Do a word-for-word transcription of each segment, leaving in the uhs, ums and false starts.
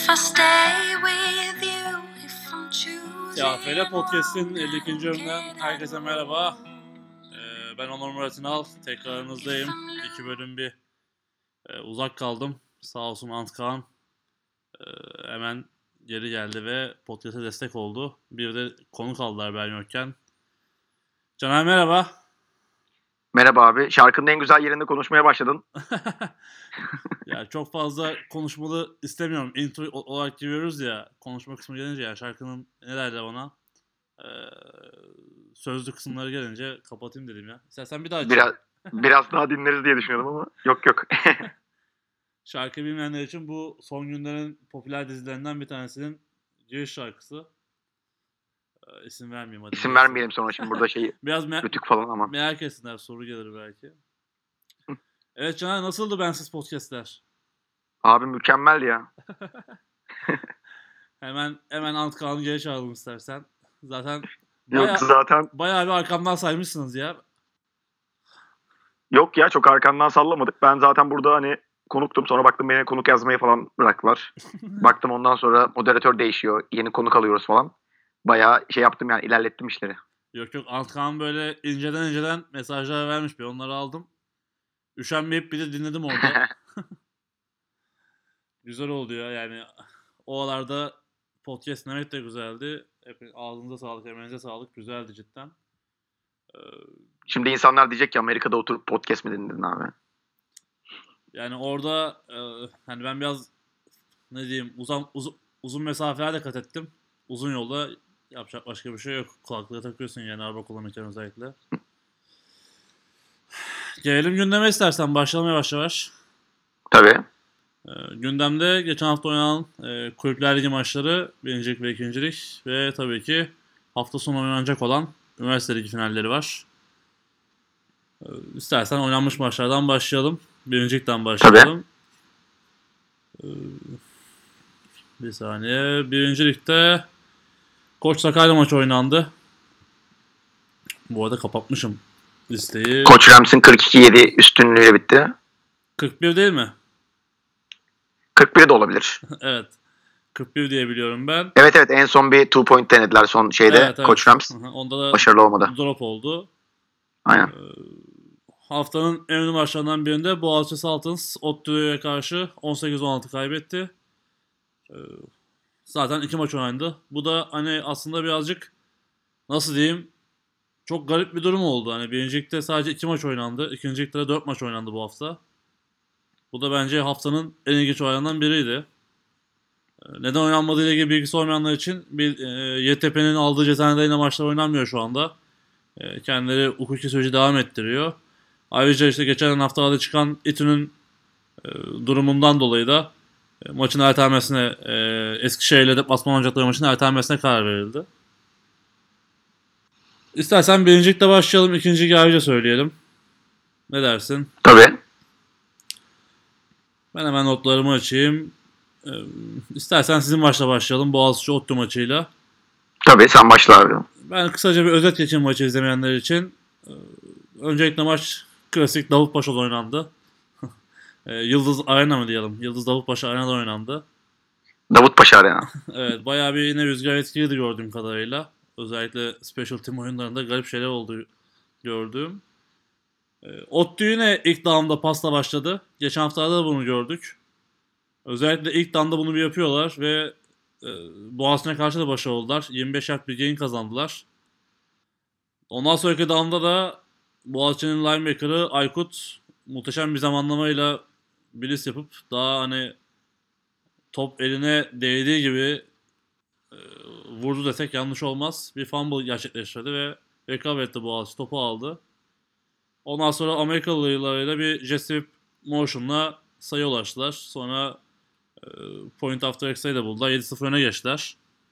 Ya Fele Podcast'in elli ikinci bölümünden herkese merhaba. Ee, ben Onur Murat İnal. Tekrarınızdayım. İki bölüm bir e, uzak kaldım. Sağ olsun Antkan e, hemen geri geldi ve podcast'e destek oldu. Bir de konuk aldılar ben yokken. Caner merhaba. Merhaba abi. Şarkının en güzel yerinde konuşmaya başladın. Ya çok fazla konuşmalı istemiyorum. Intro olarak giriyoruz ya. Konuşma kısmı gelince ya şarkının ne derler ona? Ee, sözlü kısımları gelince kapatayım dedim ya. İstersen bir daha açayım. Biraz, biraz daha dinleriz diye düşünüyordum ama yok yok. Şarkı bilmeyenler için bu son günlerin popüler dizilerinden bir tanesinin giriş şarkısı. Ee, isim vermeyeyim hadi. İsim vermeyelim sonra şimdi burada şey biraz me- rütük falan ama. Merak etsinler, soru gelir belki. Evet Caner, nasıldı Bensiz Podcast'ler? Abi mükemmel ya. hemen hemen Antkan'ı geri çağıralım istersen. Zaten Yok baya, zaten. Bayağı bir arkamdan saymışsınız ya. Yok ya çok arkandan sallamadık. Ben zaten burada hani konuktum. Sonra baktım beni konuk yazmaya falan bıraktılar. Baktım ondan sonra moderatör değişiyor. Yeni konuk alıyoruz falan. Bayağı şey yaptım yani ilerlettim işleri. Yok yok Antkan böyle inceden inceden mesajlar vermiş bir onları aldım. Üşenmeyip bir de dinledim orada. Güzel oldu ya yani. O aralarda podcast dinlemek de güzeldi. Hep ağzınıza sağlık, emeğinize sağlık. Güzeldi cidden. Ee, Şimdi insanlar diyecek ki Amerika'da oturup podcast mi dinledin abi? Yani orada e, hani ben biraz ne diyeyim uzun, uzun, uzun mesafelerde kat ettim. Uzun yolda yapacak başka bir şey yok. Kulaklığı takıyorsun yani araba kullanırken özellikle. Gelelim gündeme istersen başlayalım yavaş yavaş. Tabii. E, gündemde geçen hafta oynanan e, Kulüpler Ligi maçları birincilik ve ikincilik ve tabii ki hafta sonu oynanacak olan Üniversite Ligi finalleri var. E, istersen oynanmış maçlardan başlayalım. Birincilikten başlayalım. Tabii. E, bir saniye. Birincilikte Koç Sakarya maçı oynandı. Bu arada kapatmışım listeyi. Koç Rams'in kırk iki yedi üstünlüğüyle bitti. kırk bir değil mi? kırk bir de olabilir. Evet. kırk bir diye biliyorum ben. Evet evet en son bir two point denediler son şeyde evet, evet. Koç Rams. Onda da başarılı olmadı. Drop oldu. Aynen. Ee, haftanın en önemli maçlarından birinde Boğaziçi Saltans ODTÜ'ye karşı on sekiz on altı kaybetti. Ee, zaten iki maç oynandı. Bu da hani aslında birazcık nasıl diyeyim çok garip bir durum oldu. Hani birincilikte sadece iki maç oynandı. İkincilikte de dört maç oynandı bu hafta. Bu da bence haftanın en ilginç olaylarından biriydi. Neden oynanmadığı ile ilgili bilgisi olmayanlar için bir e, Y T P'nin aldığı cezanede yine maçlar oynanmıyor şu anda. E, kendileri hukuki süreci devam ettiriyor. Ayrıca işte geçen haftalarda çıkan İTÜ'nün e, durumundan dolayı da e, maçın ertelenmesine, e, Eskişehir'le deplasman oynayacakları maçın ertelenmesine karar verildi. İstersen birincilikle başlayalım, ikinciyi ayrıca söyleyelim. Ne dersin? Tabii. Ben hemen notlarımı açayım. Ee, istersen sizin maçla başlayalım. Boğaziçi ODTÜ maçıyla. Tabii sen başla abi. Ben kısaca bir özet geçeyim maçı izlemeyenler için. Ee, öncelikle maç klasik Davutpaşa'da oynandı. ee, Yıldız Arena mı diyelim? Yıldız Davutpaşa Arena'da oynandı. Davutpaşa Arena. Evet, bayağı bir yine rüzgar etkiliydi gördüğüm kadarıyla. Özellikle Special Team oyunlarında garip şeyler oldu gördüğüm. Ee, ODTÜ yine ilk down'da pasla başladı. Geçen haftalarda da bunu gördük. Özellikle ilk down'da bunu bir yapıyorlar ve e, Boğaziçi'ne karşı da başarılı oldular. yirmi beş yard bir gain kazandılar. Ondan sonraki down'da da Boğaziçi'nin linebacker'ı Aykut muhteşem bir zamanlamayla blitz yapıp daha hani top eline değdiği gibi e, vurdu desek yanlış olmaz. Bir fumble gerçekleştirdi ve recover etti Boğaziçi. Topu aldı. Ondan sonra Amerikalılarıyla bir jet sweep motion'la sayı ulaştılar. Sonra e, point after extra'yı da buldular. yedi sıfır öne geçtiler.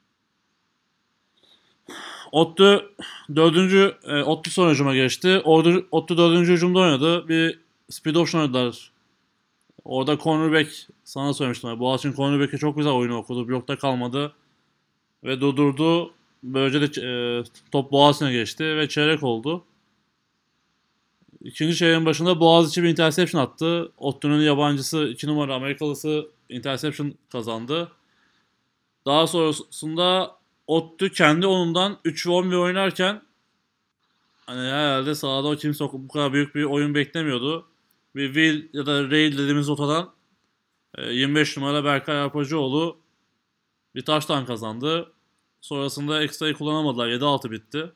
ODTÜ dördüncü e, ODTÜ son hücuma geçti. Orada ODTÜ dördüncü hücumda oynadı. Bir speed option oynadılar. Orada cornerback sana söylemiştim. Boğaziçi'nin cornerback'i çok güzel oyunu okudu. Blokta kalmadı. Ve durdurdu. Böylece de e, top Boğaziçi'ne geçti ve çeyrek oldu. İkinci çeyreğin başında Boğaziçi bir interception attı. ODTÜ'nün yabancısı iki numara Amerikalısı interception kazandı. Daha sonrasında ODTÜ kendi oyunundan üç ve on bir oynarken hani herhalde sahada o kimse bu kadar büyük bir oyun beklemiyordu. Bir Will ya da Rail dediğimiz rotadan e, yirmi beş numara Berkay Arpacıoğlu bir taştan kazandı. Sonrasında ekstrayı kullanamadılar. yedi altı bitti.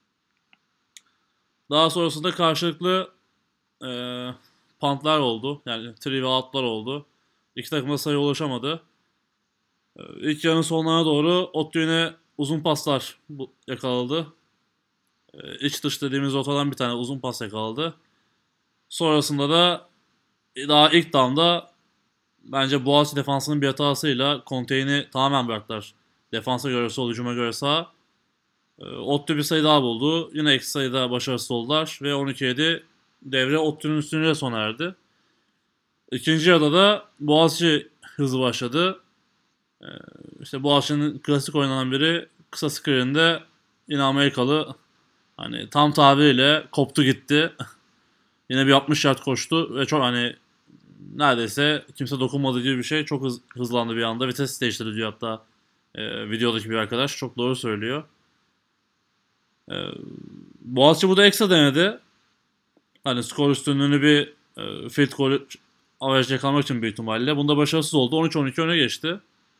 Daha sonrasında karşılıklı e, puntlar oldu. Yani three ve out'lar oldu. İki takım da sayı ulaşamadı. E, ilk yarının sonlarına doğru ODTÜ yine uzun paslar bu- yakaladı. E, iç dış dediğimiz rotadan bir tane uzun pas yakaladı. Sonrasında da daha ilk down'da bence Boğaziçi defansının bir hatasıyla Conte'yi tamamen bıraktılar. Defansa göre sol, hücuma göre sağ. E, ODTÜ bir sayı daha buldu. Yine eksi sayıda başarısız oldular. Ve on iki yedi devre ODTÜ'nün üstünlüğüyle sona erdi. İkinci yarıda da Boğaziçi hızlı başladı. E, işte Boğaziçi'nin klasik oynanan biri kısa screen'de yine Amerikalı hani tam tabiriyle koptu gitti. Yine bir altmış yard koştu ve çok hani neredeyse kimse dokunmadığı gibi bir şey. Çok hız, hızlandı bir anda. Vites değiştirdi diyor hatta e, videodaki bir arkadaş. Çok doğru söylüyor. E, Boğaziçi bu da ekstra denedi. Hani skor üstünlüğünü bir e, field goal average yakalamak için büyük ihtimalle. Bunda başarısız oldu. on üç on iki öne geçti.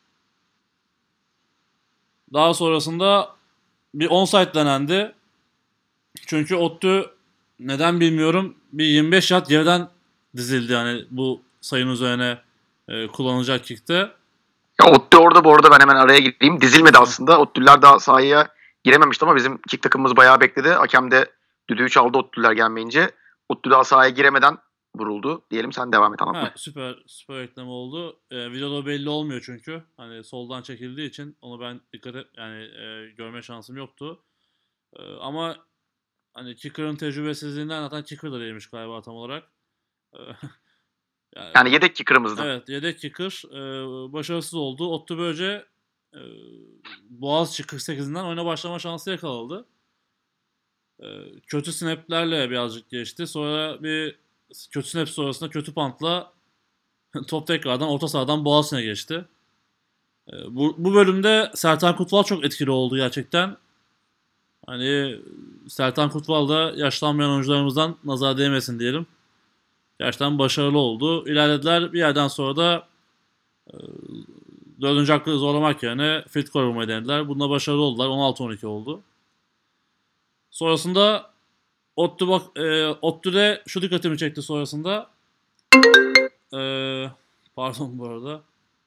Daha sonrasında bir onside denendi. Çünkü ODTÜ neden bilmiyorum bir yirmi beş yard geriden dizildi yani bu sayının üzerine e, kullanılacak kickte. Ya ODTÜ orada bu arada ben hemen araya gireyim. Dizilmedi aslında. ODTÜ'lüler daha sahaya girememişti ama bizim kick takımımız bayağı bekledi. Hakem de düdüğü çaldı ODTÜ'lüler gelmeyince. ODTÜ daha sahaya giremeden vuruldu. Diyelim sen devam et anlatma. Ha, süper süper ekleme oldu. E, videoda belli olmuyor çünkü. Hani soldan çekildiği için onu ben dikkat et yani e, görme şansım yoktu. E, ama hani kicker'ın tecrübesizliğinden zaten kicker da değilmiş galiba tam olarak. E, yani, Yani yedek kicker'ımızdı. evet yedek kicker e, başarısız oldu. ODTÜ böylece e, Boğaziçi kırk sekizinden oyuna başlama şansı yakaladı. E, kötü snaplerle birazcık geçti. Sonra bir kötü snap sonrasında kötü puntla top tekrardan orta sahadan Boğaziçi'ne geçti. E, bu, bu bölümde Sertan Kutval çok etkili oldu gerçekten. Hani Sertan Kutval da yaşlanmayan oyuncularımızdan nazar değmesin diyelim. Gerçekten başarılı oldu. İlerlediler. Bir yerden sonra da e, dördüncü hakkı zorlamak yerine field goal vurmayı denediler. Bunda başarılı oldular. on altı on iki oldu. Sonrasında ODTÜ bak, e, ODTÜ'de şu dikkatimi çekti sonrasında. E, pardon bu arada.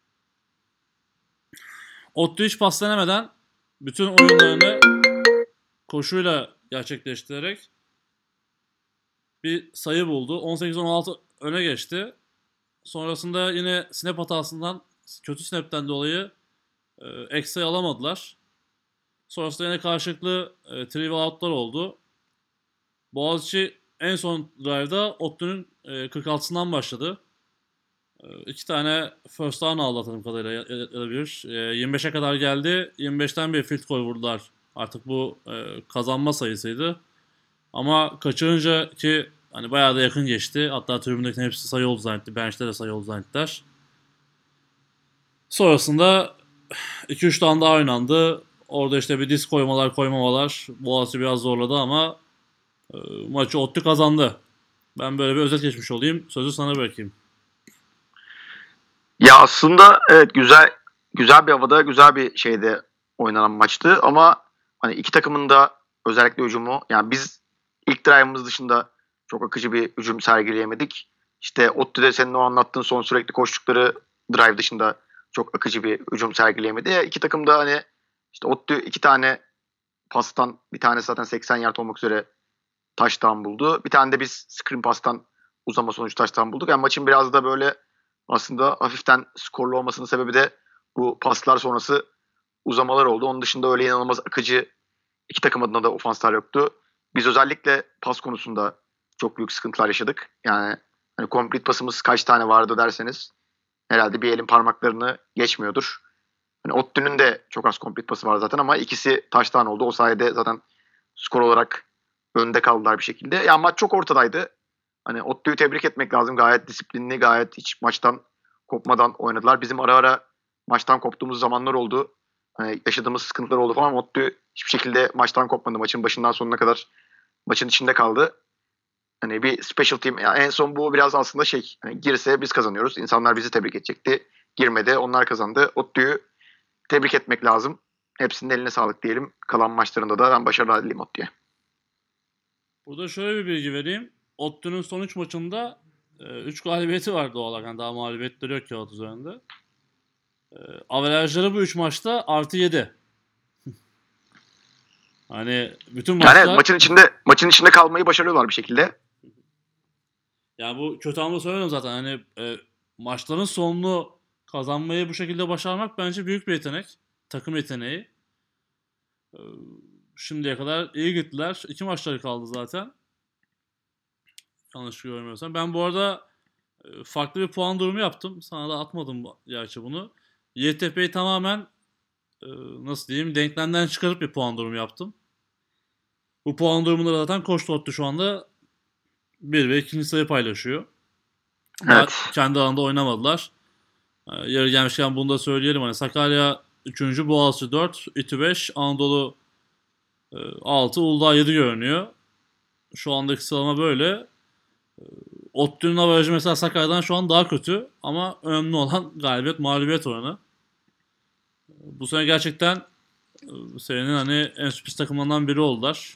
ODTÜ hiç pas denemeden bütün oyunlarını koşuyla gerçekleştirerek bir sayı buldu. on sekiz on altı öne geçti. Sonrasında yine snap hatasından, kötü snap'ten dolayı e, eksi alamadılar. Sonrasında yine karşılıklı e, three out'lar oldu. Boğaziçi en son drive'da ODTÜ'nün e, kırk altısından başladı. E, iki tane first down aldı hatırladığım kadarıyla ya, ya, ya da bir. E, yirmi beşe kadar geldi. yirmi beşten bir field goal vurdular. Artık bu e, kazanma sayısıydı. Ama kaçırınca ki hani bayağı da yakın geçti. Hatta tribündekilerin hepsi sayı oldu zannetti. Bench'te de sayı oldu zannettiler. Sonrasında iki üç tane daha oynandı. Orada işte bir disk koymalar koymamalar Boğaziçi biraz zorladı ama e, maçı ODTÜ kazandı. Ben böyle bir özet geçmiş olayım. Sözü sana bırakayım. Ya aslında evet güzel güzel bir havada güzel bir şeyde oynanan maçtı ama hani iki takımın da özellikle hücumu yani biz ilk drive'ımız dışında çok akıcı bir hücum sergileyemedik. İşte ODTÜ'de senin o anlattığın son sürekli koştukları drive dışında çok akıcı bir hücum sergileyemedi. Ya iki takım da hani işte ODTÜ iki tane pastan bir tane zaten seksen yard olmak üzere taştan buldu. Bir tane de biz screen pastan uzama sonucu taştan bulduk. Yani maçın biraz da böyle aslında hafiften skorlu olmasının sebebi de bu paslar sonrası uzamalar oldu. Onun dışında öyle inanılmaz akıcı iki takım adına da ofanslar yoktu. Biz özellikle pas konusunda çok büyük sıkıntılar yaşadık. Yani hani complete pasımız kaç tane vardı derseniz herhalde bir elin parmaklarını geçmiyordur. Hani ODTÜ'nün de çok az complete pası var zaten ama ikisi taştan oldu. O sayede zaten skor olarak önde kaldılar bir şekilde. Yani maç çok ortadaydı. Hani ODTÜ'yü tebrik etmek lazım. Gayet disiplinli, gayet hiç maçtan kopmadan oynadılar. Bizim ara ara maçtan koptuğumuz zamanlar oldu. hani yaşadığımız sıkıntılar oldu falan. ODTÜ hiçbir şekilde maçtan kopmadı. Maçın başından sonuna kadar maçın içinde kaldı. Hani bir special team. Yani en son bu biraz aslında şey. Hani girse biz kazanıyoruz. İnsanlar bizi tebrik edecekti. Girmedi. Onlar kazandı. ODTÜ'yü tebrik etmek lazım. Hepsinin eline sağlık diyelim. Kalan maçlarında da ben başarılar dileyim ODTÜ'ye. Burada şöyle bir bilgi vereyim. ODTÜ'nün son üç maçında üç galibiyeti var doğal olarak. Yani daha mağlubiyetleri yok kağıt üzerinde. E, averajları bu üç maçta artı yedi. Hani bütün maçlar... Yani maçın içinde maçın içinde kalmayı başarıyorlar bir şekilde. Yani bu kötü anlamda söylemiyorum zaten. Hani e, maçların sonunu kazanmayı bu şekilde başarmak bence büyük bir yetenek. Takım yeteneği. E, şimdiye kadar iyi gittiler. İki maçları kaldı zaten. Yanlış görmüyorsam. Ben bu arada e, farklı bir puan durumu yaptım. Sana da atmadım gerçi bunu. Y T P'yi tamamen e, nasıl diyeyim denklemden çıkarıp bir puan durumu yaptım. Bu puan durumunda zaten Koç Tottu şu anda bir ve ikinci sayı paylaşıyor. Daha Evet. kendi alanında oynamadılar. Ee, Yeri gelmişken bunu da söyleyelim. Hani Sakarya üçüncü, Boğaziçi dört, İTÜ beş, Anadolu e, altı, Uludağ yedi görünüyor. Şu andaki sıralama böyle. E, ODTÜ'nün averajı mesela Sakarya'dan şu an daha kötü. Ama önemli olan galibiyet mağlubiyet oranı. E, Bu sene gerçekten e, senenin hani en sürpriz takımlarından biri oldular.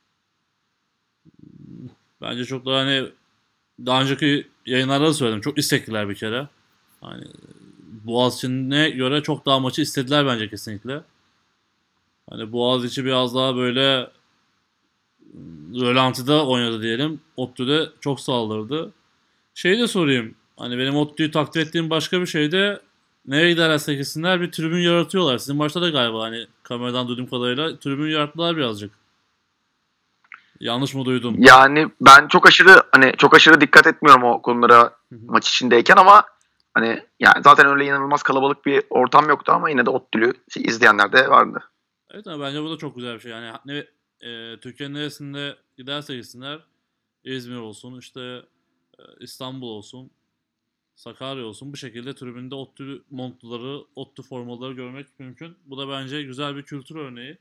Bence çok da hani daha önceki yayınlarda da söyledim. Çok istekliler bir kere. Hani Boğaziçi'ne göre çok daha maçı istediler bence kesinlikle. Hani Boğaziçi biraz daha böyle rölantide oynadı diyelim. ODTÜ'de çok saldırdı. Şeyi de sorayım. Hani benim ODTÜ'yü takdir ettiğim başka bir şey de nereye giderlerse gitsinler bir tribün yaratıyorlar. Sizin başta da galiba hani kameradan duyduğum kadarıyla tribün yarattılar birazcık. Yanlış mı duydum? Yani ben çok aşırı hani çok aşırı dikkat etmiyorum o konulara maç içindeyken ama hani yani zaten öyle inanılmaz kalabalık bir ortam yoktu ama yine de ODTÜ'lü izleyenler de vardı. Evet ama bence bu da çok güzel bir şey. Yani ne, e, Türkiye'nin neresinde giderse gitsinler İzmir olsun, işte e, İstanbul olsun, Sakarya olsun bu şekilde tribünde ODTÜ montları, ODTÜ formaları görmek mümkün. Bu da bence güzel bir kültür örneği.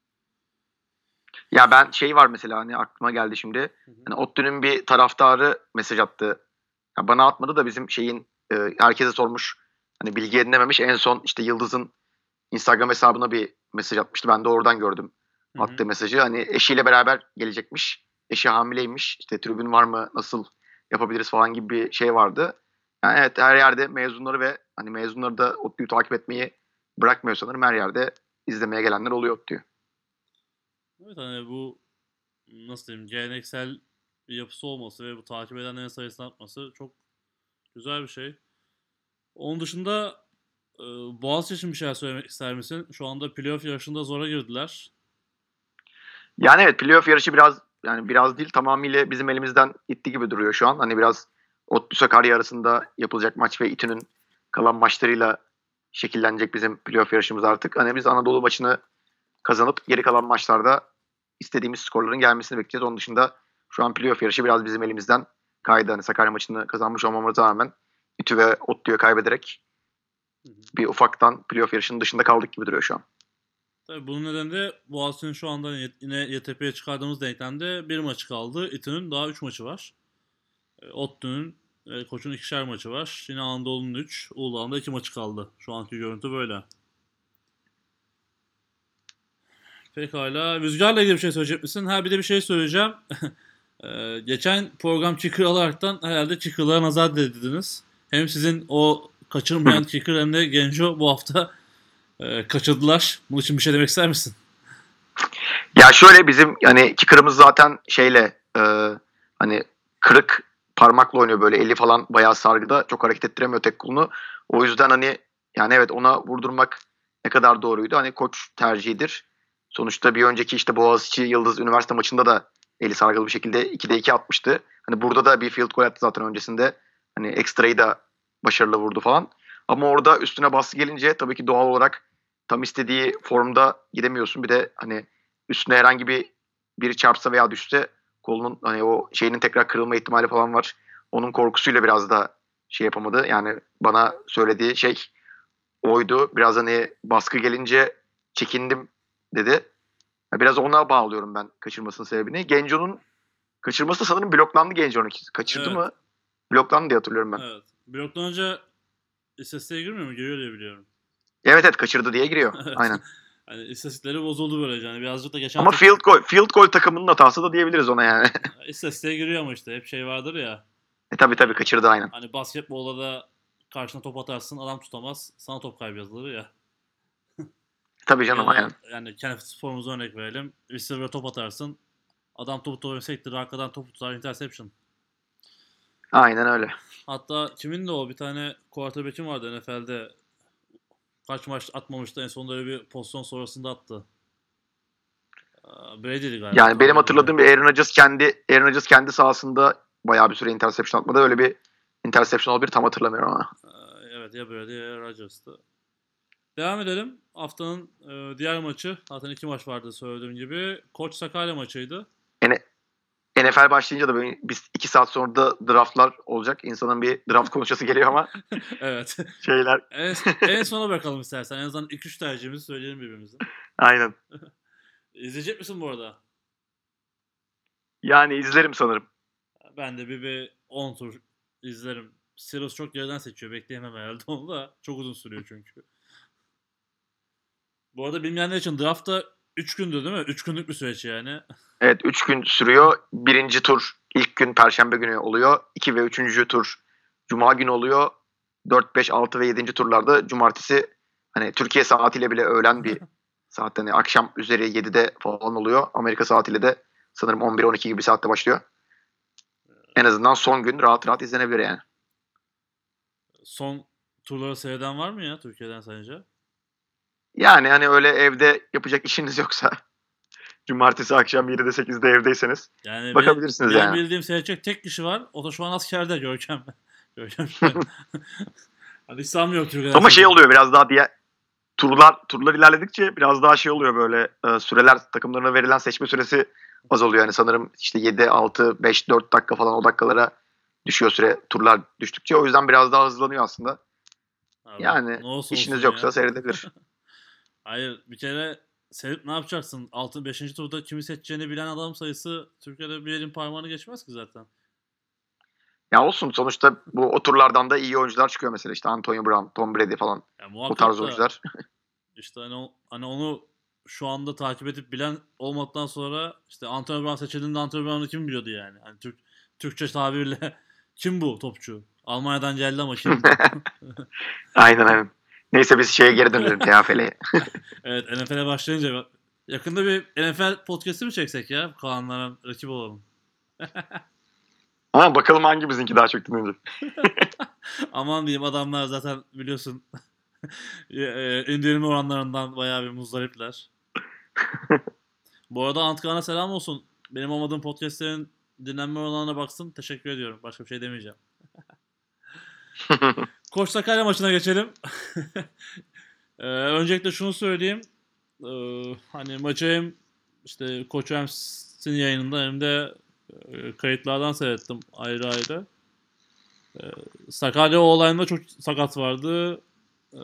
Ya ben şey var mesela hani aklıma geldi şimdi. Hı hı. Hani ODTÜ'nün bir taraftarı mesaj attı. Ya bana atmadı da bizim şeyin e, herkese sormuş. Hani bilgi edinememiş. En son işte Yıldız'ın Instagram hesabına bir mesaj atmıştı. Ben de oradan gördüm Hı hı. attığı mesajı. Hani eşiyle beraber gelecekmiş. Eşi hamileymiş. İşte tribün var mı? Nasıl yapabiliriz falan gibi bir şey vardı. Yani evet her yerde mezunları ve hani mezunları da ODTÜ'yü takip etmeyi bırakmıyor sanırım. Her yerde izlemeye gelenler oluyor ODTÜ'yü. Evet hani bu nasıl diyeyim geleneksel bir yapısı olması ve bu takip edenlerin sayısının artması çok güzel bir şey. Onun dışında e, Boğaziçi için bir şeyler söylemek ister misin? Şu anda playoff yarışında zora girdiler. Yani evet playoff yarışı biraz yani biraz değil tamamıyla bizim elimizden gitti gibi duruyor şu an. Hani biraz ODTÜ Sakarya arasında yapılacak maç ve İTÜ'nün kalan maçlarıyla şekillenecek bizim playoff yarışımız artık. Hani biz Anadolu maçını kazanıp geri kalan maçlarda istediğimiz skorların gelmesini bekleyeceğiz. Onun dışında şu an playoff yarışı biraz bizim elimizden kaydı. Hani Sakarya maçını kazanmış olmamıza rağmen İTÜ ve ODTÜ'ye kaybederek Hı hı. bir ufaktan playoff yarışının dışında kaldık gibi duruyor şu an. Tabii bunun nedeni de Boğaziçi'nin şu anda yine Y T P'ye çıkardığımız denklemde bir maçı kaldı. İTÜ'nün daha üç maçı var. E, ODTÜ'nün e, Koç'un ikişer maçı var. Yine Anadolu'nun üç, Uludağ'ın da iki maçı kaldı. Şu anki görüntü böyle. Pekala. Rüzgar'la ilgili bir şey söyleyecek misin? Ha bir de bir şey söyleyeceğim. E, geçen program kicker alaraktan herhalde kicker'lara nazar değdirdiniz. Hem sizin o kaçırmayan kicker hem de Genco bu hafta e, kaçırdılar. Bunun için bir şey demek ister misin? Ya şöyle bizim hani kicker'ımız zaten şeyle e, hani kırık parmakla oynuyor böyle eli falan bayağı sargıda çok hareket ettiremiyor tek kolunu. O yüzden hani yani evet ona vurdurmak ne kadar doğruydu. Hani koç tercihidir. Sonuçta bir önceki işte Boğaziçi Yıldız üniversite maçında da eli sargılı bir şekilde ikide iki atmıştı. Hani burada da bir field goal attı zaten öncesinde. Hani ekstrayı da başarılı vurdu falan. Ama orada üstüne baskı gelince tabii ki doğal olarak tam istediği formda gidemiyorsun. Bir de hani üstüne herhangi bir biri çarpsa veya düşse kolunun hani o şeyinin tekrar kırılma ihtimali falan var. Onun korkusuyla biraz da şey yapamadı. Yani bana söylediği şey oydu. Biraz hani baskı gelince çekindim dedi. Biraz ona bağlıyorum ben kaçırmasının sebebini. Genco'nun kaçırması da sanırım bloklandı Genco'nun. Kaçırdı Evet. mı? Bloklandı diye hatırlıyorum ben. Evet. Bloklanınca istatistiğe girmiyor mu? Giriyor diye biliyorum. Evet evet kaçırdı diye giriyor. Evet. Aynen. Hani istatistikleri bozuldu böylece. Yani birazcık da geçen Ama hafta- field goal, field goal takımının hatası da diyebiliriz ona yani. istatistiğe giriyor ama işte hep şey vardır ya. e tabii tabii kaçırdı aynen. Hani basketbolda da karşına top atarsın, adam tutamaz, sana top kaybı yazılır ya. Tabii canım Ya da aynen. yani kendi sporumuza örnek verelim. Receiver'a top atarsın, adam topu topu sektirir, arkadan topu tutar, interception. Aynen öyle. Hatta kimin de o bir tane quarterback'im vardı N F L'de. Kaç maç atmamıştı, en sonunda öyle bir pozisyon sonrasında attı. Aa, Brady'di galiba. Yani benim Tom hatırladığım Brady. bir Aaron Rodgers kendi Aaron Rodgers kendi sahasında bayağı bir süre interception atmadı. Öyle bir interception olabilir tam hatırlamıyorum ama. Aa, Evet ya Brady ya Rodgers'tı. Devam edelim. Haftanın e, diğer maçı. Zaten iki maç vardı söylediğim gibi. Koç Sakarya maçıydı. Yani N F L başlayınca da böyle biz iki saat sonra da draftlar olacak. İnsanın bir draft konuşması geliyor ama Evet. şeyler En, en sona bırakalım istersen. En azından ilk üç tercihimizi söyleyelim birbirimize. aynen. İzleyecek misin bu arada? Yani izlerim sanırım. Ben de bir, bir on tur izlerim. Siros çok geriden seçiyor. Bekleyemem herhalde onu da. Çok uzun sürüyor çünkü. Bu arada bilmeyenler için draftta üç gündü değil mi? üç günlük bir süreç yani. Evet üç gün sürüyor. Birinci tur ilk gün Perşembe günü oluyor. iki ve üçüncü tur Cuma günü oluyor. dört, beş, altı ve yedinci turlarda Cumartesi hani Türkiye saatiyle bile öğlen bir saatte hani akşam üzeri yedide falan oluyor. Amerika saatiyle de sanırım on bir on iki gibi bir saatte başlıyor. En azından son gün rahat rahat izlenebilir yani. Son turları seyreden var mı ya Türkiye'den sence? Yani hani öyle evde yapacak işiniz yoksa Cumartesi akşam yedide sekizde evdeyseniz Yani bakabilirsiniz benim, benim yani. bildiğim seyredecek tek kişi var. O da şu an askerde Görkem. Görkem şu an. Hani hiç sanmıyorum Türkiye'den Ama şey seyredecek. oluyor biraz daha diye turlar turlar ilerledikçe biraz daha şey oluyor böyle e, süreler takımlarına verilen seçme süresi azalıyor. Yani sanırım işte yedi, altı, beş, dört dakika falan o dakikalara düşüyor süre turlar düştükçe. O yüzden biraz daha hızlanıyor aslında. Abi, Yani ne olsa olsun işiniz yoksa ya. seyredebilir. Hayır bir kere seyredip ne yapacaksın? altı beşinci turda kimi seçeceğini bilen adam sayısı Türkiye'de bir elin parmağını geçmez ki zaten. Ya olsun sonuçta bu o turlardan da iyi oyuncular çıkıyor mesela işte Antonio Brown, Tom Brady falan Ya o tarz muhakkak da oyuncular. işte hani, o- hani onu şu anda takip edip bilen olmaktan sonra işte Antonio Brown seçildiğinde Antonio Brown'u kim biliyordu yani? Hani Türk, Türkçe tabirle kim bu topçu? Almanya'dan geldi ama kim bu? Aynen aynen. Neyse biz şeye geri dönelim T F L'ye. Evet N F L'e başlayınca yakında bir N F L podcast'i mi çeksek ya? Kaanlara rakip olalım. Ama bakalım hangi bizimki daha çok dinlenir. Aman diyeyim adamlar zaten biliyorsun e, indirme oranlarından bayağı bir muzdaripler. Bu arada Antkan'a selam olsun. Benim olmadığım podcastlerin dinlenme oranlarına baksın. Teşekkür ediyorum. Başka bir şey demeyeceğim. Koç Sakarya maçına geçelim. Ee, öncelikle şunu söyleyeyim. Ee, hani maçı hem işte Koç Rams'in yayınında hem de e, kayıtlardan seyrettim ayrı ayrı. Ee, Sakarya o olayında çok sakat vardı. Ee,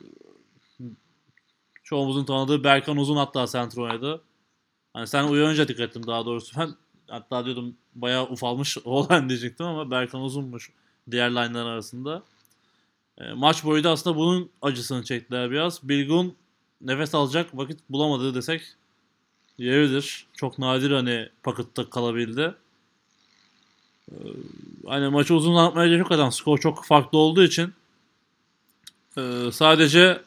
çoğumuzun tanıdığı Berkan Uzun hatta sentro oynadı. Hani sen uyanınca dikkat ettim daha doğrusu. Ben hatta diyordum bayağı ufalmış oğlan diyecektim ama Berkan Uzun'muş diğer line'lar arasında. E, maç boyu da aslında bunun acısını çektiler biraz. Bilgun nefes alacak vakit bulamadı desek yeridir. Çok nadir hani pakıtta kalabildi. E, hani maçı uzun anlatmaya gerek yok adam. Skor çok farklı olduğu için e, sadece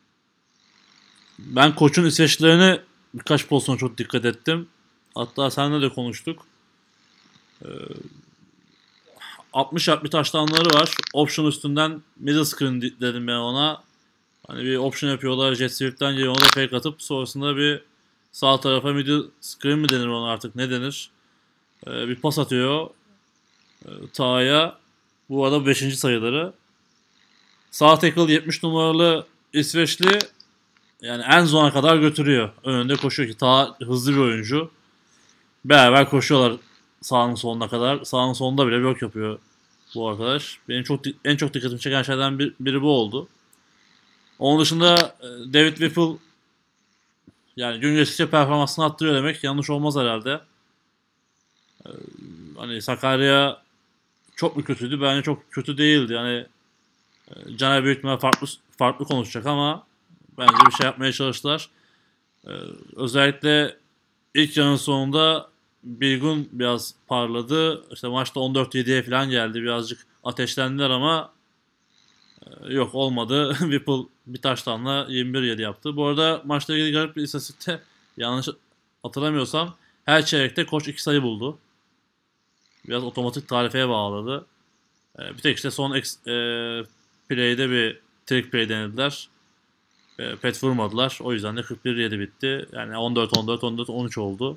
ben koçun İsveçlilerine birkaç pozisyona çok dikkat ettim. Hatta seninle de konuştuk. E, altmış yard bir taştanları var. Option üstünden middle screen dedim ben ona. Hani bir option yapıyorlar. Jet sweep'ten geliyor. Onu da fake atıp sonrasında bir sağ tarafa middle screen mi denir ona artık ne denir? Ee, bir pas atıyor. Ee, Taha'ya. Bu arada beşinci sayıları. Sağ tackle yetmiş numaralı İsveçli yani en zona kadar götürüyor. Önünde koşuyor ki Taha hızlı bir oyuncu. Beraber koşuyorlar sağının sonuna kadar. Sağının sonunda bile blok yapıyor bu arkadaş. Benim çok en çok dikkatimi çeken şeylerden bir, biri bu oldu. Onun dışında e, David Whipple Yani gün geçtikçe performansını arttırıyor demek yanlış olmaz herhalde. Ee, Hani Sakarya çok mu kötüydü? Bence çok kötü değildi. Yani e, Caner büyük ihtimalle farklı farklı konuşacak ama bence bir şey yapmaya çalıştılar. Ee, Özellikle ilk yarının sonunda Bilgun biraz parladı. İşte maçta on dört yediye falan geldi. Birazcık ateşlendiler ama e, yok olmadı. Whipple bir taştanla yirmi bir yedi yaptı. Bu arada maçla ilgili garip bir istatistikte yanlış hatırlamıyorsam her çeyrekte koç iki sayı buldu. Biraz otomatik tarifeye bağladı. E, bir tek işte son ex, e, play'de bir trick play denediler. E, pet vurmadılar. O yüzden de kırk bir yedi bitti. Yani on dört on dört on dört on üç oldu.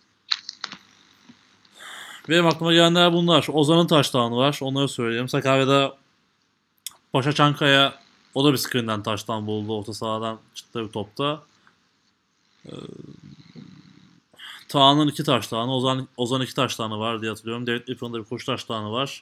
Benim aklıma gelenler bunlar. Ozan'ın touchdown'ı var. Onları söyleyeyim. Sakarya'da Paşa Çankaya o da bir screen'den touchdown buldu. Orta sahadan çıktı bir topta. Ee, Tağ'ın iki touchdown'ı, Ozan, Ozan iki touchdown'ı var diye hatırlıyorum. David Lippman'ın da bir koşu touchdown'ı var.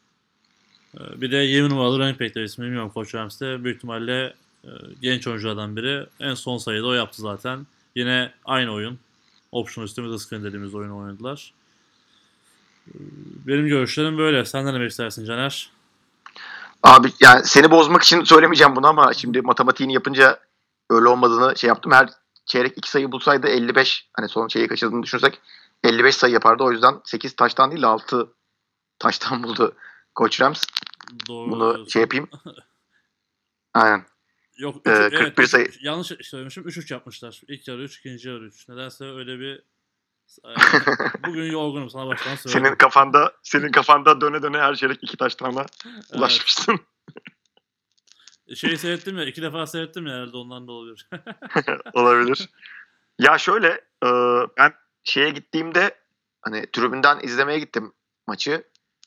Ee, bir de yirmi numaralı running back'ler ismi bilmiyorum Koç Rams'te. Büyük ihtimalle e, genç oyunculardan biri. En son sayıda o yaptı zaten. Yine aynı oyun. Option üstü middle screen dediğimiz oyunu oynadılar. Ee, Benim görüşlerim böyle. Sen ne demek istersin Caner? Abi yani seni bozmak için söylemeyeceğim bunu ama şimdi matematiğini yapınca öyle olmadığını şey yaptım. Her çeyrek iki sayı bulsaydı elli beş, hani son şeyi kaçırdığını düşünsek elli beş sayı yapardı. O yüzden sekiz taştan değil de altı taştan buldu Koç Rams. Doğru Bunu diyorsun. şey yapayım. Aynen. Yok Ee, üç, evet kırk bir üç, sayı. yanlış söylemişim. üç üç yapmışlar. İlk yarı üç, ikinci yarı üç. Nedense öyle bir e, bugün yorgunum sana baştan Senin söyledim. kafanda senin kafanda döne döne her çeyrek iki taştanla Evet. ulaşmışsın. Şeyi seyrettim ya. iki defa seyrettim ya herhalde ondan da olabilir. Olabilir. Ya şöyle e, ben şeye gittiğimde hani tribünden izlemeye gittim maçı.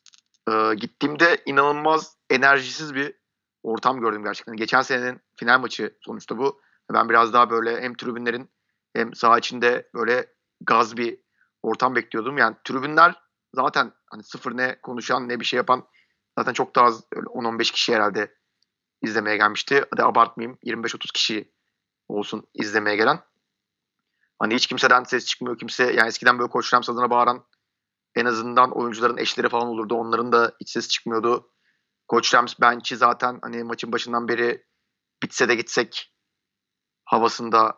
E, gittiğimde inanılmaz enerjisiz bir ortam gördüm gerçekten. Geçen senenin final maçı sonuçta bu. Ben biraz daha böyle hem tribünlerin hem saha içinde böyle gaz bir ortam bekliyordum. Yani tribünler zaten hani sıfır ne konuşan ne bir şey yapan zaten çok daha az, öyle on on beş kişi herhalde izlemeye gelmişti. Hadi abartmayayım, yirmi beş otuz kişi olsun izlemeye gelen. Hani hiç kimseden ses çıkmıyor. Kimse yani eskiden böyle Koç Rams adına bağıran en azından oyuncuların eşleri falan olurdu. Onların da hiç ses çıkmıyordu. Koç Rams bench'i zaten hani maçın başından beri bitse de gitsek havasında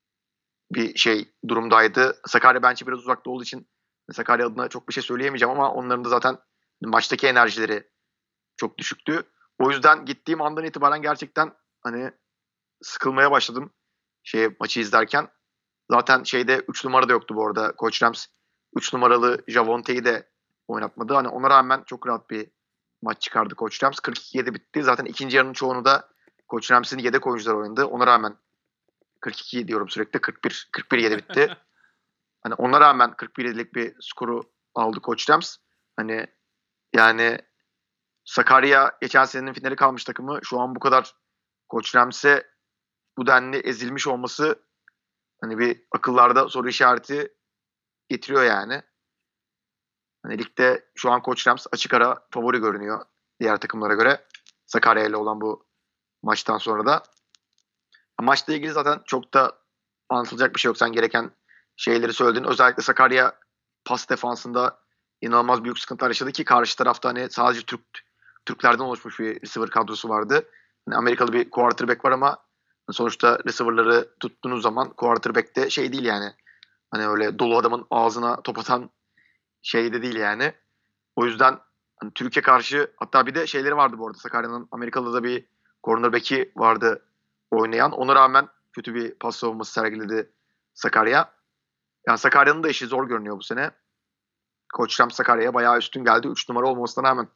bir şey durumdaydı. Sakarya bench'i biraz uzakta olduğu için Sakarya adına çok bir şey söyleyemeyeceğim ama onların da zaten maçtaki enerjileri çok düşüktü. O yüzden gittiğim andan itibaren gerçekten hani sıkılmaya başladım şey maçı izlerken. Zaten şeyde üç numara da yoktu bu arada. Koç Rams üç numaralı Javonte'yi de oynatmadı. Hani ona rağmen çok rahat bir maç çıkardı Koç Rams. kırk iki yedi bitti. Zaten ikinci yarının çoğunu da Koç Rams'in yedek oyuncuları oynadı. Ona rağmen kırk iki diyorum sürekli. kırk bir kırk bir yedi bitti. Hani ona rağmen kırk bir yedilik bir skoru aldı Koç Rams. Hani yani Sakarya geçen senenin finali kalmış takımı. Şu an bu kadar Koç Rams'e bu denli ezilmiş olması hani bir akıllarda soru işareti getiriyor yani. Hani ligde şu an Koç Rams açık ara favori görünüyor diğer takımlara göre. Sakarya ile olan bu maçtan sonra da. Maçla ilgili zaten çok da anlatılacak bir şey yok. Sen gereken şeyleri söyledin. Özellikle Sakarya pas defansında inanılmaz büyük sıkıntılar yaşadı ki karşı tarafta hani sadece Türk Türklerden oluşmuş bir receiver kadrosu vardı. Yani Amerikalı bir quarterback var ama sonuçta receiver'ları tuttuğunuz zaman quarterback de şey değil yani. Hani öyle dolu adamın ağzına top atan şey de değil yani. O yüzden hani Türkiye karşı hatta bir de şeyleri vardı bu arada. Sakarya'nın Amerikalı'da da bir cornerback'i vardı oynayan. Ona rağmen kötü bir pas savunması sergiledi Sakarya. Yani Sakarya'nın da işi zor görünüyor bu sene. Koç Rams Sakarya'ya bayağı üstün geldi. üç numara olmasına rağmen.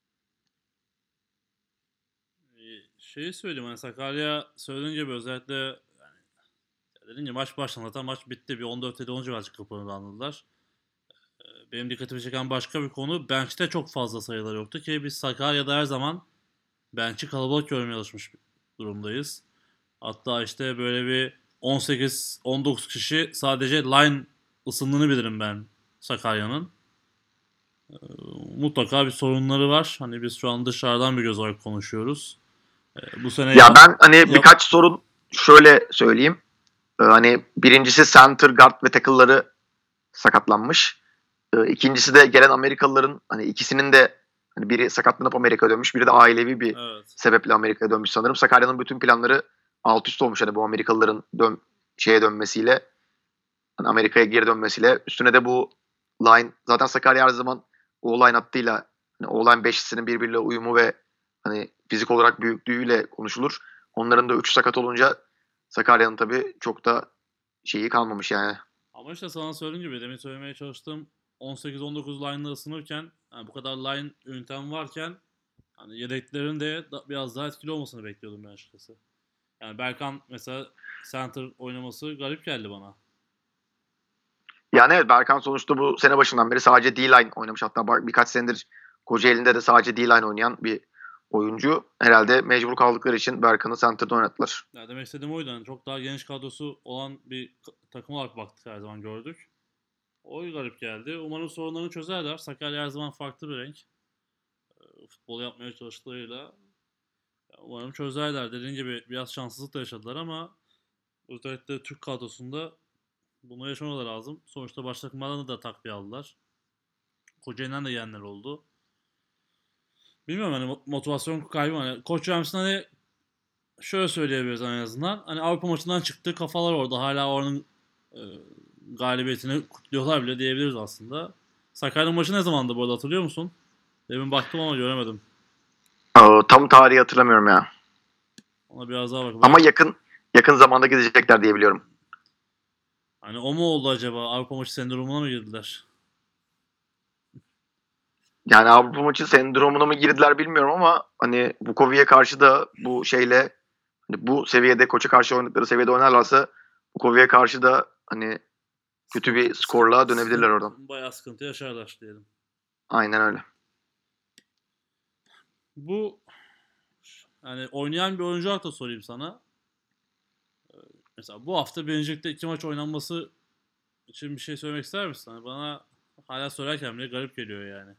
Şeyi söyleyeyim hani Sakarya söylediğin gibi özellikle yani, dediğim gibi maç başlandı zaten maç bitti bir on dört yedi on civarı kapılarını anladılar. Benim dikkatimi çeken başka bir konu bench'te çok fazla sayılar yoktu ki biz Sakarya'da her zaman bench'i kalabalık görmeye alışmış durumdayız. Hatta işte böyle bir on sekiz on dokuz kişi sadece line ısındığını bilirim ben Sakarya'nın. Ee, Mutlaka bir sorunları var. Hani biz şu an dışarıdan bir göz olarak konuşuyoruz. Ee, bu sene Ya yap, ben hani yap birkaç sorun şöyle söyleyeyim. Ee, hani birincisi center, guard ve tackle'ları sakatlanmış. Ee, ikincisi de gelen Amerikalıların hani ikisinin de hani biri sakatlanıp Amerika'ya dönmüş, biri de ailevi bir Evet. sebeple Amerika'ya dönmüş sanırım. Sakarya'nın bütün planları alt üst olmuş hani bu Amerikalıların dön şeye dönmesiyle, hani Amerika'ya geri dönmesiyle. Üstüne de bu line zaten Sakarya her zaman O-line hattıyla hani O-line beşlisinin birbiriyle uyumu ve hani fizik olarak büyüklüğüyle konuşulur. Onların da üçü sakat olunca Sakarya'nın tabii çok da şeyi kalmamış yani. Ama işte sana söylediğim gibi demin söylemeye çalıştığım on sekiz on dokuz line'la ısınırken yani bu kadar line üniten varken hani yedeklerin de da- biraz daha etkili olmasını bekliyordum ben açıkçası. Yani Berkan mesela center oynaması garip geldi bana. Yani evet, Berkan sonuçta bu sene başından beri sadece D-line oynamış. Hatta birkaç senedir Kocaeli'nde de sadece D-line oynayan bir oyuncu. Herhalde mecbur kaldıkları için Berkan'ı center'da oynattılar. Ya demek istediğim oydu. Yani çok daha geniş kadrosu olan bir k- takım olarak baktık, her zaman gördük. O garip geldi. Umarım sorunlarını çözerler. Sakarya her zaman farklı bir renk. Ee, Futbol yapmaya çalıştıklarıyla. Ya umarım çözerler. Dediğim gibi biraz şanssızlık da yaşadılar ama özellikle Türk kadrosunda bunu yaşamaları lazım. Sonuçta baş takımlardan da takviye aldılar. Kocaeli'den de yeğenler oldu. Bilmiyorum hani motivasyon kaybı. Hani Koç Rams'ın hani şöyle söyleyebiliriz en azından. Hani Avrupa maçından çıktı, kafalar orada. Hala oranın e, galibiyetini kutluyorlar bile diyebiliriz aslında. Sakarya maçı ne zamandı bu arada, hatırlıyor musun? Demin baktım ama göremedim. Aa, tam tarihi hatırlamıyorum ya. Ona biraz daha bak. Ama Ben, yakın yakın zamanda gidecekler diye biliyorum. hani o mu oldu acaba? Avrupa maçı sendromuna mı girdiler? Yani Avrupa maçı sendromuna mı girdiler bilmiyorum ama hani Bukovi'ye karşı da bu şeyle hani bu seviyede koça karşı oynadıkları seviyede oynarlarsa Bukovi'ye karşı da hani kötü Sıkıntı, bir sıkıntı, skorla dönebilirler sıkıntı, oradan. bayağı sıkıntı yaşarlar diyelim. Aynen öyle. Bu yani oynayan bir oyuncu olarak da sorayım sana. Mesela bu hafta birincilikte iki maç oynanması için bir şey söylemek ister misin? Hani bana hala söylerken bile garip geliyor yani.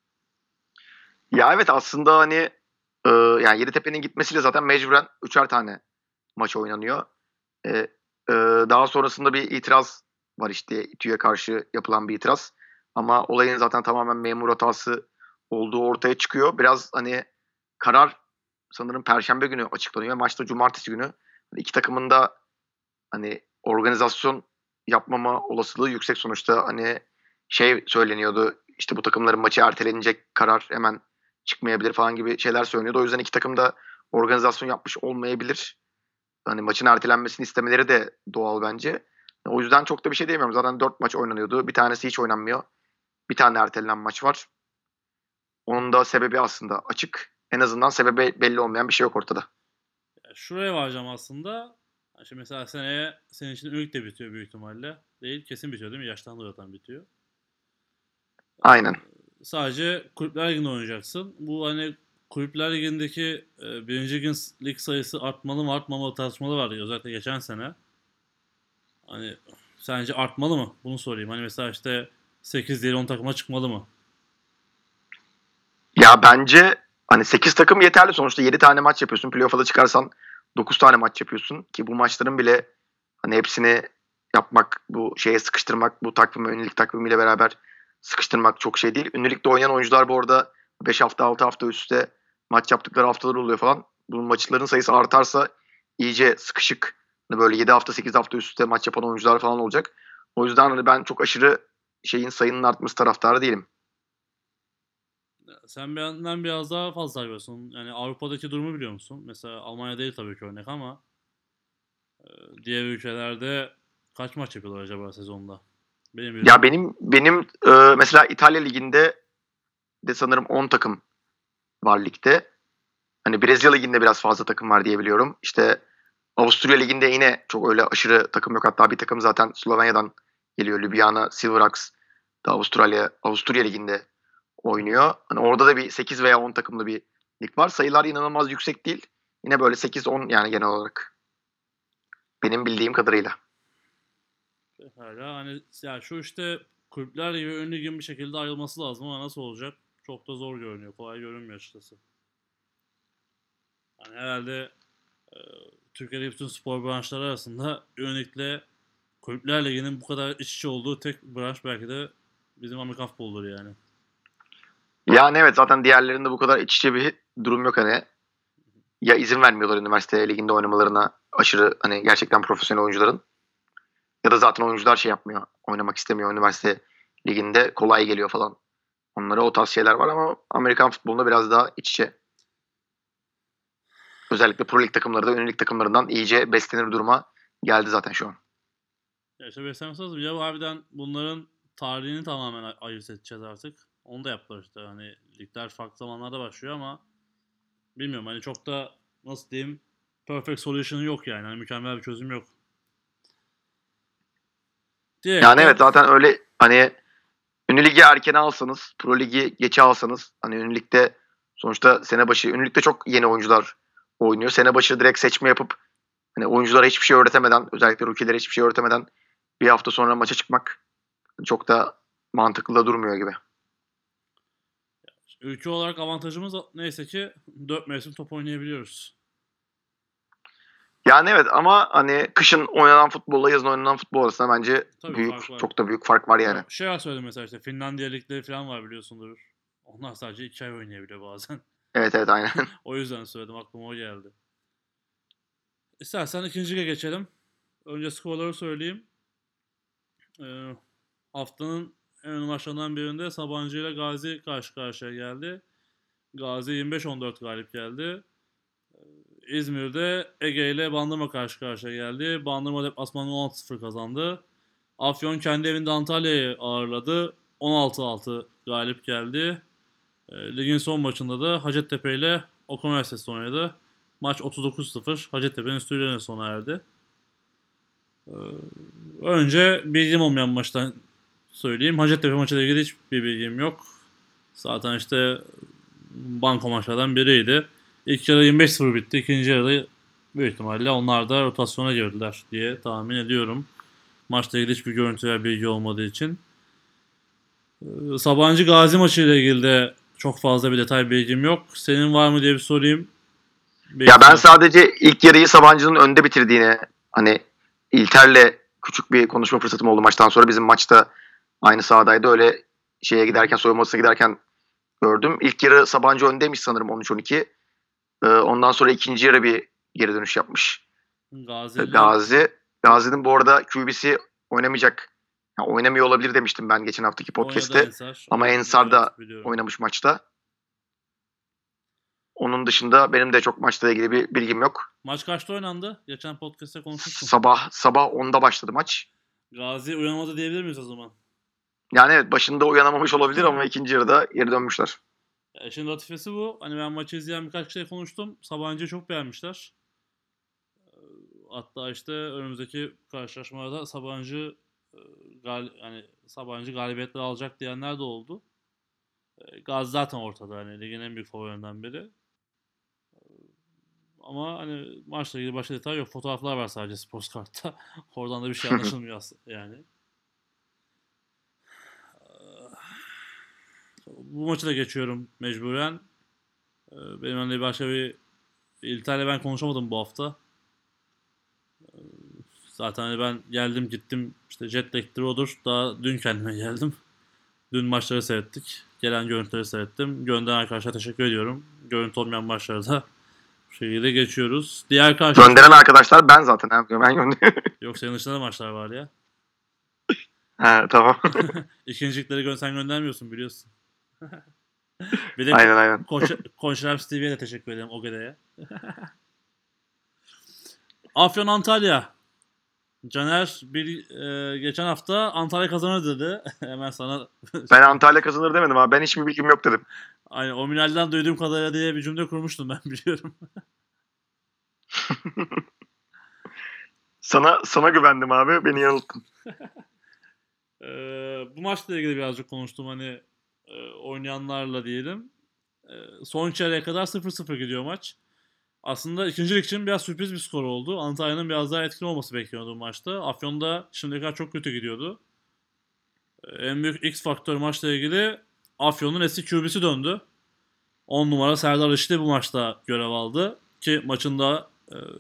Ya evet, aslında hani e, yani Yeditepe'nin gitmesiyle zaten mecburen üçer tane maç oynanıyor. E, e, Daha sonrasında bir itiraz var, işte İTÜ'ye karşı yapılan bir itiraz. Ama olayın zaten tamamen memur hatası olduğu ortaya çıkıyor. Biraz hani karar sanırım Perşembe günü açıklanıyor. Maçta Cumartesi günü. Hani iki takımın da hani organizasyon yapmama olasılığı yüksek sonuçta. Hani şey söyleniyordu, işte bu takımların maçı ertelenecek, karar hemen çıkmayabilir falan gibi şeyler söyleniyordu. O yüzden iki takım da organizasyon yapmış olmayabilir. Hani maçın ertelenmesini istemeleri de doğal bence. O yüzden çok da bir şey diyemiyorum. Zaten dört maç oynanıyordu. Bir tanesi hiç oynanmıyor. Bir tane ertelenen maç var. Onun da sebebi aslında açık. En azından sebebi belli olmayan bir şey yok ortada. Ya şuraya varacağım aslında. Yani şimdi mesela seneye senin için Ümit de bitiyor büyük ihtimalle. Değil, kesin bitiyor değil mi? Yaştan da zaten bitiyor. Aynen. Sadece Kulüpler Ligi'nde oynayacaksın. Bu hani Kulüpler Ligi'ndeki e, birinci ligin lig sayısı artmalı mı artmamalı tartışmalı vardı özellikle geçen sene. Hani sence artmalı mı? Bunu sorayım. Hani mesela işte sekiz değil on takıma çıkmalı mı? Ya bence hani sekiz takım yeterli. Sonuçta yedi tane maç yapıyorsun. Playoff'a da çıkarsan dokuz tane maç yapıyorsun. Ki bu maçların bile hani hepsini yapmak, bu şeye sıkıştırmak, bu takvimi, ünlülük takvimiyle beraber sıkıştırmak çok şey değil. Ünlülükte oynayan oyuncular bu arada beş hafta altı hafta üstte maç yaptıkları haftalar oluyor falan. Bu maçların sayısı artarsa iyice sıkışık. Hani böyle yedi hafta sekiz hafta üstte maç yapan oyuncular falan olacak. O yüzden hani ben çok aşırı şeyin sayının artması taraftarı değilim. Sen benden biraz daha fazla biliyorsun. Yani Avrupa'daki durumu biliyor musun? Mesela Almanya değil tabii ki örnek ama diğer ülkelerde kaç maç yapıyorlar acaba sezonda? Benim Ya bildiğim benim benim e, mesela İtalya Ligi'nde de sanırım on takım var ligde. Hani Brezilya Ligi'nde biraz fazla takım var diye biliyorum. İşte Avusturya Ligi'nde yine çok öyle aşırı takım yok. Hatta bir takım zaten Slovenya'dan geliyor. Ljubljana Silverhawks da Avustralya Avusturya Ligi'nde oynuyor. Hani orada da bir sekiz veya on takımlı bir lig var. Sayılar inanılmaz yüksek değil. Yine böyle sekiz on yani genel olarak. Benim bildiğim kadarıyla. hala hani ya şu işte kulüpler gibi ön ligin bir şekilde ayrılması lazım ama nasıl olacak? Çok da zor görünüyor. Kolay görünmüyor açıkçası. Yani herhalde e, Türkiye'deki bütün spor branşları arasında Euroleague'le Kulüpler Ligi'nin bu kadar iç içe olduğu tek branş belki de bizim Amerikan futboludur yani. Yani evet, zaten diğerlerinde bu kadar iç içe bir durum yok hani. Ya izin vermiyorlar üniversite liginde oynamalarına, aşırı hani gerçekten profesyonel oyuncuların. Ya da zaten oyuncular şey yapmıyor. Oynamak istemiyor üniversite liginde. Kolay geliyor falan. Onlara o tarz şeyler var ama Amerikan futbolunda biraz daha iç içe. Özellikle Pro Lig takımları da Ünlü Lig takımlarından iyice beslenir duruma geldi zaten şu an. Ya işte beslenmesi lazım. Ya harbiden bunların tarihini tamamen ay- ayırt edeceğiz artık. Onu da yaptılar işte. Hani ligler farklı zamanlarda başlıyor ama bilmiyorum hani çok da nasıl diyeyim perfect solution yok yani. Hani mükemmel bir çözüm yok. Yani evet, Diyerekten zaten öyle hani Ünlü Ligi erken alsanız, Pro Ligi geçe alsanız, hani Ünlü Lig'de sonuçta sene başı, Ünlü Lig'de çok yeni oyuncular oynuyor. Sene başı direkt seçme yapıp hani oyunculara hiçbir şey öğretemeden, özellikle rookie'lere hiçbir şey öğretemeden bir hafta sonra maça çıkmak çok da mantıklı da durmuyor gibi. ülke olarak avantajımız neyse ki dört mevsim top oynayabiliyoruz. Yani evet, ama hani kışın oynanan futbolla yazın oynanan futbol arasında bence Tabii büyük, fark var. çok da büyük fark var yani. Ya, şey var söyledim mesela işte Finlandiya ligleri falan var biliyorsundur. Onlar sadece iki ay oynayabiliyor bazen. Evet evet, aynen. O yüzden söyledim aklıma o geldi. İstersen ikinci lige geçelim. Önce skorları söyleyeyim. Ee, haftanın en önemli maçlarından birinde Sabancı ile Gazi karşı karşıya geldi. Gazi yirmi beş on dört galip geldi. İzmir'de Ege ile Bandırma karşı karşıya geldi. Bandırma deplasmanı on altı sıfır kazandı. Afyon kendi evinde Antalya'yı ağırladı. on altı altı galip geldi. E, ligin son maçında da Hacettepe ile Okan Üniversitesi oynadı. Maç otuz dokuz sıfır Hacettepe'nin üstünlüğüne sona erdi. E, önce bilgim olmayan maçtan söyleyeyim. Hacettepe maçıyla ilgili hiçbir bilgim yok. Zaten işte banko maçlardan biriydi. İlk yarı yirmi beş sıfır bitti. İkinci yarı büyük ihtimalle onlar da rotasyona girdiler diye tahmin ediyorum. Maçla ilgili hiçbir görüntü veya bilgi olmadığı için. Ee, Sabancı Gazi maçı ile ilgili de çok fazla bir detay bilgim yok. Senin var mı diye bir sorayım. Büyük Ya ben ihtimal- sadece ilk yarıyı Sabancı'nın önde bitirdiğini, hani İlter'le küçük bir konuşma fırsatım oldu maçtan sonra. Bizim maçta aynı sahadaydı. Öyle şeye giderken, soyunma odasına giderken gördüm. İlk yarı Sabancı öndeymiş sanırım on üç on iki. Ee, ondan sonra ikinci yarı bir geri dönüş yapmış Ee, Gazi'liler Gazi. Gazi'nin bu arada Q B'si oynamayacak. Ya oynamıyor olabilir demiştim ben geçen haftaki oynadı podcast'te. Ensar. Ama Evet, Ensar da evet biliyorum. oynamış maçta. Onun dışında benim de çok maçla ilgili bir bilgim yok. Maç kaçta oynandı? Geçen podcast'te konuşmuştum. Sabah sabah onda başladı maç. Gazi uyanamadı diyebilir miyiz o zaman? Yani evet, başında uyanamamış olabilir ama ikinci yarıda geri dönmüşler. Ya işin latifesi bu. Hani ben maçı izleyen birkaç kişiyle konuştum. Sabancı'yı çok beğenmişler. Ee, Hatta işte önümüzdeki karşılaşmada Sabancı e, gal hani Sabancı galibiyetleri alacak diyenler de oldu. E, Gazi zaten ortada hani ligin en büyük favorilerinden biri. Ama hani maçla ilgili başka detay yok. Fotoğraflar var sadece Sports Kart'ta. Oradan da bir şey anlaşılmıyor aslında yani. Bu maçı da geçiyorum mecburen. Ee, Benim hani başka bir İlter'le ben konuşamadım bu hafta. Zaten hani ben geldim gittim işte jet lag'tir odur. Daha dün kendime geldim. Dün maçları seyrettik. Gelen görüntüleri seyrettim. Gönderen arkadaşlara teşekkür ediyorum. Görüntü olmayan maçları da bu şekilde geçiyoruz. Diğer karşılaşma... Gönderen arkadaşlar ben zaten. Ben gönderiyorum. Yok senin dışında da maçlar var ya. He, tamam. İkincilikleri gö sen göndermiyorsun biliyorsun. Bir de Aynen aynen. Koç, Koç Rams T V'ye de teşekkür ederim Ogede'ye. Afyon Antalya. Caner bir e, geçen hafta Antalya kazanır dedi. Hemen sana Ben Antalya kazanır demedim abi. Ben hiçbir bilgim yok dedim. aynı o Minal'den duyduğum kadarıyla diye bir cümle kurmuştum ben biliyorum. Sana sana güvendim abi. Beni yanılttın. E, Bu maçla ilgili birazcık konuştum hani e, oynayanlarla diyelim. E, son çeyreğe kadar sıfır sıfır gidiyor maç. Aslında ikincilik için biraz sürpriz bir skor oldu. Antalya'nın biraz daha etkili olması bekleniyordu bu maçta. Afyon'da şimdiye kadar çok kötü gidiyordu. E, en büyük X faktör maçla ilgili Afyon'un eski Q B'si döndü. on numara Serdar Işıtı bu maçta görev aldı. Ki maçında e,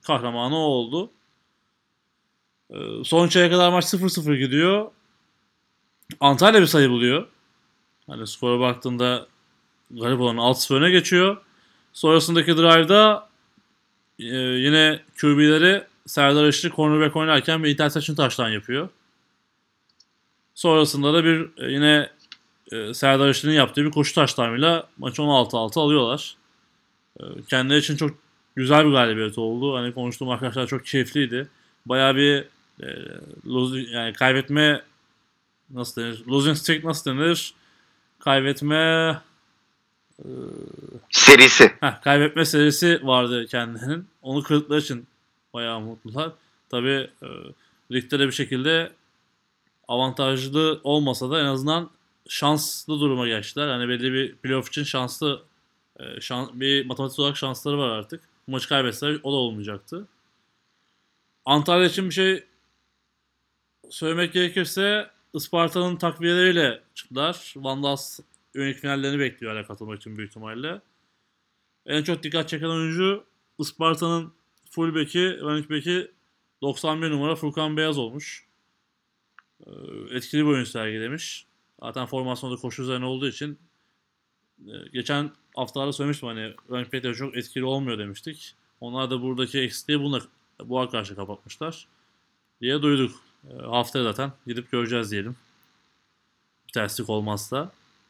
kahramanı o oldu. Ee, son çeyreğe kadar maç sıfır sıfır gidiyor. Antalya bir sayı buluyor. Hani skora baktığında garip olan altı sıfır öne geçiyor. Sonrasındaki drive'da e, yine Q B'leri Serdar Aşçı cornerback oynarken bir interception touchdown yapıyor. Sonrasında da bir e, yine e, Serdar Aşçı'nın yaptığı bir koşu touchdown'ıyla maçı on altı altı alıyorlar. E, kendileri için çok güzel bir galibiyet oldu. Hani konuştuğum arkadaşlar çok keyifliydi. Bayağı bir e, lose, yani kaybetme nasıl denir? Losing streak nasıl denir? Kaybetme e, Serisi. heh, kaybetme serisi vardı kendilerinin. Onu kırdıkları için bayağı mutlular. Tabii e, ligde de bir şekilde avantajlı olmasa da en azından şanslı duruma geçtiler. Hani belli bir playoff için şanslı e, şans, bir matematik olarak şansları var artık. Bu maçı kaybetseler o da olmayacaktı. Antalya için bir şey söylemek gerekirse Isparta'nın takviyeleriyle çıktılar. Vandals ön finallerini bekliyor hala katılmak için büyük ihtimalle. En çok dikkat çeken oyuncu Isparta'nın fullback'i, running back'i doksan bir numara Furkan Beyaz olmuş. Ee, etkili bir oyun sergilemiş. Zaten formasyonda koşu üzerine olduğu için e, geçen haftalarda söylemiştim hani running back'leri çok etkili olmuyor demiştik. Onlar da buradaki eksikliği bununla, bu karşı kapatmışlar diye duyduk. E, haftaya zaten gidip göreceğiz diyelim. Bir terslik olmazsa.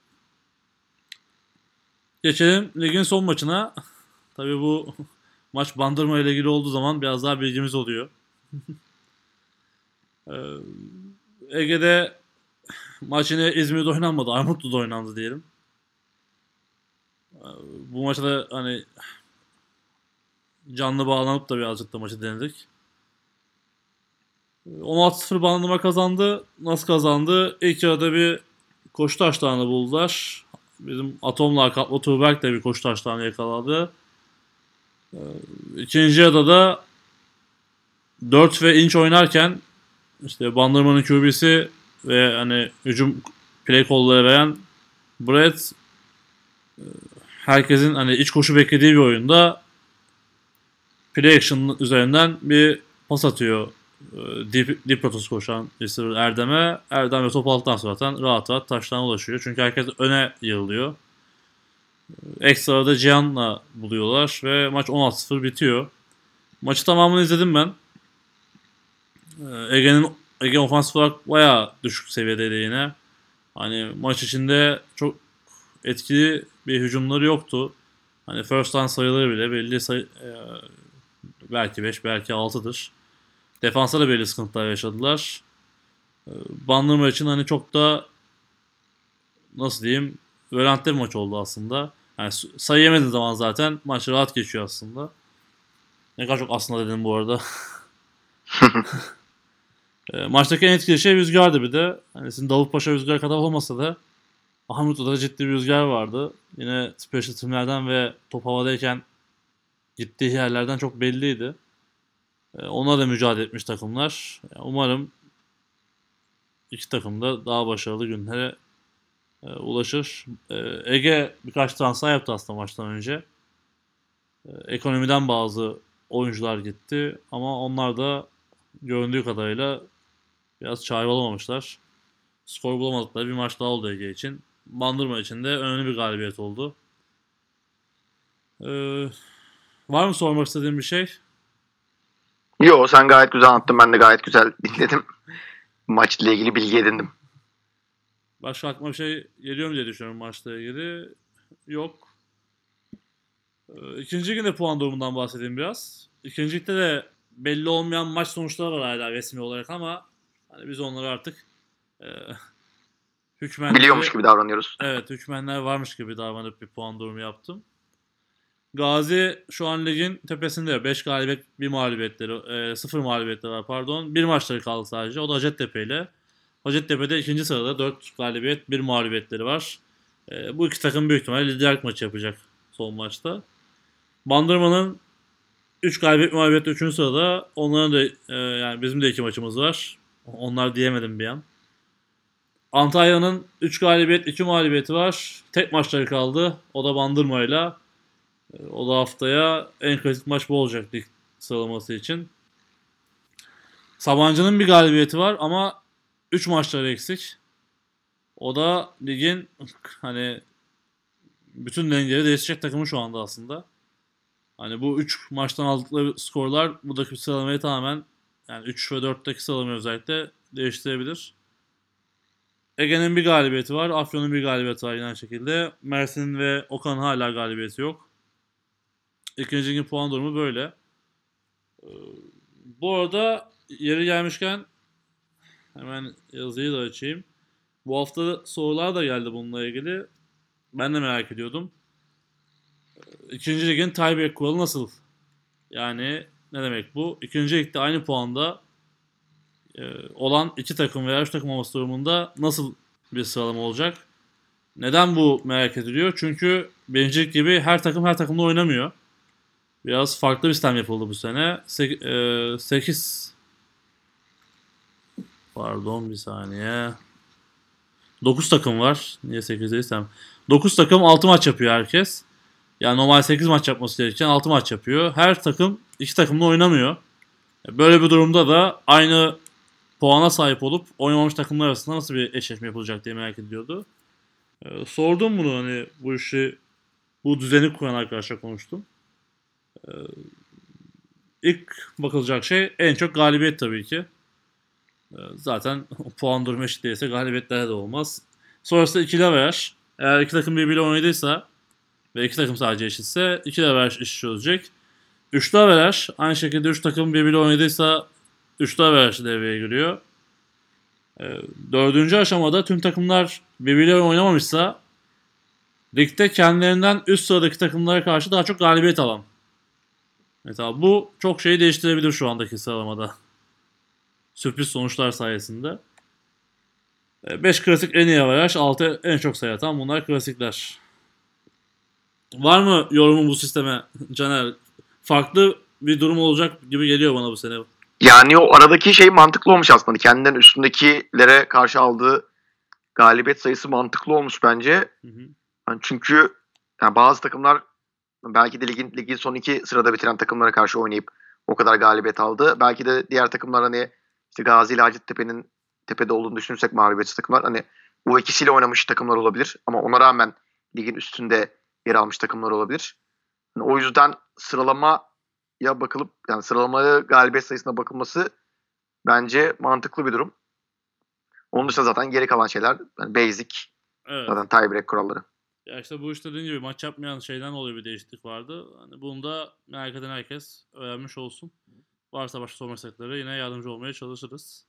Geçelim ligin son maçına. Tabii bu maç Bandırma ile ilgili olduğu zaman biraz daha bilgimiz oluyor. Ee, Ege'de maç yine İzmir'de oynanmadı. Armutlu'da oynandı diyelim. Ee, bu maçta da hani canlı bağlanıp da birazcık da maçı denedik. on altı sıfır Bandırma kazandı. Nasıl kazandı? İlk yarıda bir koşu taşlarını buldular. Bizim Atom lakaplı Tuğberk de bir koşu taşlarını yakaladı. Ee, İkinci yarıda da dört ve inç oynarken işte Bandırma'nın Q B'si ve hani hücum play call'ları veren Brett herkesin hani iç koşu beklediği bir oyunda play action üzerinden bir pas atıyor. Deep, deep rotas koşan receiver Erdem'e. Erdem ve top aldıktan sonra zaten rahat rahat taştan ulaşıyor. Çünkü herkes öne yığılıyor. Ekstra da Cihan'la buluyorlar ve maç on altı sıfır bitiyor. Maçı tamamını izledim ben. Ege'nin Ege ofansif olarak bayağı düşük seviyedeydi yine. Hani maç içinde çok etkili bir hücumları yoktu. Hani first down sayıları bile belli sayı, e, belki beş belki altıdır. Defansa da belli sıkıntılar yaşadılar. E, Bandırma için hani çok da nasıl diyeyim rölantli bir maç oldu aslında. Yani sayı yemediği zaman zaten maç rahat geçiyor aslında. Ne kadar çok aslında dedim bu arada. E, maçtaki en etkili şey rüzgardı bir de. Hani sizin Davutpaşa rüzgar kadar olmasa da Ahmetli'de ciddi bir rüzgar vardı. Yine special teamlerden ve top havadayken gittiği yerlerden çok belliydi. E, ona da mücadele etmiş takımlar. Yani umarım iki takım da daha başarılı günlere e, ulaşır. E, Ege birkaç transfer yaptı aslında maçtan önce. E, ekonomiden bazı oyuncular gitti ama onlar da göründüğü kadarıyla biraz çare olamamışlar. Skor bulamadıkları bir maç daha oldu Ege için. Bandırma için de önemli bir galibiyet oldu. Ee, var mı sormak istediğin bir şey? Yo, sen gayet güzel anlattın. Ben de gayet güzel dinledim. Maçla ilgili bilgi edindim. Başka aklıma bir şey geliyor mu diye düşünüyorum maçla ilgili. Yok. Ee, ikinci günde puan durumundan bahsedeyim biraz. İkinci ligde de belli olmayan maç sonuçları var hala resmi olarak ama hani biz onları artık e, hükmenleri... Biliyormuş gibi davranıyoruz. Evet, hükmenler varmış gibi davranıp bir puan durumu yaptım. Gazi şu an ligin tepesinde. beş galibiyet, bir mağlubiyetleri, sıfır mağlubiyetleri var pardon. Bir maçları kaldı sadece. O da Hacettepe ile. Hacettepe'de ikinci sırada dört galibiyet, bir mağlubiyetleri var. E, bu iki takım büyük ihtimalle liderlik maçı yapacak son maçta. Bandırma'nın üç galibiyet, bir mağlubiyet üçüncü sırada. Onların da e, yani bizim de iki maçımız var. Onlar diyemedim bir an. Antalya'nın üç galibiyet, iki mağlubiyeti var. Tek maçları kaldı. O da Bandırma'yla. O da haftaya en kritik maç bu olacak lig sıralaması için. Sabancı'nın bir galibiyeti var ama üç maçları eksik. O da ligin hani bütün dengeleri değişecek takımı şu anda aslında. Hani bu üç maçtan aldıkları skorlar buradaki sıralamayı tamamen, yani üç ve dörtteki sıralamayı özellikle değiştirebilir. Ege'nin bir galibiyeti var. Afyon'un bir galibiyeti var yine aynı şekilde. Mersin ve Okan hala galibiyeti yok. İkinci ligin puan durumu böyle. Ee, Bu arada yeri gelmişken hemen yazıyı da açayım. Bu hafta sorular da geldi bununla ilgili. Ben de merak ediyordum. İkinci ligin tiebreak kuralı nasıl? Yani ne demek bu? İkinci ligde aynı puanda e, olan iki takım veya üç takım olması durumunda nasıl bir sıralama olacak? Neden bu merak ediliyor? Çünkü birincilik gibi her takım her takımda oynamıyor. Biraz farklı bir sistem yapıldı bu sene. sekiz pardon bir saniye. dokuz takım var. Niye sekiz değilsem. dokuz takım altı maç yapıyor herkes. Yani normal sekiz maç yapması gerekirken altı maç yapıyor. Her takım iki takımla oynamıyor. Böyle bir durumda da aynı puana sahip olup oynamamış takımlar arasında nasıl bir eşleşme yapılacak diye merak ediliyordu. Ee, sordum bunu, hani bu işi, bu düzeni kuran arkadaşlar konuştum. Ee, ilk bakılacak şey en çok galibiyet tabii ki. Ee, zaten puan durumu eşit değilse galibiyetlere de olmaz. Sonrasında ikili averaj. Eğer iki takım birbiriyle oynadıysa ve iki takım sadece eşitse ikili averaj işi çözecek. Üçlü averaj. Aynı şekilde üç takım birbiriyle oynadıysa üçlü averaj devreye giriyor. Ee, dördüncü aşamada tüm takımlar birbiriyle oynamamışsa ligde kendilerinden üst sıradaki takımlara karşı daha çok galibiyet alan. Mesela bu çok şeyi değiştirebilir şu andaki sıralamada. Sürpriz sonuçlar sayesinde. beş klasik en iyi averaj, altı en çok sayı atan, bunlar klasikler. Var mı yorumun bu sisteme Caner? Farklı bir durum olacak gibi geliyor bana bu sene. Yani o aradaki şey mantıklı olmuş aslında. Kendinden üstündekilere karşı aldığı galibiyet sayısı mantıklı olmuş bence. Hı hı. Yani çünkü yani bazı takımlar belki de ligin, ligin son iki sırada bitiren takımlara karşı oynayıp o kadar galibiyet aldı. Belki de diğer takımlar, hani işte Gazi ile Hacettepe'nin tepede olduğunu düşünürsek mağlubiyetsiz takımlar, hani bu ikisiyle oynamış takımlar olabilir. Ama ona rağmen ligin üstünde yer almış takımlar olabilir. Yani o yüzden sıralamaya bakılıp, yani sıralamaya galibiyet sayısına bakılması bence mantıklı bir durum. Onun dışında zaten geri kalan şeyler yani basic, Evet. zaten tiebreak kuralları. Ya işte bu işte dediğim gibi maç yapmayan şeyden dolayı bir değişiklik vardı. Hani bunu da merak eden herkes öğrenmiş olsun. Varsa başka sormak istedikleri yine yardımcı olmaya çalışırız.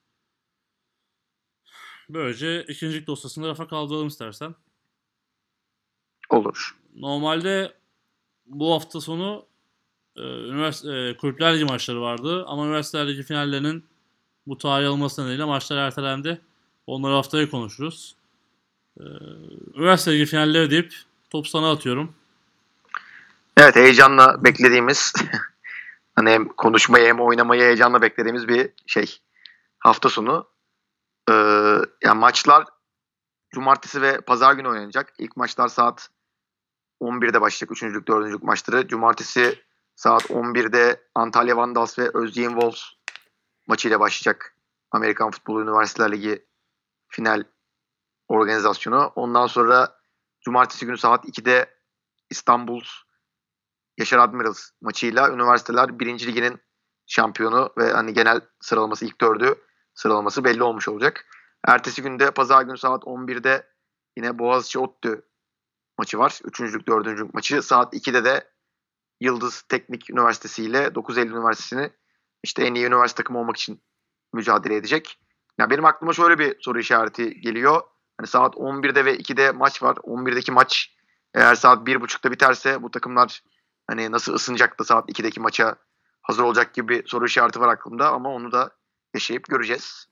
Böylece ikincilik dosyasını rafa kaldıralım istersen. Olur. Normalde bu hafta sonu e, üniversite e, kulüpler ligi maçları vardı ama üniversiteler ligi finallerinin bu tarih alınması nedeniyle maçlar ertelendi. Onları haftaya konuşuruz. E, üniversite ligi finalleri deyip topu sana atıyorum. Evet, heyecanla beklediğimiz hani hem konuşmayı hem oynamayı heyecanla beklediğimiz bir şey. Hafta sonu. Ee, yani maçlar cumartesi ve pazar günü oynanacak. İlk maçlar saat on birde başlayacak. Üçüncülük, dördüncülük maçları. Cumartesi saat on birde Antalya Vandals ve Özyeğin Wolves maçıyla başlayacak. Amerikan Futbolu Üniversiteler Ligi final organizasyonu. Ondan sonra cumartesi günü saat ikide İstanbul Yaşar Admirals maçıyla üniversiteler birinci liginin şampiyonu ve hani genel sıralaması, ilk dördü sıralaması belli olmuş olacak. Ertesi günde pazar günü saat on birde yine Boğaziçi ODTÜ maçı var. Üçüncülük, dördüncülük maçı. Saat ikide de Yıldız Teknik Üniversitesi ile dokuz Eylül Üniversitesi'ni işte en iyi üniversite takımı olmak için mücadele edecek. Yani benim aklıma şöyle bir soru işareti geliyor. Hani saat on birde ve ikide maç var. on birdeki maç eğer saat bir buçukta biterse bu takımlar hani nasıl ısınacak da saat ikideki maça hazır olacak gibi bir soru işareti var aklımda, ama onu da yaşayıp göreceğiz.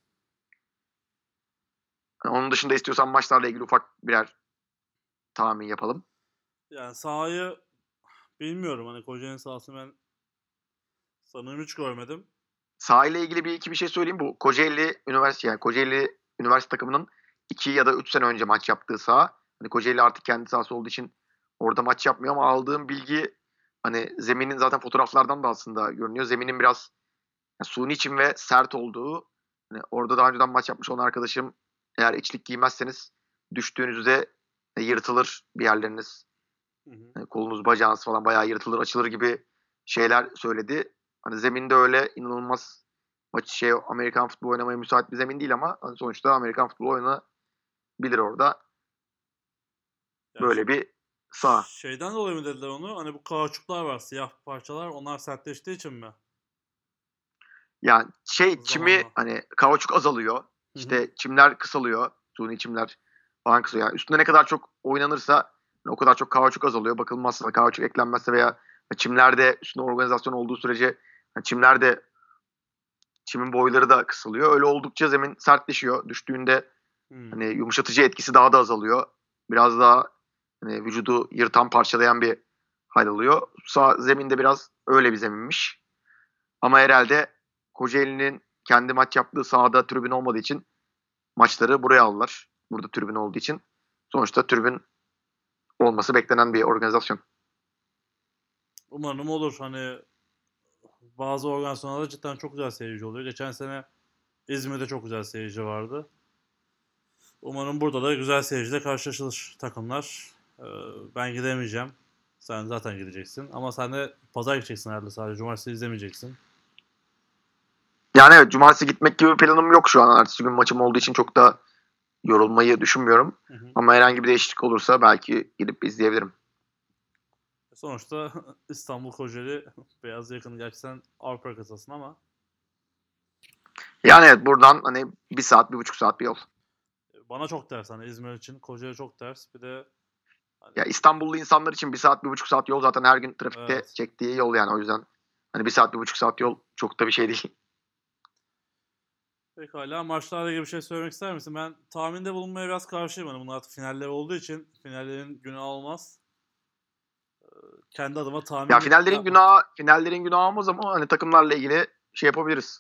Yani onun dışında istiyorsan maçlarla ilgili ufak birer tahmin yapalım. Yani sahayı bilmiyorum, hani Kocaeli sahasını ben sanırım hiç görmedim. Sahayla ilgili bir iki bir şey söyleyeyim. Bu Kocaeli Üniversite, yani Kocaeli Üniversite takımının iki ya da üç sene önce maç yaptığı saha. Hani Kocaeli artık kendi sahası olduğu için orada maç yapmıyor, ama aldığım bilgi hani zeminin zaten fotoğraflardan da aslında görünüyor. Zeminin biraz yani suni çim ve sert olduğu. Hani orada daha önceden maç yapmış olan arkadaşım eğer içlik giymezseniz düştüğünüzde e, yırtılır bir yerleriniz. Hı hı. E, kolunuz, bacağınız falan bayağı yırtılır, açılır gibi şeyler söyledi. Hani zeminde öyle inanılmaz maç şey Amerikan futbolu oynamaya müsait bir zemin değil ama hani sonuçta Amerikan futbolu oynanabilir orada. Ya ş- Böyle bir saha. şeyden dolayı mı dediler onu? Hani bu kauçuklar var, siyah parçalar. Onlar sertleştiği için mi? Yani şey çimi Zamanla. hani kauçuk azalıyor. Hı hı. İşte çimler kısalıyor. Suni çimler falan kısalıyor. Yani üstünde ne kadar çok oynanırsa hani o kadar çok kauçuk azalıyor. Bakılmazsa, kauçuk eklenmezse veya çimlerde üstünde organizasyon olduğu sürece hani çimlerde çimin boyları da kısalıyor. Öyle oldukça zemin sertleşiyor. Düştüğünde Hmm. hani yumuşatıcı etkisi daha da azalıyor. Biraz daha hani vücudu yırtan parçalayan bir hal alıyor. Sağ zeminde biraz öyle bir zeminmiş. Ama herhalde Kocaeli'nin kendi maç yaptığı sahada tribün olmadığı için maçları buraya aldılar. Burada tribün olduğu için. Sonuçta tribün olması beklenen bir organizasyon. Umarım olur. Hani bazı organizasyonlarda cidden çok güzel seyirci oluyor. Geçen sene İzmir'de çok güzel seyirci vardı. Umarım burada da güzel seyirciyle karşılaşılır takımlar. Ee, ben gidemeyeceğim. Sen zaten gideceksin. Ama sen de pazar gideceksin herhalde sadece. Cumartesi izlemeyeceksin. Yani evet cumartesi gitmek gibi bir planım yok şu an. Ertesi gün maçım olduğu için çok da yorulmayı düşünmüyorum. Hı hı. Ama herhangi bir değişiklik olursa belki gidip izleyebilirim. Sonuçta İstanbul Kocaeli Beyaz yakın. Gerçi sen Avrupa yakasısın ama Yani evet buradan hani bir saat, bir buçuk saat bir yol. bana çok ters. Hani İzmir için Kocaeli çok ters. Bir de hani Ya İstanbullu insanlar için bir saat, bir buçuk saat yol zaten her gün trafikte evet. çektiği yol yani. O yüzden hani bir saat, bir buçuk saat yol çok da bir şey değil. Pekala maçlarla ilgili bir şey söylemek ister misin? Ben tahminde bulunmaya biraz karşıyım. Hani bunlar artık finaller olduğu için finallerin günahı olmaz. Kendi adıma Ya tahmin finallerin yapmam. günahı, finallerin günahı olmaz ama hani takımlarla ilgili şey yapabiliriz.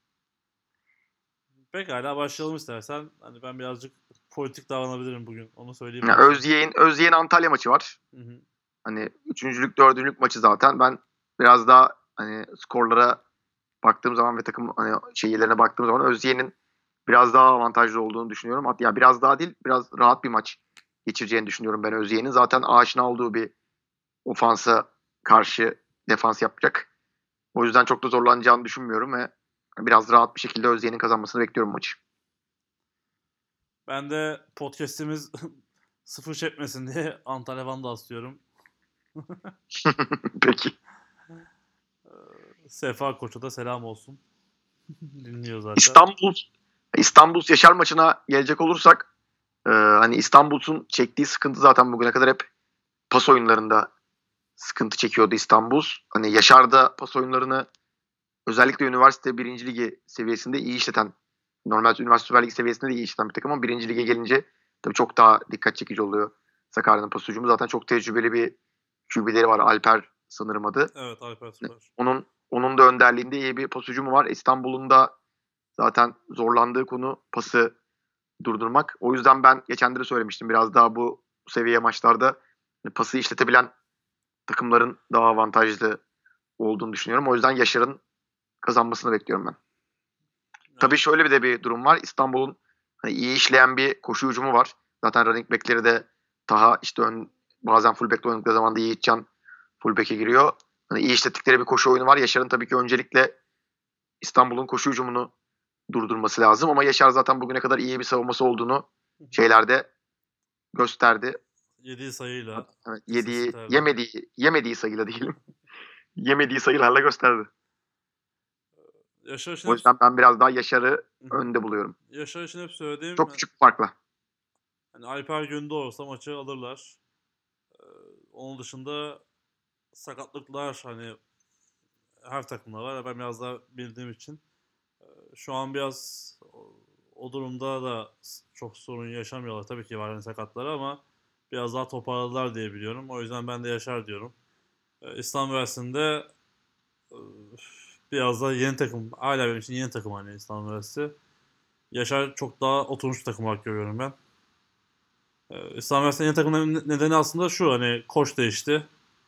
Pekala başlayalım istersen. Hani ben birazcık politik davranabilirim bugün. Onu söyleyeyim Ya baştan. Özyeğin, Özyeğin Antalya maçı var. Hı hı. Hani üçüncülük, dördüncülük maçı zaten. Ben biraz daha hani skorlara baktığım zaman ve takım hani şeylerine baktığım zaman Özyeğin'in biraz daha avantajlı olduğunu düşünüyorum. Hatta ya biraz daha değil, biraz rahat bir maç geçireceğini düşünüyorum ben Özyeğin'in. Zaten aşina olduğu bir ofansa karşı defans yapacak. O yüzden çok da zorlanacağını düşünmüyorum ve biraz rahat bir şekilde Özyeğin'in kazanmasını bekliyorum maçı. Ben de podcast'imiz sıfır çekmesin diye Antalya Van'da diyorum. Peki. Sefa Koç'a da selam olsun. Dinliyor zaten. İstanbul İstanbul Yaşar maçına gelecek olursak e, hani İstanbul'un çektiği sıkıntı zaten bugüne kadar hep pas oyunlarında sıkıntı çekiyordu İstanbul. Hani Yaşar'da pas oyunlarını özellikle üniversite birinci ligi seviyesinde iyi işleten, normal üniversite süper ligi seviyesinde de iyi işleten bir takım ama birinci lige gelince tabii çok daha dikkat çekici oluyor. Sakarya'nın pas hücumu zaten çok tecrübeli bir Q B'leri var. Alper sanırım adı. Evet Alper Süper. Onun onun da önderliğinde iyi bir pas hücumu var. İstanbul'un da zaten zorlandığı konu pası durdurmak. O yüzden ben geçen de söylemiştim biraz daha bu seviye maçlarda pası işletebilen takımların daha avantajlı olduğunu düşünüyorum. O yüzden Yaşar'ın kazanmasını bekliyorum ben. Tabii Evet. şöyle bir de bir durum var. İstanbul'un hani iyi işleyen bir koşu hücumu var. Zaten running back'leri de Taha işte ön, bazen fullback'te oynadıkları zaman da Yiğitcan fullback'e giriyor. Hani iyi işlettikleri bir koşu oyunu var. Yaşar'ın tabii ki öncelikle İstanbul'un koşu hücumunu durdurması lazım ama Yaşar zaten bugüne kadar iyi bir savunması olduğunu şeylerde gösterdi. Yediği sayıyla, Evet, yediği, istatistiklerle. yemediği, yemediği sayıyla diyelim. Yemediği sayılarla gösterdi. Yaşar için O hep, yüzden ben biraz daha Yaşar'ı önde buluyorum. Yaşar için hep söylediğim Çok küçük bir farkla. hani Alper Gündoğdu olsa maçı alırlar. Ee, onun dışında sakatlıklar hani her takımda var. Ben biraz daha bildiğim için. Ee, şu an biraz o, o durumda da çok sorun yaşamıyorlar. Tabii ki var hani sakatları ama biraz daha toparladılar diye biliyorum. O yüzden ben de Yaşar diyorum. Ee, İslam Üniversitesi'nde e, biraz da yeni takım. Hala benim için yeni takım hani İslam Üniversitesi. Yaşar çok daha oturmuş bir takım olarak görüyorum ben. Ee, İslam Üniversitesi'nin yeni takımın nedeni aslında şu hani koç değişti.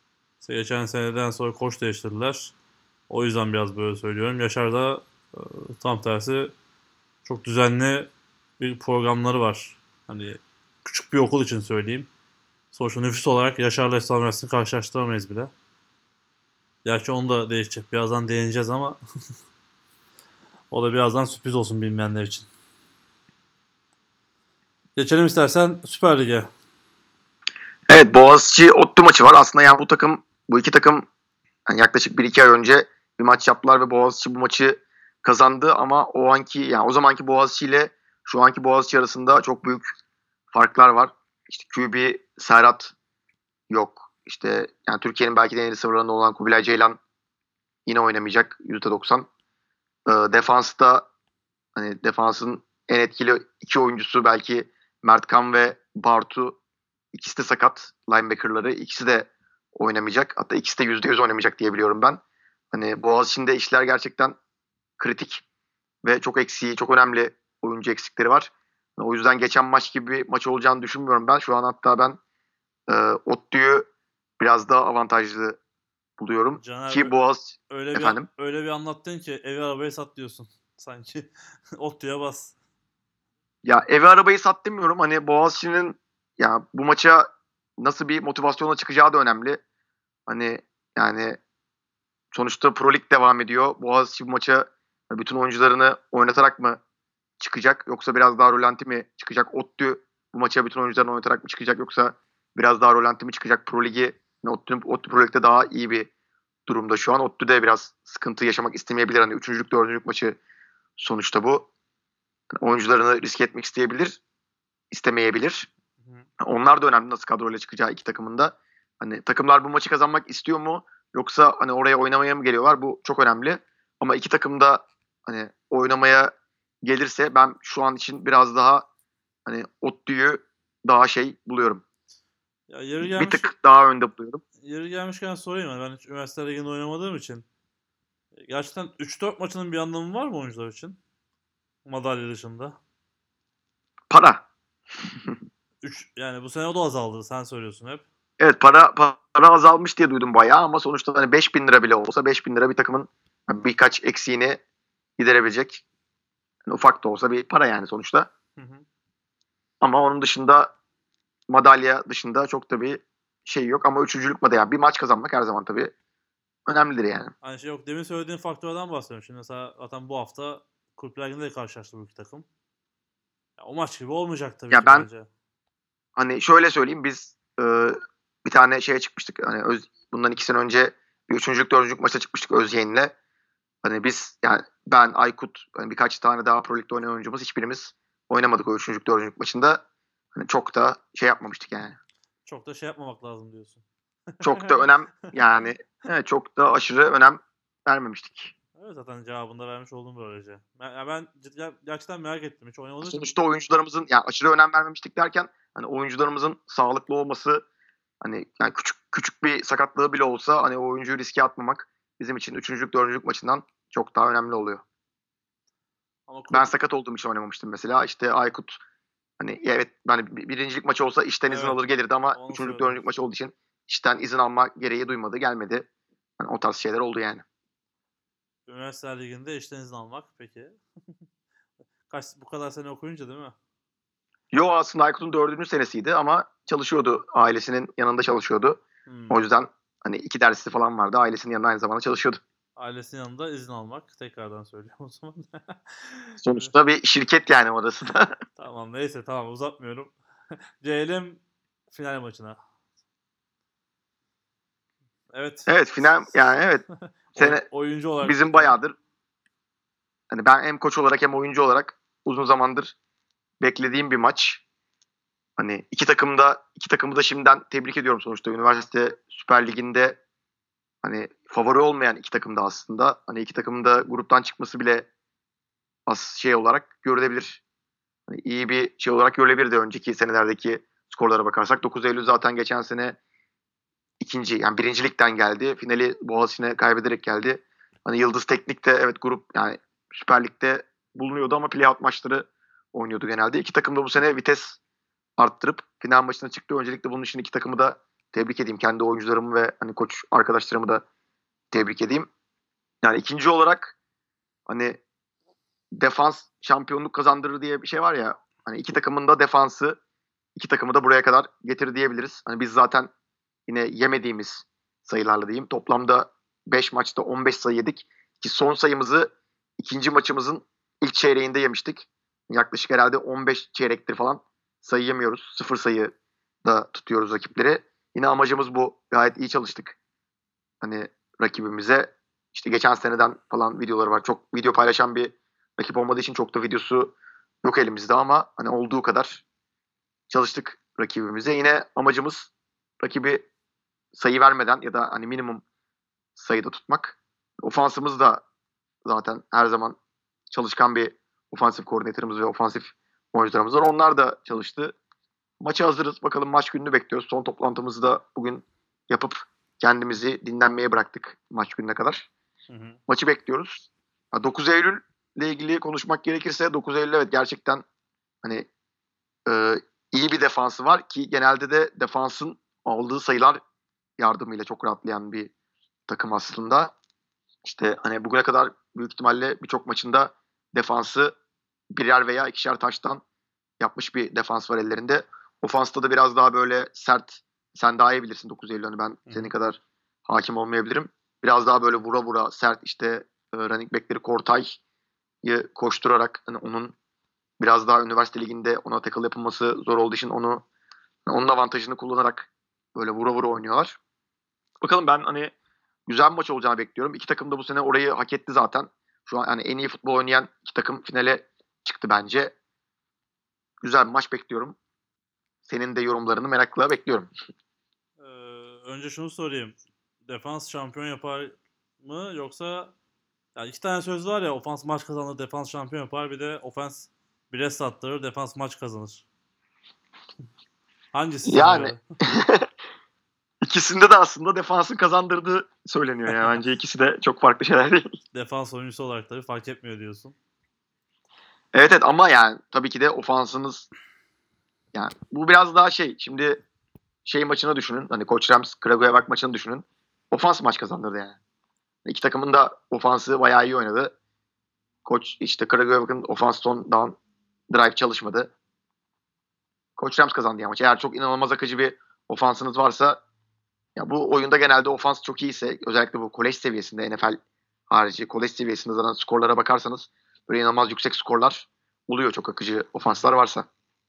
İşte geçen seneden sonra koç değiştirdiler. O yüzden biraz böyle söylüyorum. Yaşar da e, tam tersi çok düzenli bir programları var. Hani küçük bir okul için söyleyeyim. Sonuçta nüfus olarak Yaşar'la İstanbul Üniversitesi'ni karşılaştıramayız bile. Gerçi onu da değişecek. Birazdan değineceğiz ama o da birazdan sürpriz olsun bilmeyenler için. Geçelim istersen Süper Lig'e. Evet, Boğaziçi Ottu maçı var. Aslında yani bu takım, bu iki takım yani yaklaşık bir iki ay önce bir maç yaptılar ve Boğaziçi bu maçı kazandı ama o anki yani o zamanki Boğaziçi ile şu anki Boğaziçi arasında çok büyük farklar var. İşte Q B Serhat yok. İşte yani Türkiye'nin belki de en iyi sıfırlarında olan Kubilay Ceylan yine oynamayacak yüzde doksan. Ee, defansta hani defansın en etkili iki oyuncusu belki Mert Kan ve Bartu. İkisi de sakat. Linebacker'ları. İkisi de oynamayacak. Hatta ikisi de yüzde yüz oynamayacak diye biliyorum ben. Hani Boğaziçi'nde işler gerçekten kritik ve çok eksiği, çok önemli oyuncu eksikleri var. O yüzden geçen maç gibi bir maç olacağını düşünmüyorum ben. Şu an hatta ben e, Ottu'yu biraz daha avantajlı buluyorum. Ki Caner Boğaz öyle bir efendim. öyle bir anlattın ki evi arabayı sat diyorsun. Sanki Ottu'ya bas. Ya evi arabayı sat demiyorum. Hani Boğaziçi'nin ya bu maça nasıl bir motivasyonla çıkacağı da önemli. Hani yani sonuçta Pro Lig devam ediyor. Boğaziçi bu maça bütün oyuncularını oynatarak mı çıkacak yoksa biraz daha rolanti mi çıkacak? ODTÜ bu maça bütün oyuncularını oynatarak mı çıkacak yoksa biraz daha rolanti mi çıkacak? Pro Ligi ODTÜ, ODTÜ Pro Lig'de daha iyi bir durumda şu an. ODTÜ de biraz sıkıntı yaşamak istemeyebilir. Hani üçüncülük, dördüncülük maçı sonuçta bu. Oyuncularını riske etmek isteyebilir, istemeyebilir. Onlar da önemli nasıl kadroyla çıkacağı iki takımında. Hani takımlar bu maçı kazanmak istiyor mu? Yoksa hani oraya oynamaya mı geliyorlar? Bu çok önemli. Ama iki takım da hani oynamaya gelirse ben şu an için biraz daha hani ODTÜ'yü daha şey buluyorum. Ya yeri Bir gelmiş tık daha önde buluyorum. yeri gelmişken sorayım ben. Ben hiç üniversite liginde oynamadığım için. Gerçekten üç dört maçının bir anlamı var mı oyuncular için? Madalya dışında. Para. Üç yani bu sene o da azaldı. Sen söylüyorsun hep. Evet, para para azalmış diye duydum bayağı ama sonuçta hani beş bin lira bile olsa beş bin lira bir takımın birkaç eksiğini giderebilecek. Yani ufak da olsa bir para yani sonuçta. Hı hı. Ama onun dışında madalya dışında çok da bir şey yok. Ama üçüncülük madalya. Bir maç kazanmak her zaman tabii önemlidir yani. Aynı şey yok. Demin söylediğin faktörden bahsediyorum. Şimdi mesela zaten bu hafta Kulüpler Ligi'nde de karşılaştı bu iki takım. Ya o maç gibi olmayacak tabii Ya ki ben bence. hani şöyle söyleyeyim biz e, bir tane şeye çıkmıştık. Hani öz, bundan iki sene önce bir üçüncülük, dördüncülük maça çıkmıştık Özyeğin'le. Hani biz yani ben, Aykut, hani birkaç tane daha Pro Lig'de oynayan oyuncumuz hiçbirimiz oynamadık o üçüncülük, dördüncülük maçında. Hani çok da şey yapmamıştık yani. Çok da şey yapmamak lazım diyorsun. Çok da önem yani evet, çok da aşırı önem vermemiştik. Evet zaten cevabını da vermiş oldum böylece. Ben, ya ben cidden, gerçekten merak ettim. Hiç oynamadığım için. Sonuçta oyuncularımızın yani aşırı önem vermemiştik derken hani oyuncularımızın sağlıklı olması hani yani küçük küçük bir sakatlığı bile olsa hani o oyuncuyu riske atmamak bizim için üçüncülük, dördüncülük maçından çok daha önemli oluyor. Ama Ben kulüp... sakat olduğum için oynamamıştım mesela. İşte Aykut hani evet yani birincilik maçı olsa işten izin Evet. alır gelirdi ama Onu üçüncülük, söyledim. dördüncülük maçı olduğu için işten izin alma gereği duymadı, gelmedi. Hani o tarz şeyler oldu yani. Üniversite liginde işten izin almak peki. Kaç bu kadar sene okuyunca değil mi? Yo, aslında Aykut'un dördüncü senesiydi ama çalışıyordu. Ailesinin yanında çalışıyordu. O Hmm. yüzden hani iki dersi falan vardı. Ailesinin yanında aynı zamanda çalışıyordu. Ailesinin yanında izin almak. Tekrardan söylüyorum o zaman. Sonuçta bir şirket yani orası da. Tamam neyse tamam uzatmıyorum. Gelelim final maçına. Evet. Evet, final yani evet Oy- sene oyuncu olarak bizim peki. bayağıdır hani ben hem koç olarak hem oyuncu olarak uzun zamandır beklediğim bir maç. Hani iki takım da iki takımı da şimdiden tebrik ediyorum sonuçta. Üniversite Süper Ligi'nde hani favori olmayan iki takım da aslında. Hani iki takımın da gruptan çıkması bile az şey olarak görülebilir. Hani iyi bir şey olarak görülebilirdi önceki senelerdeki skorlara bakarsak. dokuz Eylül zaten geçen sene ikinci yani birincilikten geldi. Finali Boğaziçi'ne kaybederek geldi. Hani Yıldız Teknik de evet grup yani Süper Lig'de bulunuyordu ama playout maçları oynuyordu genelde. İki takım da bu sene vites arttırıp final maçına çıktı. Öncelikle bunun için iki takımı da tebrik edeyim. Kendi oyuncularımı ve hani koç arkadaşlarımı da tebrik edeyim. Yani ikinci olarak hani defans şampiyonluk kazandırır diye bir şey var ya. Hani iki takımın da defansı iki takımı da buraya kadar getir diyebiliriz. Hani biz zaten yine yemediğimiz sayılarla diyeyim. Toplamda beş maçta on beş sayı yedik. Ki son sayımızı ikinci maçımızın ilk çeyreğinde yemiştik. Yaklaşık herhalde on beş çeyrektir falan sayı yemiyoruz. Sıfır sayı da tutuyoruz rakipleri. Yine amacımız bu. Gayet iyi çalıştık. Hani rakibimize işte geçen seneden falan videoları var. Çok video paylaşan bir rakip olmadığı için çok da videosu yok elimizde ama hani olduğu kadar çalıştık rakibimize. Yine amacımız rakibi sayı vermeden ya da hani minimum sayıda tutmak. Ofansımız da zaten her zaman çalışkan bir ofansif koordinatörümüz ve ofansif oyuncularımız var. Onlar da çalıştı. Maça hazırız. Bakalım maç gününü bekliyoruz. Son toplantımızı da bugün yapıp kendimizi dinlenmeye bıraktık maç gününe kadar. Hı hı. Maçı bekliyoruz. dokuz Eylül ile ilgili konuşmak gerekirse dokuz Eylül evet gerçekten hani e, iyi bir defansı var ki genelde de defansın aldığı sayılar yardımıyla çok rahatlayan bir takım aslında. İşte hani bugüne kadar büyük ihtimalle birçok maçında defansı birer veya ikişer taştan yapmış bir defans var ellerinde. Ofansta da biraz daha böyle sert. Sen daha iyi bilirsin dokuz Eylül. Hani ben Hı. senin kadar hakim olmayabilirim. Biraz daha böyle vura vura sert işte e, running back'leri Kortay'ı koşturarak hani onun biraz daha üniversite liginde ona tackle yapılması zor olduğu için onu onun avantajını kullanarak böyle vura vura oynuyorlar. Bakalım ben hani güzel bir maç olacağını bekliyorum. İki takım da bu sene orayı hak etti zaten. Şu an yani en iyi futbol oynayan iki takım finale çıktı bence. Güzel bir maç bekliyorum. Senin de yorumlarını merakla bekliyorum. Ee, önce şunu sorayım. Defans şampiyon yapar mı yoksa yani iki tane söz var ya, ofans maç kazanır, defans şampiyon yapar. Bir de ofans bire sattırır, defans maç kazanır. Hangisi sana Yani göre? ikisinde de aslında defansın kazandırdığı söyleniyor yani. Bence ikisi de çok farklı şeyler değil. Defans oyuncusu olarak tabii fark etmiyor diyorsun. Evet evet ama yani tabii ki de ofansınız yani bu biraz daha şey şimdi şey maçını düşünün. Hani Koç Rams Kragujevac maçını düşünün. Ofans maç kazandırdı yani. İki takımın da ofansı bayağı iyi oynadı. Koç işte Kragujevac'ın ofans son down drive çalışmadı. Koç Rams kazandı ya maçı. Eğer çok inanılmaz akıcı bir ofansınız varsa ya bu oyunda genelde ofans çok iyiyse özellikle bu kolej seviyesinde N F L harici kolej seviyesinde zaten skorlara bakarsanız böyle inanılmaz yüksek skorlar oluyor çok akıcı ofanslar varsa.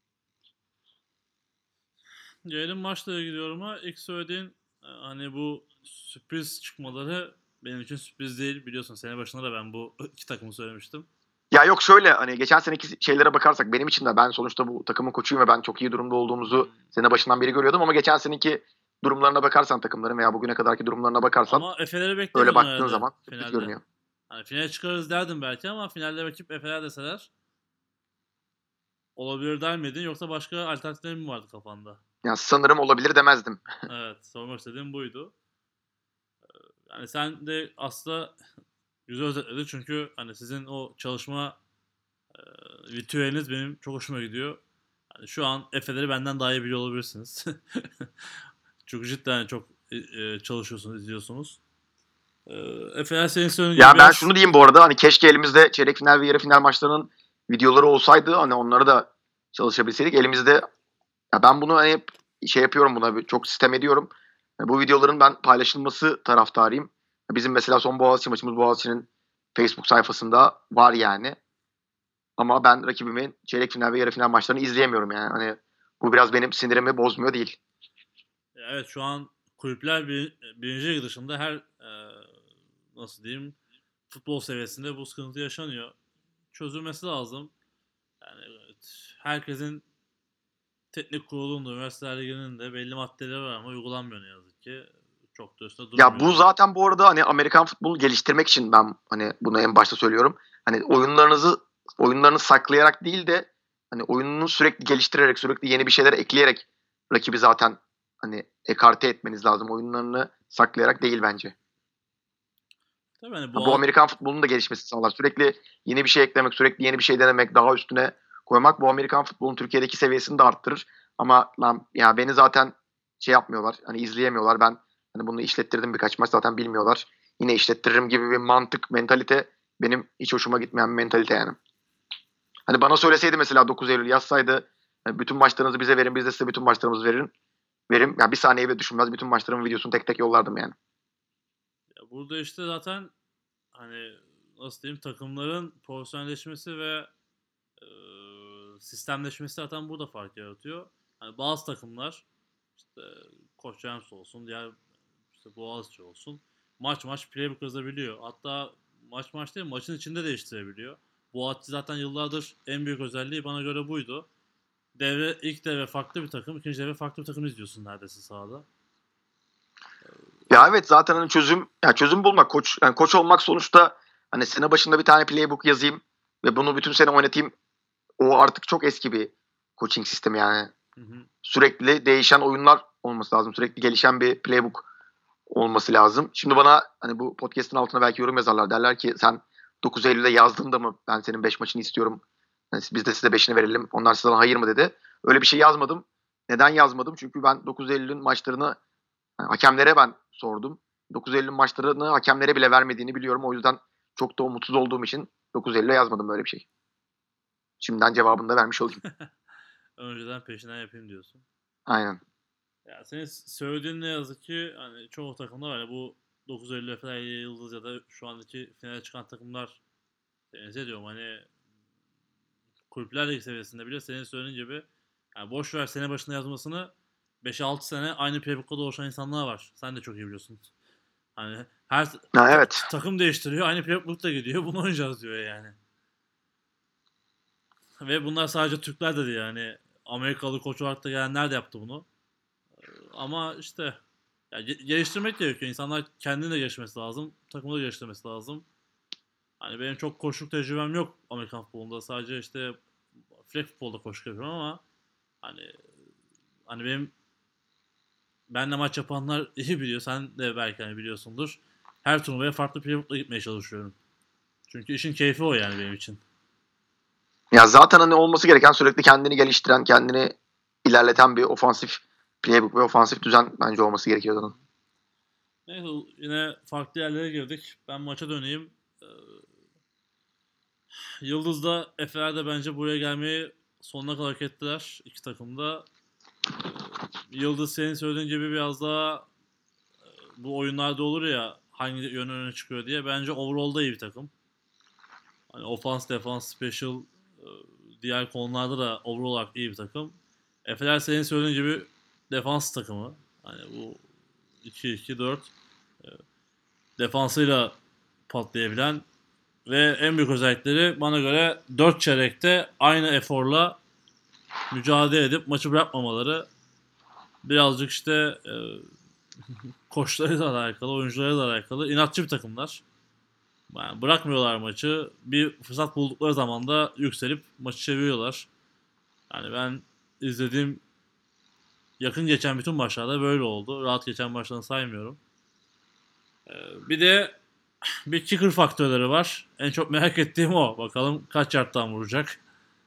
Gelelim maçla ilgili yoruma. İlk söylediğin hani bu sürpriz çıkmaları benim için sürpriz değil. Biliyorsun sene başında da ben bu iki takımı söylemiştim. Ya yok şöyle hani geçen seneki şeylere bakarsak benim için de ben sonuçta bu takımın koçuyum ve ben çok iyi durumda olduğumuzu hmm. sene başından beri görüyordum ama geçen seneki durumlarına bakarsan takımların veya bugüne kadarki durumlarına bakarsan ama Efe'leri beklemiyordun öyle baktığın zaman sürpriz görünüyor. Hani finale çıkarız derdim belki ama finalde rakip Efe'ler deseler olabilir der miydin yoksa başka alternatiflerin mi vardı kafanda? Yani sanırım olabilir demezdim. Evet, sormak istediğim buydu. Yani sen de aslında güzel özetledin çünkü hani sizin o çalışma e, ritüeliniz benim çok hoşuma gidiyor. Yani şu an Efe'leri benden daha iyi biliyor olabilirsiniz. Çok cidden çok e, çalışıyorsunuz, izliyorsunuz. E, Efe'ler senin söylediğin Ya gibi ben biraz... şunu diyeyim bu arada hani keşke elimizde çeyrek final ve yarı final maçlarının videoları olsaydı hani onları da çalışabilseydik elimizde. Ya ben bunu hani hep şey yapıyorum buna çok sistem ediyorum. Yani bu videoların ben paylaşılması taraftarıyım. Bizim mesela son Boğaziçi maçımız Boğaziçi'nin Facebook sayfasında var yani. Ama ben rakibimin çeyrek final ve yarı final maçlarını izleyemiyorum yani. Hani bu biraz benim sinirimi bozmuyor değil. Evet şu an kulüpler bir, birinci lig dışında her e, nasıl diyeyim futbol seviyesinde bu sıkıntı yaşanıyor. Çözülmesi lazım. Yani evet, herkesin teknik kurulunda, üniversiteler liginin de belli maddeleri var ama uygulanmıyor ne yazık ki. Çok da üstüne durmuyor. Ya bu zaten bu arada hani Amerikan futbolunu geliştirmek için ben hani bunu en başta söylüyorum. Hani oyunlarınızı oyunlarını saklayarak değil de hani oyununu sürekli geliştirerek, sürekli yeni bir şeyler ekleyerek rakibi zaten hani ekarte etmeniz lazım. Oyunlarını saklayarak değil bence. Tabii hani bu, bu Amerikan futbolunun da gelişmesi sağlar. Sürekli yeni bir şey eklemek, sürekli yeni bir şey denemek, daha üstüne koymak bu Amerikan futbolunun Türkiye'deki seviyesini de arttırır. Ama lan ya beni zaten şey yapmıyorlar. Hani izleyemiyorlar. Ben hani bunu işlettirdim birkaç maç zaten bilmiyorlar. Yine işlettiririm gibi bir mantık, mentalite benim hiç hoşuma gitmeyen bir mentalite yani. Hani bana söyleseydi mesela dokuz Eylül yazsaydı bütün maçlarınızı bize verin, biz de size bütün maçlarımızı verin. Verim. Yani bir saniye bile düşünmez bütün maçlarımın videosunu tek tek yollardım yani. Ya burada işte zaten hani nasıl diyeyim takımların profesyonelleşmesi ve e, sistemleşmesi zaten burada fark yaratıyor. Hani bazı takımlar işte Koç Rams olsun, diğer işte Boğaziçi olsun maç maç playbook yazabiliyor. Hatta maç maç değil maçın içinde değiştirebiliyor. Boğaziçi zaten yıllardır en büyük özelliği bana göre buydu. Devre, ilk devre farklı bir takım, ikinci devre farklı bir takım izliyorsun neredeyse sahada. Ya evet zaten hani çözüm yani çözüm bulmak koç yani koç olmak sonuçta hani sene başında bir tane playbook yazayım ve bunu bütün sene oynatayım. O artık çok eski bir coaching sistemi yani. Hı hı. Sürekli değişen oyunlar olması lazım. Sürekli gelişen bir playbook olması lazım. Şimdi bana hani bu podcast'ın altına belki yorum yazarlar. Derler ki sen dokuz Eylül'de yazdığında mı ben senin beş maçını istiyorum. Yani biz de size beşini verelim. Onlar size hayır mı dedi. Öyle bir şey yazmadım. Neden yazmadım? Çünkü ben dokuz Eylül'ün maçlarını yani hakemlere ben sordum. dokuz Eylül'ün maçlarını hakemlere bile vermediğini biliyorum. O yüzden çok da umutsuz olduğum için dokuz Eylül'e yazmadım böyle bir şey. Şimdiden cevabını da vermiş olayım. Önceden peşinden yapayım diyorsun. Aynen. Ya senin söylediğin ne yazık ki hani çoğu takımda var ya bu dokuz Eylül Efe Yıldız ya da şu andaki finale çıkan takımlar tenzih ediyorum hani Kulüpler Ligi seviyesinde bile senin söylediğin gibi yani boş ver sene başında yazmasını beş altı sene aynı playbook'ta dolaşan insanlar var. Sen de çok iyi biliyorsun. Hani her Ha, ta- evet. takım değiştiriyor. Aynı playbook'ta gidiyor. Bunu oynayacağız diyor yani. Ve bunlar sadece Türkler de değil yani. Amerikalı koç olarak da gelenler de yaptı bunu. Ama işte ya ge- geliştirmek gerekiyor. İnsanlar kendini de geliştirmesi lazım. Takımı da geliştirmesi lazım. Hani benim çok koşuluk tecrübem yok Amerikan futbolunda. Sadece işte flag futbolda koşuk yapıyorum ama hani hani benim benle maç yapanlar iyi biliyor. Sen de belki hani biliyorsundur. Her turnuvaya farklı playbook'la gitmeye çalışıyorum. Çünkü işin keyfi o yani benim için. Ya zaten hani olması gereken sürekli kendini geliştiren, kendini ilerleten bir ofansif playbook ve ofansif düzen bence olması gerekiyor zaten. Neyse yine farklı yerlere girdik. Ben maça döneyim. Ee, Yıldız'da Efe'ler de bence buraya gelmeyi sonuna kadar hak ettiler. İki takımda. Ee, Yıldız senin söylediğin gibi biraz daha e, bu oyunlarda olur ya hangi yön öne çıkıyor diye. Bence overall'da iyi bir takım. Hani ofans, defans, special e, diğer konularda da overall olarak iyi bir takım. Efe'ler senin söylediğin gibi defans takımı. Hani bu iki iki dört e, defansıyla patlayabilen ve en büyük özellikleri bana göre dört çeyrekte aynı eforla mücadele edip maçı bırakmamaları birazcık işte e, koçlarıyla alakalı, oyuncularıyla alakalı inatçı bir takımlar. Yani bırakmıyorlar maçı. Bir fırsat buldukları zaman da yükselip maçı çeviriyorlar. Yani ben izlediğim yakın geçen bütün maçlarda böyle oldu. Rahat geçen maçlarını saymıyorum. Ee, bir de bir kicker faktörleri var. En çok merak ettiğim o. Bakalım kaç yardtan vuracak.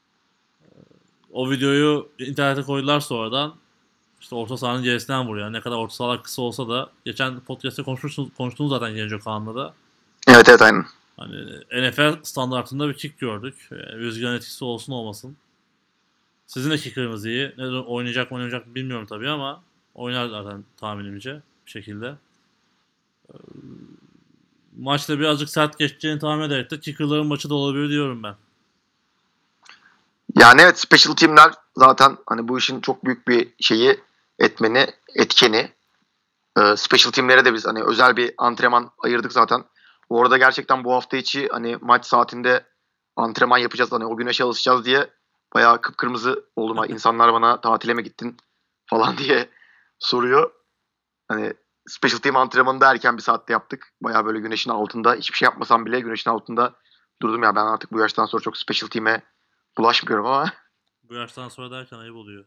O videoyu internete koydular sonradan. İşte orta sahanın gerisinden vuruyor. Ne kadar orta sahalar kısa olsa da. Geçen podcast'te konuşmuşsunuz, konuştuğunuz zaten Genco Kaan'la da. Evet evet aynen. Hani N F L standartında bir kick gördük. Yani rüzgarın etkisi olsun olmasın. Sizin de kicker'ınız iyi. Ne oynayacak mı oynayacak mı bilmiyorum tabii ama oynar zaten tahminimce bir şekilde. Maçta birazcık sert geçeceğini tahmin ederek de kicker'ların maçı da olabilir diyorum ben. Yani evet special team'ler zaten hani bu işin çok büyük bir şeyi etmeni, etkeni. Ee, special team'lere de biz hani özel bir antrenman ayırdık zaten. Bu arada gerçekten bu hafta içi hani maç saatinde antrenman yapacağız hani o güneşe alışacağız diye bayağı kıpkırmızı oldum. İnsanlar bana tatile mi gittin falan diye soruyor. Hani special team antrenmanını da erken bir saatte yaptık. Bayağı böyle güneşin altında hiçbir şey yapmasam bile güneşin altında durdum ya ben artık bu yaştan sonra çok special team'e bulaşmıyorum ama Bu yaştan sonra derken ayıp oluyor.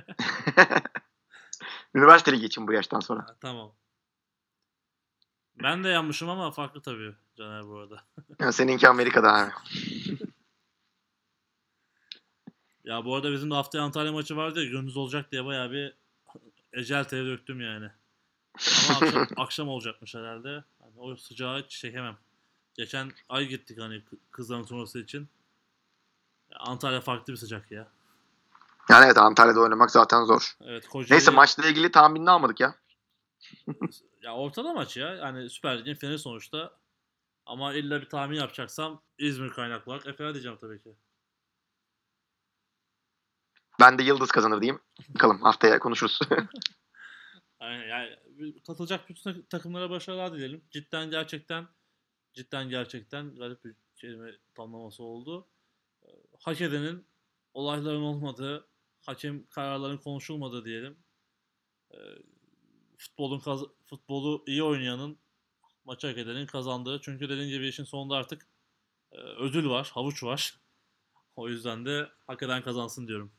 üniversite ligi için bu yaştan sonra. Ha, tamam. Ben de yanmışım ama farklı tabii Caner bu arada. Yani seninki Amerika'da abi. Ya bu arada bizim de haftaya Antalya maçı vardı ya gönlünüz olacak diye bayağı bir ecel teri döktüm yani. Ama akşam, akşam olacakmış herhalde. Hani o sıcağı hiç çekemem. Geçen ay gittik hani kı- kızların turnuvası için. Ya Antalya farklı bir sıcak ya. Yani evet, Antalya'da oynamak zaten zor. Evet Neyse, Kocaeli maçla ilgili tahminini almadık ya. ya ortada maç ya. Yani Süper Lig'in finali sonuçta. Ama illa bir tahmin yapacaksam İzmir kaynaklı olarak Efe diyeceğim tabii ki. Ben de Yıldız kazanır diyeyim. Bakalım, haftaya konuşuruz. Yani, yani katılacak bütün tak- takımlara başarılar dileyelim. Cidden gerçekten cidden gerçekten garip bir kelime tamlaması oldu. Ee, Hak edenin olayların olmadığı, hakem kararların konuşulmadığı diyelim. Ee, futbolun kaz- futbolu iyi oynayanın, maçı hak edenin kazandığı. Çünkü dediğim gibi işin sonunda artık e, ödül var, havuç var. O yüzden de hak eden kazansın diyorum.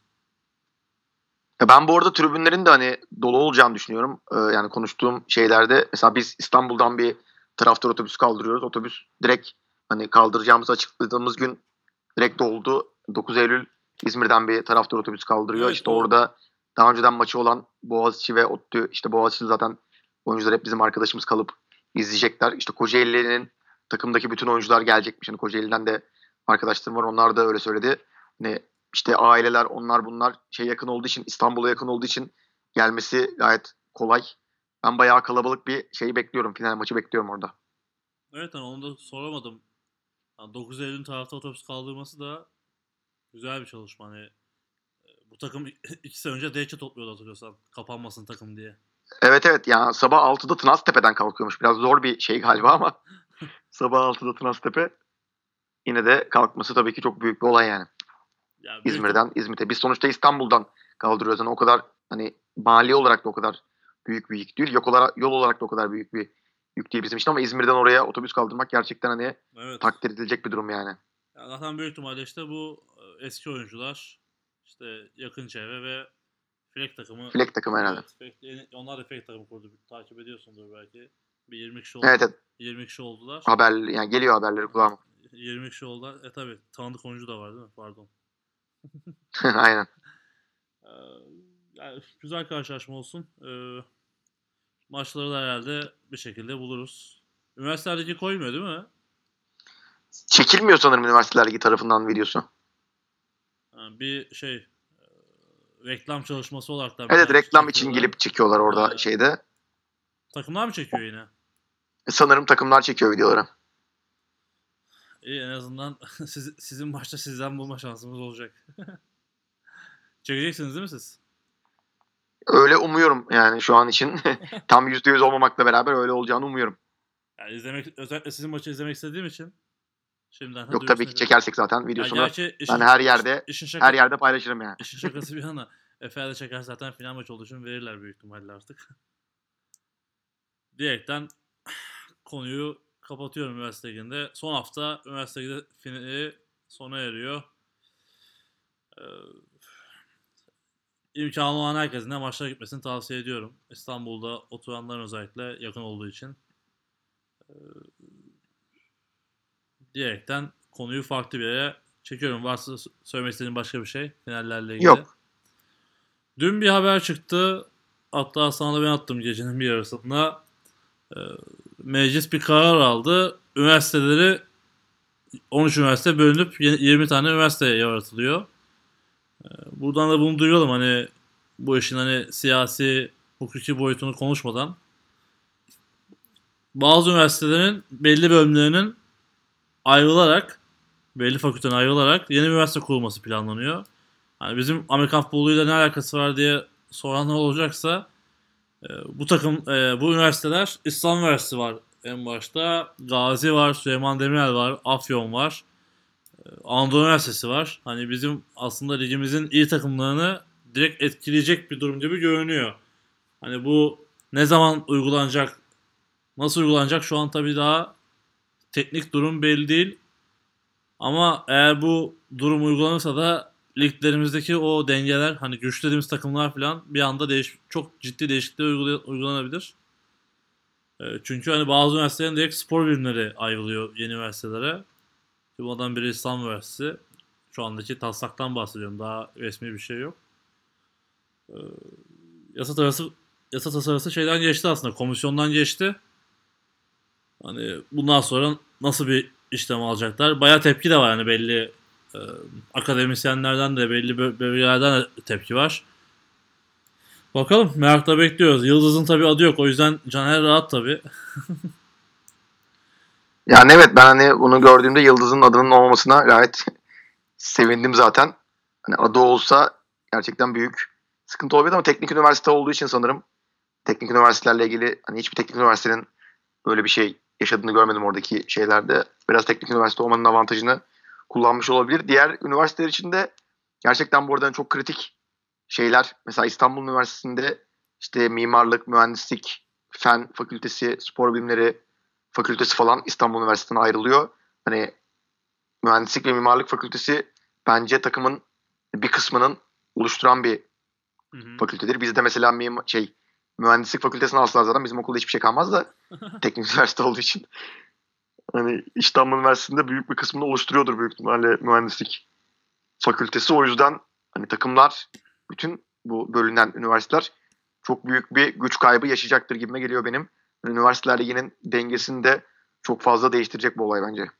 Ya ben bu arada tribünlerin de hani dolu olacağını düşünüyorum. Ee, yani konuştuğum şeylerde mesela biz İstanbul'dan bir taraftar otobüsü kaldırıyoruz. Otobüs direkt hani kaldıracağımızı açıkladığımız gün direkt doldu. dokuz Eylül İzmir'den bir taraftar otobüsü kaldırıyor. Evet İşte o orada daha önceden maçı olan Boğaziçi ve ODTÜ, işte Boğaziçi zaten oyuncular hep bizim arkadaşımız kalıp izleyecekler. İşte Kocaeli'nin takımdaki bütün oyuncular gelecekmiş. Hani Kocaeli'den de arkadaşlarım var. Onlar da öyle söyledi. Hani işte aileler, onlar bunlar şey yakın olduğu için, İstanbul'a yakın olduğu için gelmesi gayet kolay. Ben bayağı kalabalık bir şey bekliyorum. Final maçı bekliyorum orada. evet hani onu da soramadım. Yani dokuz Eylül'ün tarafta otobüs kaldırması da güzel bir çalışma. Hani bu takım iki sene önce D Ç topluyordu hatırlıyorsan. Kapanmasın takım diye. Evet evet, yani sabah altıda Tınaztepe'den kalkıyormuş. Biraz zor bir şey galiba ama sabah altıda Tınaztepe, yine de kalkması tabii ki çok büyük bir olay yani. Ya büyük ihtim- İzmir'den İzmit'e. Biz sonuçta İstanbul'dan kaldırıyoruz. Yani o kadar hani mali olarak da o kadar büyük bir yük değil. Yok olarak, yol olarak da o kadar büyük bir yük değil bizim için, ama İzmir'den oraya otobüs kaldırmak gerçekten hani evet. takdir edilecek bir durum yani. Ya zaten büyük ihtimalle işte bu e, eski oyuncular, işte yakın çevre ve Frek takımı. Flek takımı herhalde. Evet, Frek, yeni- onlar da Frek takımı kurdu. Takip ediyorsundur belki. Bir yirmi kişi Evet, oldu. evet. yirmi kişi oldular. Haber yani geliyor haberleri kulağıma. yirmi kişi oldular. E tabi tanıdık oyuncu da var değil mi? Pardon. Aynen. Ee, Yani güzel karşılaşma olsun. Ee, maçları da herhalde bir şekilde buluruz. Üniversitelerdeki koymuyor değil mi? Çekilmiyor sanırım Üniversiteler Ligi tarafından videosu. Yani bir şey e, reklam çalışması olarak Evet, belki reklam için çekiyorlar. gelip çekiyorlar orada Ee, şeyde. takımlar mı çekiyor yine? Sanırım takımlar çekiyor videoları. İyi en azından siz, sizin maçta sizden bulma şansımız olacak. Çekeceksiniz değil mi siz? Öyle umuyorum yani şu an için. Tam yüzde yüz olmamakla beraber öyle olacağını umuyorum. Yani izlemek, özellikle sizin maçı izlemek istediğim için şimdiden de Yok, tabii duyurusunu ki yapıyorum. çekersek zaten Ya videosunu gerçi ben işin, her iş- yerde işin her şaka yerde paylaşırım yani. işin şakası bir yana Efe de çeker zaten final maçı olduğu için verirler büyük ihtimalle artık. Diyerekten konuyu kapatıyorum üniversite liginde. Son hafta üniversite liginde finali sona eriyor. Ee, imkanı olan herkesin de maçlara gitmesini tavsiye ediyorum. İstanbul'da oturanların özellikle yakın olduğu için. Ee, diyerekten konuyu farklı bir yere çekiyorum. Varsa söylemek istediğin başka bir şey finallerle ilgili. Yok. Dün bir haber çıktı. Hatta sana da ben attım gecenin bir yarısında. Ee, meclis bir karar aldı. Üniversiteleri on üç üniversite bölünüp yirmi tane üniversite yaratılıyor. Ee, buradan da bunu duyuralım hani bu işin hani siyasi, hukuki boyutunu konuşmadan. Bazı üniversitelerin belli bölümlerinin ayrılarak, belli fakülteden ayrılarak yeni bir üniversite kurulması planlanıyor. Hani bizim Amerikan futboluyla ne alakası var diye soranlar olacaksa e, bu takım, e, bu üniversiteler İslam Üniversitesi var en başta. Gazi var, Süleyman Demirel var, Afyon var. Anadolu Üniversitesi var. Hani bizim aslında ligimizin iyi takımlarını direkt etkileyecek bir durum gibi görünüyor. Hani bu ne zaman uygulanacak, nasıl uygulanacak şu an tabii daha teknik durum belli değil. Ama eğer bu durum uygulanırsa da liglerimizdeki o dengeler hani güçlü dediğimiz takımlar falan bir anda değiş çok ciddi değişiklikler uygulay- uygulanabilir. E, çünkü hani bazı üniversitelerin direkt spor bilimleri ayrılıyor yeni üniversitelere. Bunlardan biri İslam Üniversitesi. Şu andaki taslaktan bahsediyorum. Daha resmi bir şey yok. Ee, yasa tasarısı, yasa tasarısı şeyden geçti aslında. Komisyondan geçti. Hani bundan sonra nasıl bir işlem alacaklar? Bayağı tepki de var yani belli e, akademisyenlerden de belli bö- bölgelerden de tepki var. Bakalım merakla bekliyoruz. Yıldız'ın tabii adı yok. O yüzden Caner rahat tabii. Yani evet, ben hani bunu gördüğümde Yıldız'ın adının olmamasına gayet sevindim zaten. Hani adı olsa gerçekten büyük sıkıntı olabilir ama teknik üniversite olduğu için sanırım teknik üniversitelerle ilgili hani hiçbir teknik üniversitenin böyle bir şey yaşadığını görmedim oradaki şeylerde. Biraz teknik üniversite olmanın avantajını kullanmış olabilir. Diğer üniversiteler için de gerçekten bu arada çok kritik şeyler. Mesela İstanbul Üniversitesi'nde işte mimarlık, mühendislik, fen fakültesi, spor bilimleri fakültesi falan İstanbul Üniversitesi'nden ayrılıyor. Hani mühendislik ve mimarlık fakültesi bence takımın bir kısmının oluşturan bir Hı hı. fakültedir. Bizde mesela mimar, şey mühendislik fakültesini alsalar zaten bizim okulda hiçbir şey kalmaz da teknik üniversite olduğu için. Hani İstanbul Üniversitesi'nde büyük bir kısmını oluşturuyordur büyük ihtimalle mühendislik fakültesi. O yüzden hani takımlar, bütün bu bölünen üniversiteler çok büyük bir güç kaybı yaşayacaktır gibime geliyor benim. Üniversiteler liginin dengesini de çok fazla değiştirecek bu olay bence.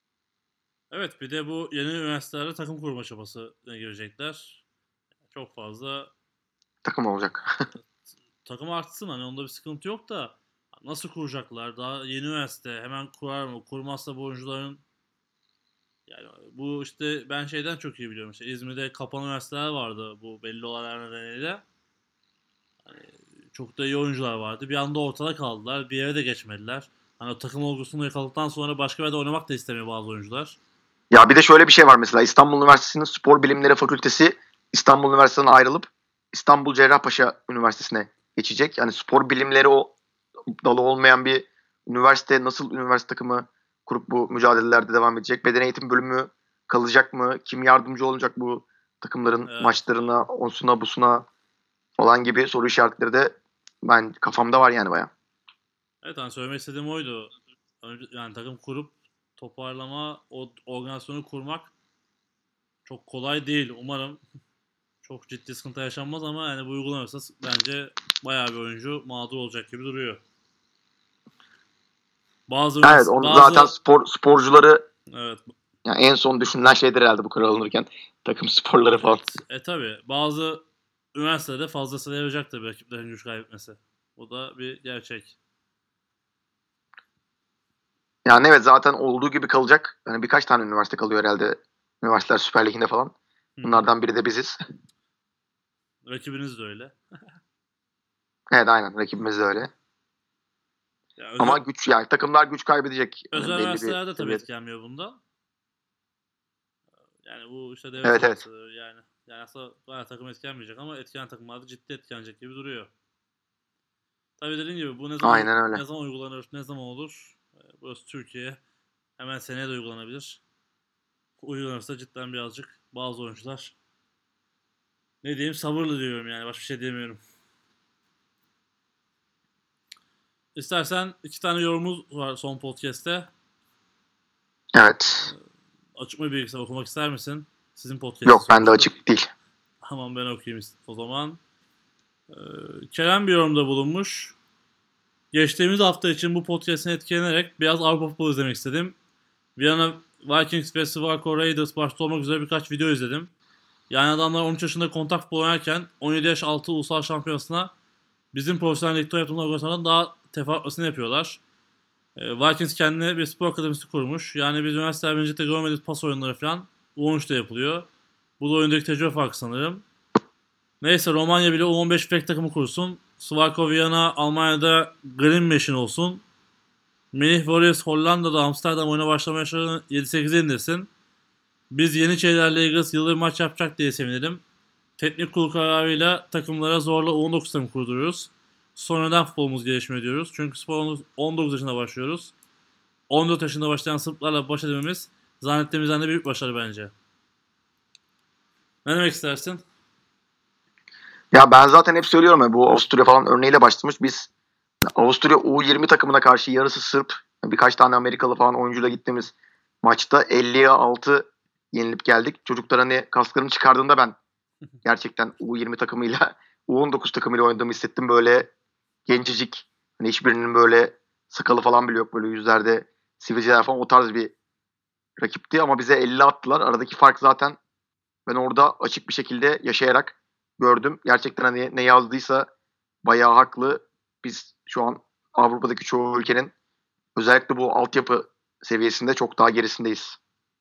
Evet, bir de bu yeni üniversitelerde takım kurma çabasına girecekler. Çok fazla Takım olacak. takım artsın, hani onda bir sıkıntı yok da nasıl kuracaklar? Daha yeni üniversite hemen kurar mı? Kurmazsa bu oyuncuların, yani bu işte ben şeyden çok iyi biliyorum. İşte İzmir'de kapanan üniversiteler vardı bu belli olaylar nedeniyle. Hani çok da iyi oyuncular vardı. Bir anda ortada kaldılar. Bir yere de geçmediler. Hani o takım olgusunu yakaladıktan sonra başka bir yerde oynamak da istemiyor bazı oyuncular. Ya bir de şöyle bir şey var, mesela İstanbul Üniversitesi'nin Spor Bilimleri Fakültesi İstanbul Üniversitesi'nden ayrılıp İstanbul Cerrahpaşa Üniversitesi'ne geçecek. Yani spor bilimleri o dalı olmayan bir üniversite nasıl üniversite takımı kurup bu mücadelelerde devam edecek? Beden eğitim bölümü kalacak mı? Kim yardımcı olacak bu takımların Evet. maçlarına, onsuna, busuna falan gibi soru işaretleri de ben kafamda var yani baya. Evet, hani söylemek istediğim oydu. Önce, yani takım kurup toparlama, o organizasyonu kurmak çok kolay değil. Umarım çok ciddi sıkıntı yaşanmaz ama yani bu uygulanırsa bence bayağı bir oyuncu mağdur olacak gibi duruyor. Bazı Evet, ünivers- onu zaten bazı spor sporcuları, evet, yani en son düşünülen şeydir herhalde bu karar alınırken, takım sporları falan. evet, e tabi bazı üniversitede fazlasıyla yarayacaktır rakiplerin güç kaybetmesi. Bu da bir gerçek. Yani evet, zaten olduğu gibi kalacak. Yani birkaç tane üniversite kalıyor herhalde. Üniversiteler Süper Ligi'nde falan. Hı hı. Bunlardan biri de biziz. Rakibiniz de öyle. Evet, aynen, rakibimiz de öyle. Ya Ama özel, güç, yani takımlar güç kaybedecek. özel Yani belli bir üniversiteler de tabii seviyede. etkilenmiyor bundan. Yani bu işte devlet Evet, evet. üniversiteleri yani. Yani aslında bayağı takım etkilenmeyecek ama etkilenen takımlar da ciddi etkilenecek gibi duruyor. Tabii dediğim gibi bu ne zaman Aynen öyle. ne zaman uygulanır, ne zaman olur? Ee, Burası Türkiye. Hemen seneye de uygulanabilir. Uygulanırsa cidden birazcık bazı oyuncular, ne diyeyim, sabırlı diyorum yani, başka bir şey diyemiyorum. İstersen iki tane yorumumuz var son podcast'te. Evet. Açık mı bilgisayar okumak ister misin? Sizin podcast'i Yok, bende sonuçta. açık değil. Tamam, ben okuyayım o zaman. Ee, Kerem bir yorumda bulunmuş. Geçtiğimiz hafta için bu podcast'in etkilenerek biraz Avrupa futbolu izlemek istedim. Viyana Vikings ve Swarco Raiders başta olmak üzere birkaç video izledim. Yani adamlar on üç yaşında kontak futbol oynarken on yedi yaş altı ulusal şampiyonasına bizim profesyonel ligde yaptığımız organizasyondan daha teferruatlisini yapıyorlar. Ee, Vikings kendine bir spor akademisi kurmuş. Yani biz üniversiteler birincilikte görmediğimiz pas oyunları falan U on üçte yapılıyor. Bu da oyundaki tecrübe farkı sanırım. Neyse, Romanya bile U on beş frek takımı kursun. Swarco Viyana Almanya'da Green Machine olsun. Melih Warriors Hollanda'da Amsterdam oyuna başlama yaşlarını yedi sekize indirsin. Biz Yeniçerilerle Eagles yılda bir maç yapacak diye sevinirim. Teknik kurul kararıyla takımlara zorla U on dokuz takımı kurduruyoruz. Sonradan futbolumuz gelişmiyor diyoruz. Çünkü spor on dokuz yaşında başlıyoruz. on dört yaşında başlayan Sırplarla baş edememiz zannettiğimizden de büyük başarı bence. Ne demek istersin? Ya ben zaten hep söylüyorum ya, bu Avusturya falan örneğiyle başlamış. Biz Avusturya U yirmi takımına karşı yarısı Sırp, birkaç tane Amerikalı falan oyuncuyla gittiğimiz maçta elliye altı yenilip geldik. Çocuklar hani kasklarını çıkardığında ben gerçekten U yirmi takımıyla U on dokuz takımıyla oynadığımı hissettim. Böyle gencecik. Hani hiçbirinin böyle sakalı falan bile yok. Böyle yüzlerde sivilceler falan, o tarz bir rakipti ama bize elli attılar. Aradaki fark zaten ben orada açık bir şekilde yaşayarak gördüm. Gerçekten hani ne yazdıysa bayağı haklı. Biz şu an Avrupa'daki çoğu ülkenin özellikle bu altyapı seviyesinde çok daha gerisindeyiz.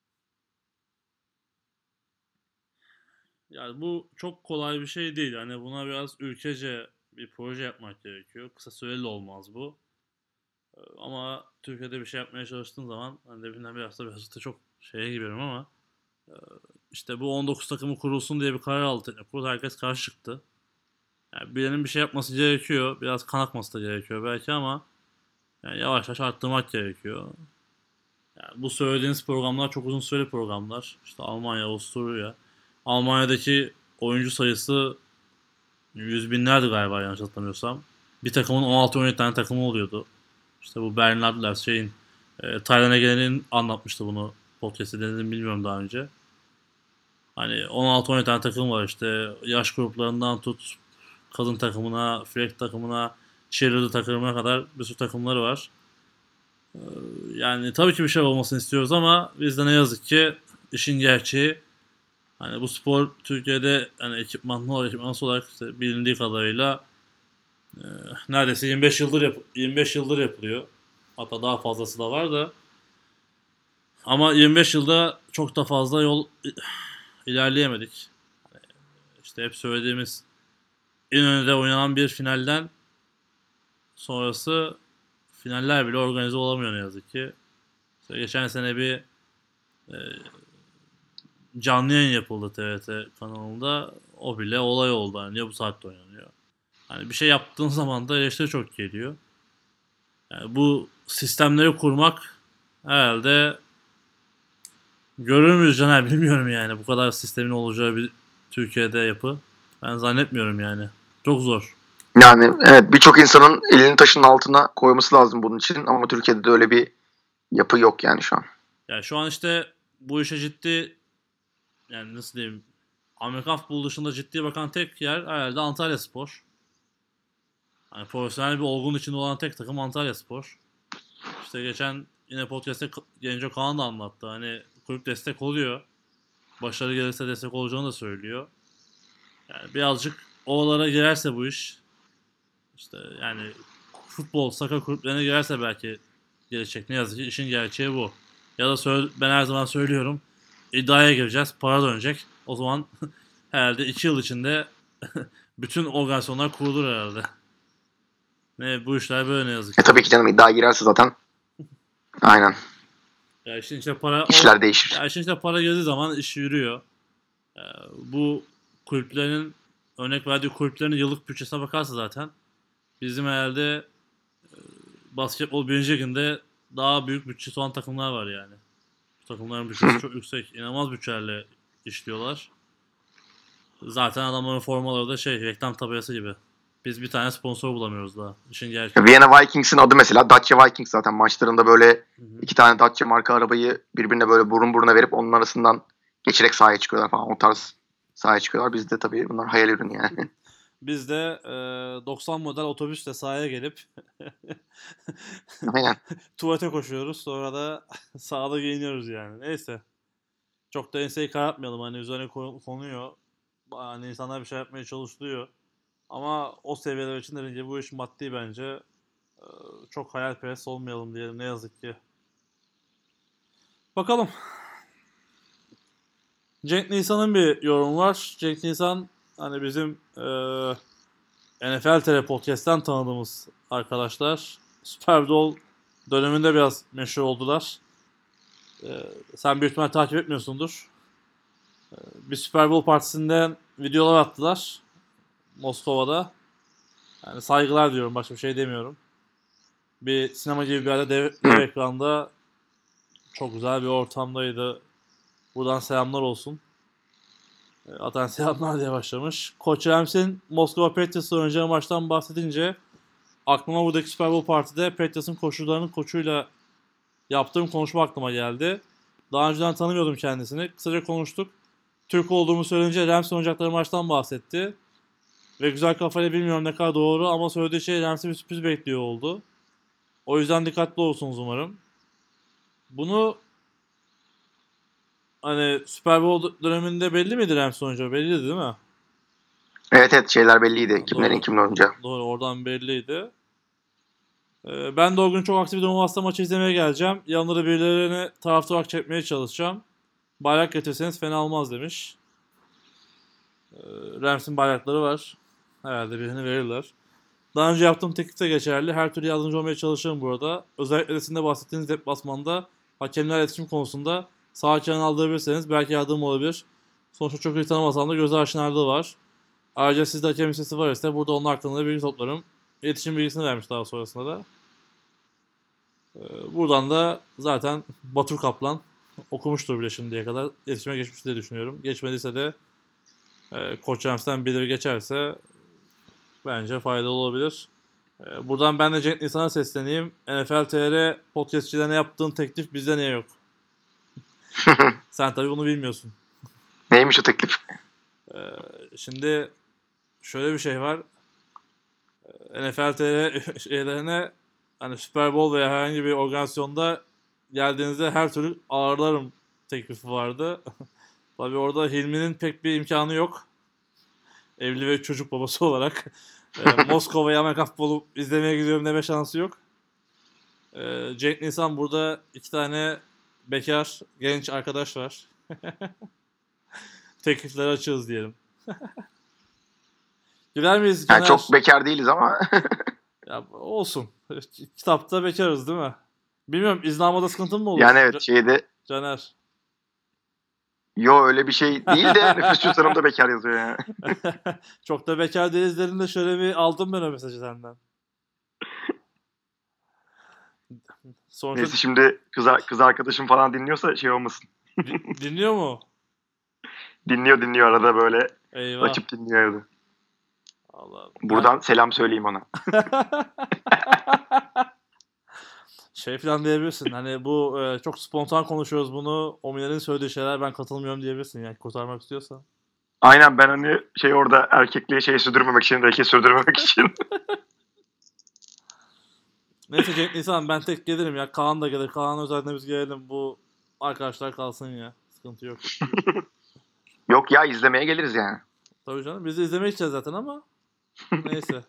Yani bu çok kolay bir şey değil. Hani buna biraz ülkece bir proje yapmak gerekiyor. Kısa süreli olmaz bu. Ee, Ama Türkiye'de bir şey yapmaya çalıştığın zaman hani deminden biraz da biraz da çok şeye giriyorum ama e, işte bu on dokuz takımı kurulsun diye bir karar aldı teknik kurul. Herkes karşı çıktı. Yani birinin bir şey yapması gerekiyor. Biraz kan akması da gerekiyor belki ama yani yavaş yavaş arttırmak gerekiyor. Yani bu söylediğiniz programlar çok uzun süreli programlar. İşte Almanya, Avusturya. Almanya'daki oyuncu sayısı yüz binlerdi galiba yanlış hatırlamıyorsam. Bir takımın on altı on yedi tane takımı oluyordu. İşte bu Bernard'lar şeyin e, Taylan Ege'nin anlatmıştı bunu. Podcast'te denedim bilmiyorum daha önce. Hani on altı on yedi tane takım var işte. Yaş gruplarından tut kadın takımına, flag takımına, cheerleader takımına kadar bir sürü takımları var. Ee, Yani tabii ki bir şey olmasını istiyoruz ama biz de ne yazık ki işin gerçeği hani bu spor Türkiye'de hani ekipmanlı olarak, ekipmansız olarak işte bilindiği kadarıyla e, neredeyse yirmi beş yıldır yap- yirmi beş yıldır yapılıyor. Hatta daha fazlası da var da. Ama yirmi beş yılda çok da fazla yol ilerleyemedik. İşte hep söylediğimiz İnönü'de oynanan bir finalden sonrası finaller bile organize olamıyor ne yazık ki. İşte geçen sene bir e, canlı yayın yapıldı T R T kanalında. O bile olay oldu. Hani niye bu saatte oynanıyor? Hani bir şey yaptığın zaman da eleştiri çok geliyor. Yani bu sistemleri kurmak herhalde görür müyüz Caner bilmiyorum yani. Bu kadar sistemin olacağı bir Türkiye'de yapı. Ben zannetmiyorum yani. Çok zor. Yani evet, birçok insanın elini taşın altına koyması lazım bunun için ama Türkiye'de de öyle bir yapı yok yani şu an. Yani şu an işte bu işe ciddi yani nasıl diyeyim Amerikan futbolu dışında ciddi bakan tek yer herhalde Antalyaspor. Hani profesyonel bir olgun içinde olan tek takım Antalyaspor. İşte geçen yine podcast'te K- Genco Kaan da anlattı. Hani kulüp destek oluyor. Başarı gelirse destek olacağını da söylüyor. Yani birazcık oralara girerse bu iş işte yani futbol, soccer kulüplerine girerse belki gelecek. Ne yazık ki işin gerçeği bu. Ya da söyle, ben her zaman söylüyorum iddiaya gireceğiz. Para dönecek. O zaman herhalde iki yıl içinde bütün organizasyonlar kurulur herhalde. Ne bu işler böyle ne yazık E ki. tabii ki canım, iddia girerse zaten aynen Ya işin içine para o işler değişir. ya işin içine para girdiği zaman iş yürüyor. Ee, Bu kulüplerin örnek verdiği kulüplerin yıllık bütçesine bakarsa zaten bizim herhalde basketbol birinci liginde daha büyük bütçesi olan takımlar var yani. Bu takımların bütçesi çok yüksek. İnanılmaz bütçelerle işliyorlar. Zaten adamların formaları da şey reklam tabelası gibi. Biz bir tane sponsor bulamıyoruz daha. İşin gerçeği. Vienna Vikings'in adı mesela Dacia Vikings, zaten maçlarında böyle Hı hı. iki tane Dacia marka arabayı birbirine böyle burun buruna verip onun arasından geçerek sahaya çıkıyorlar falan. O tarz sahaya çıkıyorlar. Bizde tabii bunlar hayal ürünü yani. Biz de e, doksan model otobüsle sahaya gelip Aynen. tuvalete koşuyoruz. Sonra da sahada giyiniyoruz yani. Neyse. Çok da enseyi karartmayalım. Hani üzerine ko- konuyor. Hani insanlar bir şey yapmaya çalışılıyor. Ama o seviyeler için dediğim gibi bu iş maddi bence. Ee, Çok hayalperest olmayalım diyelim ne yazık ki. Bakalım. Cenk Nisan'ın bir yorum var. Cenk Nisan hani bizim eee N F L T R Podcast'ten tanıdığımız arkadaşlar. Super Bowl döneminde biraz meşhur oldular. Eee, sen büyük ihtimal takip etmiyorsundur. Bir Super Bowl partisinden videolar attılar. Moskova'da. Yani saygılar diyorum. Başka bir şey demiyorum. Bir sinema gibi bir yerde dev, dev Hı. ekranda çok güzel bir ortamdaydı. Buradan selamlar olsun. E, Atan selamlar diye başlamış. Koç Rams'in Moskova Patriots'la oynayacağı maçtan bahsedince aklıma buradaki Super Bowl partide Patriots'ın koşucularının koçuyla yaptığım konuşma aklıma geldi. Daha önceden tanımıyordum kendisini. Kısaca konuştuk. Türk olduğumu söyleyince Rams oynayacakları maçtan bahsetti. Ve güzel kafayla bilmiyorum ne kadar doğru ama söylediği şey Rams'i bir sürpriz bekliyor oldu. O yüzden dikkatli olsunuz umarım. Bunu hani Super Bowl döneminde belli miydi Rams oyuncu? Belliydi değil mi? Evet evet şeyler belliydi. Kimlerin Doğru. kimle oynayacağı. Doğru oradan belliydi. Ee, ben de o gün çok aktif bir durum olmazsa maçı izlemeye geleceğim. Yanlara birilerini taraftar olarak çekmeye çalışacağım. Bayrak getirseniz fena olmaz demiş. Ee, Rams'in bayrakları var. Herhalde birini verirler. Daha önce yaptığım teklif de geçerli. Her türlü yardımcı olmaya çalışırım burada. Özellikle de sizin de bahsettiğiniz deplasmanda hakemler iletişim konusunda sağ açığını aldırabilirseniz belki yardım olabilir. Sonuçta çok iyi tanımasam da göz aşinalığı var. Ayrıca sizde hakem listesi var ise burada onun hakkında da bilgi toplarım. İletişim bilgisini vermiş daha sonrasında da. Ee, Buradan da zaten Batur Kaplan okumuştur bile şimdiye kadar. İletişime geçmiş diye düşünüyorum. Geçmediyse de e, Koç Rams'ten birileri geçerse bence faydalı olabilir. Ee, Buradan ben de Cenk Nisan'a sesleneyim. N F L T R podcastçilerine yaptığın teklif bizde niye yok? Sen tabii bunu bilmiyorsun. Neymiş o teklif? Ee, Şimdi şöyle bir şey var. Ee, N F L T R şeylerine hani Super Bowl veya herhangi bir organizasyonda geldiğinizde her türlü ağırlarım teklifi vardı. Tabii orada Hilmi'nin pek bir imkanı yok. Evli ve çocuk babası olarak. Ee, Moskova'ya Amerika futbolu izlemeye gidiyorum deme şansı yok. Ee, Cenk Nisan burada iki tane bekar genç arkadaş var. Teklifleri açığız diyelim. Gider miyiz Yani Caner? çok bekar değiliz ama Ya olsun. Kitapta bekarız değil mi? Bilmiyorum izin almada sıkıntın mı olur? yani evet Ca- şeyde Caner. yo öyle bir şey değil de nüfus cüzdanımda bekar yazıyor yani. Çok da bekar değiliz dediğinde şöyle bir aldım ben o mesajı senden. Sonuçta Neyse şimdi kız, kız arkadaşım falan dinliyorsa şey olmasın. di- dinliyor mu? Dinliyor dinliyor arada böyle Eyvah. açıp dinliyor evde. Allah. Buradan selam söyleyeyim ona. Şey falan diyebilirsin. Hani bu e, çok spontan konuşuyoruz bunu. Ominer'in söylediği şeyler ben katılmıyorum diyebilirsin yani kurtarmak istiyorsan. Aynen ben hani şey orada erkekliği şey sürdürmemek için, reke sürdürmemek için. Neyse Cenk Nisan ben tek gelirim ya. Kaan da gelir. Kaan özellikle biz gelelim. Bu arkadaşlar kalsın ya. Sıkıntı yok. Yok ya izlemeye geliriz yani. Tabii canım. Biz de izlemeye gideceğiz zaten ama neyse.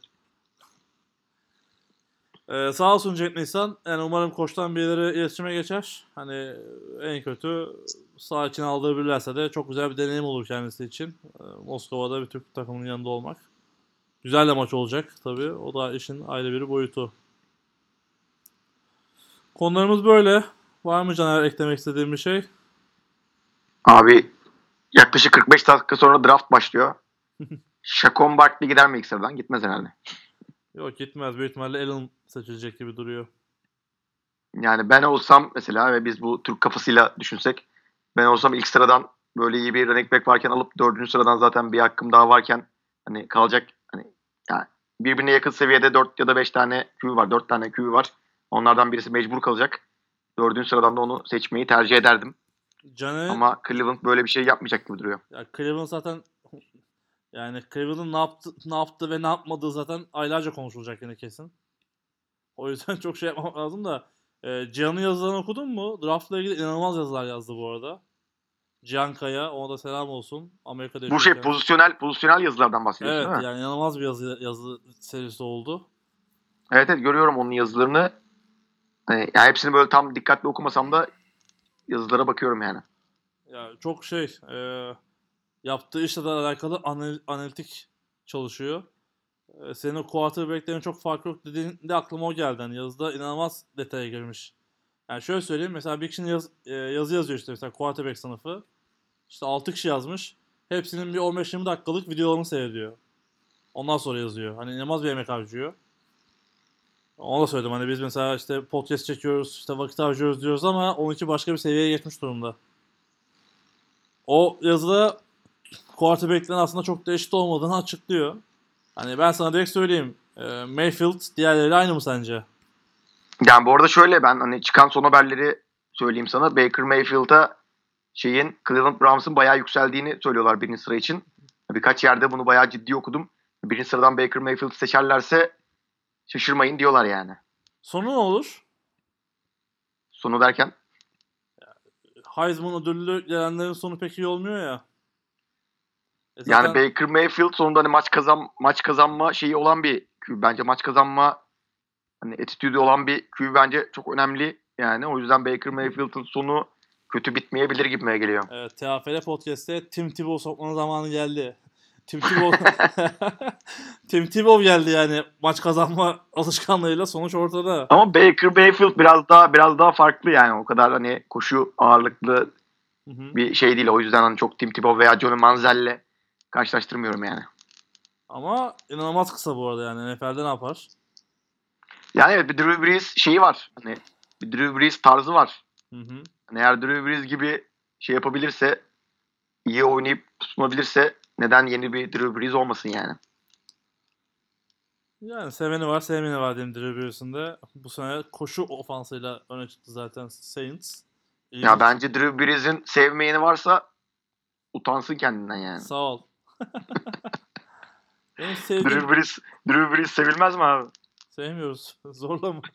Ee, sağ olsun Cenk Nisan. Yani umarım koçtan birileri iletişime geçer. Hani en kötü sağ için aldırabilirlerse de çok güzel bir deneyim olur kendisi için. Ee, Moskova'da bir Türk takımının yanında olmak. Güzel de maç olacak tabii. O da işin ayrı bir boyutu. Konularımız böyle. Var mı Caner eklemek istediğim bir şey? Abi yaklaşık kırk beş dakika sonra draft başlıyor. Şakon Barkley gider mi ilk sıradan? Gitmez herhalde. Yok gitmez. Büyük ihtimalle Allen seçilecek gibi duruyor. Yani ben olsam mesela ve biz bu Türk kafasıyla düşünsek ben olsam ilk sıradan böyle iyi bir running back varken alıp dördüncü sıradan zaten bir hakkım daha varken hani kalacak hani yani birbirine yakın seviyede dört ya da beş tane Q B var. Dört tane Q B var. Onlardan birisi mecbur kalacak. Dördüncü sıradan da onu seçmeyi tercih ederdim. Caner Ama Cleveland böyle bir şey yapmayacak gibi duruyor. ya Cleveland zaten yani Cleveland'ın ne yaptı, ne yaptı ve ne yapmadığı zaten aylarca konuşulacak yine kesin. O yüzden çok şey yapmam lazım da e, Cihan'ın yazılarını okudun mu? Draft'la ilgili inanılmaz yazılar yazdı bu arada. Cihan Kaya, ona da selam olsun. Amerika'da Bu şey yaşıyorken. pozisyonel pozisyonel yazılardan bahsediyorsun Evet değil mi? yani inanılmaz bir yazı, yazı serisi oldu. Evet evet görüyorum onun yazılarını. Hani, yani hepsini böyle tam dikkatli okumasam da yazılara bakıyorum yani. Ya çok şey e, yaptığı işle de alakalı anal- analitik çalışıyor. E, senin o quarterback'lerin çok farkı yok dediğinde aklıma o geldi. Yani yazıda inanılmaz detaya girmiş. Yani şöyle söyleyeyim mesela bir kişinin yaz, e, yazı yazıyor işte mesela quarterback sınıfı. İşte altı kişi yazmış. Hepsinin bir on beş yirmi dakikalık videolarını seyrediyor. Ondan sonra yazıyor. Hani inanılmaz bir emek harcıyor. Ona da söyledim hani biz mesela işte podcast çekiyoruz, işte vakit harcıyoruz diyoruz ama onunki başka bir seviyeye geçmiş durumda. O yazıda quarterback'lerin aslında çok da eşit olmadığını açıklıyor. Hani ben sana direkt söyleyeyim. E, Mayfield diğerleri aynı mı sence? Yani bu arada şöyle ben hani çıkan son haberleri söyleyeyim sana. Baker Mayfield'a şeyin Cleveland Browns'ın bayağı yükseldiğini söylüyorlar birinci sıra için. Birkaç yerde bunu bayağı ciddi okudum. Birinci sıradan Baker Mayfield seçerlerse şaşırmayın diyorlar yani. Sonu ne olur? Sonu derken? Heisman ödüllü gelenlerin sonu pek iyi olmuyor ya. E Yani zaten Baker Mayfield sonunda hani maç kazan maç kazanma şeyi olan bir Q B. Bence maç kazanma hani attitude'ü olan bir Q B bence çok önemli yani. O yüzden Baker Mayfield'ın sonu kötü bitmeyebilir gibime geliyor. evet, T A F L Podcast'te Tim Tebow sokmanın zamanı geldi. Tim Tebow Tim Tebow geldi yani maç kazanma alışkanlığıyla, sonuç ortada. Ama Baker Mayfield biraz daha biraz daha farklı yani. O kadar hani koşu ağırlıklı Hı hı. bir şey değil. O yüzden hani çok Tim Tebow veya Johnny Manziel'le karşılaştırmıyorum yani. Ama inanılmaz kısa bu arada yani. N F L'de ne yapar? Yani evet bir Drew Brees şeyi var. Hani bir Drew Brees tarzı var. Hı hı. Hani eğer Drew Brees gibi şey yapabilirse, iyi oynayıp tutunabilirse neden yeni bir Drew Brees olmasın yani. Yani seveni var, sevmeni var diyeyim Drew Brees'in de. Bu sene koşu ofansıyla öne çıktı zaten Saints. Ya İlginç. bence Drew Brees'in sevmeyeni varsa utansın kendinden yani. Sağ ol. Benim Drew sevdiğim... Brees, Drew Brees sevilmez mi abi? Sevmiyoruz. Zorla mı?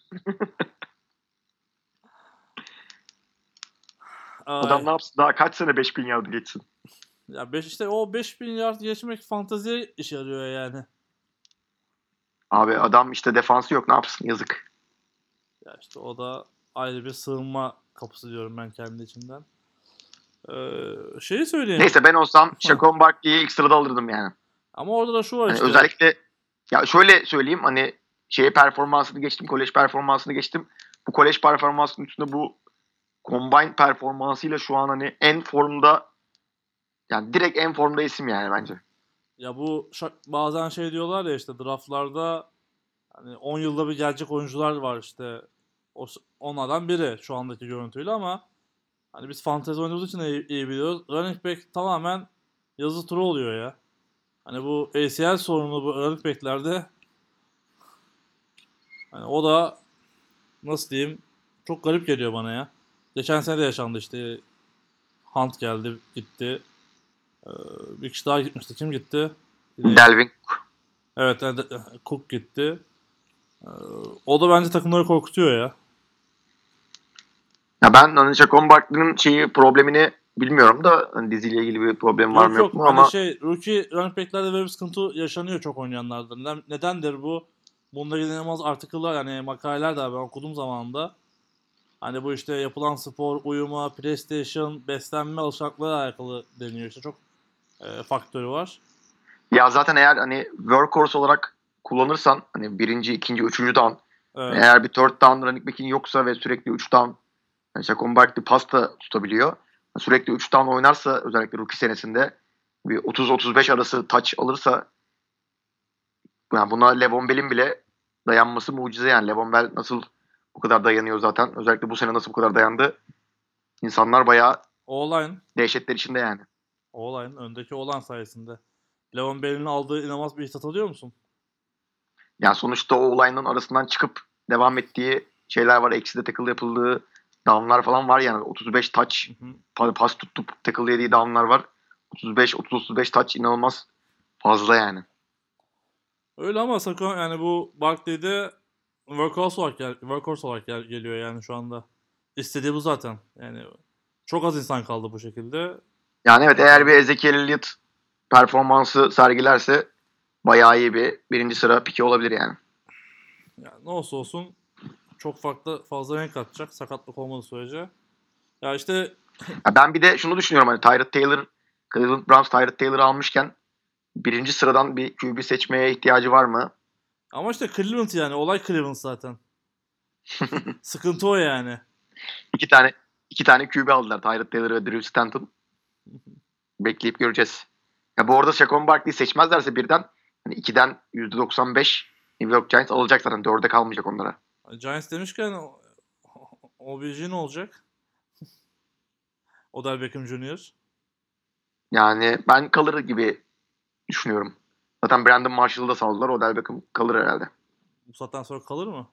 Adam Ay. ne yapsın? Daha kaç sene beş bin yard geçsin? Ya beş işte o beş bin yard geçmek fanteziye işe yarıyor yani. Abi adam işte defansı yok ne yapsın yazık. Ya işte o da ayrı bir sığınma kapısı diyorum ben kendi içimden. Ee, şeyi söyleyeyim. Neyse ben olsam Shaquan Barkley'i ilk sırada alırdım yani. Ama orada da şu var Hani işte. özellikle ya şöyle söyleyeyim hani şeye performansını geçtim, kolej performansını geçtim. Bu kolej performansının üstünde bu combine performansıyla şu an hani en formda yani direkt en formda isim yani bence. Ya bu şa- bazen şey diyorlar ya işte draftlarda hani on yılda bir gelecek oyuncular var işte. O, onlardan biri şu andaki görüntüyle ama hani biz fantezi oynadığımız için iyi, iyi biliyoruz. Running back tamamen yazı turu oluyor ya. Hani bu A C L sorunu bu running back'lerde hani o da nasıl diyeyim çok garip geliyor bana ya. Geçen sene de yaşandı işte. Hunt geldi gitti. Ee, bir kişi daha gitmişti. Kim gitti? Yine Delvin. evet yani de- Cook gitti. Ee, o da bence takımları korkutuyor ya. Ya ben hani Shaquan Barkley'nin şeyi problemini bilmiyorum da hani diziyle ilgili bir problem var Yok mı yok yok mu hani ama şey rookie running back'lerde böyle bir sıkıntı yaşanıyor çok oynayanlarda. Neden, nedendir bu? Bunda inanılmaz article'lar yani makaleler de ben okudum zamanında. Hani bu işte yapılan spor, uyuma, PlayStation, beslenme alışkanlıkları alakalı deniyor işte çok e, faktörü var. ya zaten eğer hani workhorse olarak kullanırsan hani birinci, ikinci, üçüncü down Evet. eğer bir third down running back'in yoksa ve sürekli üç down yani Shaquan Barkley pas da tutabiliyor. Sürekli üç down oynarsa özellikle rookie senesinde bir otuz otuz beş arası touch alırsa yani buna Levon Bell'in bile dayanması mucize yani. Levon Bell nasıl bu kadar dayanıyor zaten. Özellikle bu sene nasıl bu kadar dayandı. İnsanlar bayağı O-line. dehşetler içinde yani. O-line. Öndeki O-line sayesinde. Levan Bell'in aldığı inanılmaz bir ihsat alıyor musun? Yani sonuçta o olayının arasından çıkıp devam ettiği şeyler var. Eksi de tackle yapıldığı downlar falan var yani. otuz beş touch Hı hı. pas tutup tackle yediği downlar var. otuz beş otuz otuz beş touch inanılmaz fazla yani. Öyle ama Sakon yani bu Barkley'de workhorse olarak, gel workhorse olarak gel geliyor yani şu anda. İstediği bu zaten. Yani çok az insan kaldı bu şekilde. Yani evet eğer bir N F L'de. Ezekiel Elliott performansı sergilerse bayağı iyi bir birinci sıra piki olabilir yani. Yani ne olsa olsun çok farklı fazla renk katacak sakatlık olmadığı sürece. Ya işte Ya ben bir de şunu düşünüyorum hani Tyrod Taylor, Cleveland Browns Tyrod Taylor'ı almışken birinci sıradan bir Q B seçmeye ihtiyacı var mı? ama işte Cleveland yani olay Cleveland zaten. Sıkıntı o yani. İki tane iki tane Q B aldılar Tyrod Taylor ve Drew Stanton. Bekleyip göreceğiz. Ya bu arada Saquon Barkley'i seçmezlerse birden hani ikiden yüzde doksan beş New York Giants alacak zaten. dörde kalmayacak onlara. Giants demişken o, O B J ne olacak? Odell Beckham Junior Yani ben kalır gibi düşünüyorum. Zaten Brandon Marshall'ı da saldılar. Odell Beckham kalır herhalde. Bu saatten sonra kalır mı?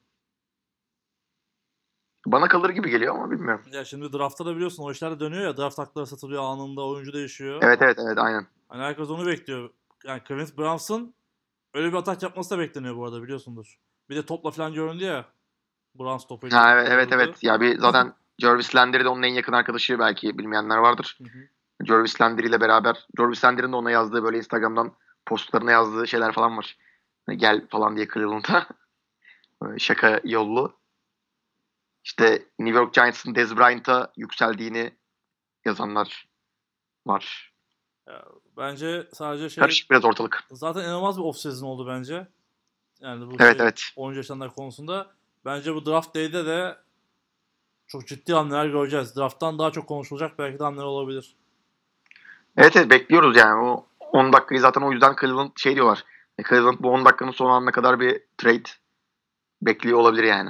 Bana kalır gibi geliyor ama bilmiyorum. Ya şimdi draftta da biliyorsun o işler de dönüyor ya. Draft hakları satılıyor anında oyuncu değişiyor. Evet evet evet aynen. Hani herkes onu bekliyor. Yani Cleveland Browns'ın öyle bir atak yapması da bekleniyor bu arada, biliyorsundur. Bir de topla falan göründü ya. Browns topuyla. Ha, evet evet, görüldü. evet. Ya bir zaten Jarvis Landry de onun en yakın arkadaşı, belki bilmeyenler vardır. Hı hı. Jarvis Landry ile beraber, Jarvis Landry'nin de ona yazdığı, böyle Instagram'dan postlarına yazdığı şeyler falan var. Hani gel falan diye Cleveland'a. Böyle şaka yollu. İşte New York Giants'ın Dez Bryant'a yükseldiğini yazanlar var. Ya, bence sadece şey, Karışık biraz ortalık. zaten inanılmaz bir off-season oldu bence. Yani bu Evet şey, evet. oyuncu yaşayanlar konusunda. Bence bu draft day'de de çok ciddi hamleler göreceğiz. Draft'tan daha çok konuşulacak belki de hamleler olabilir. Evet evet, bekliyoruz yani. O on dakikayı zaten o yüzden Cleveland şey diyorlar. E, Cleveland bu on dakikanın son anına kadar bir trade bekliyor olabilir yani.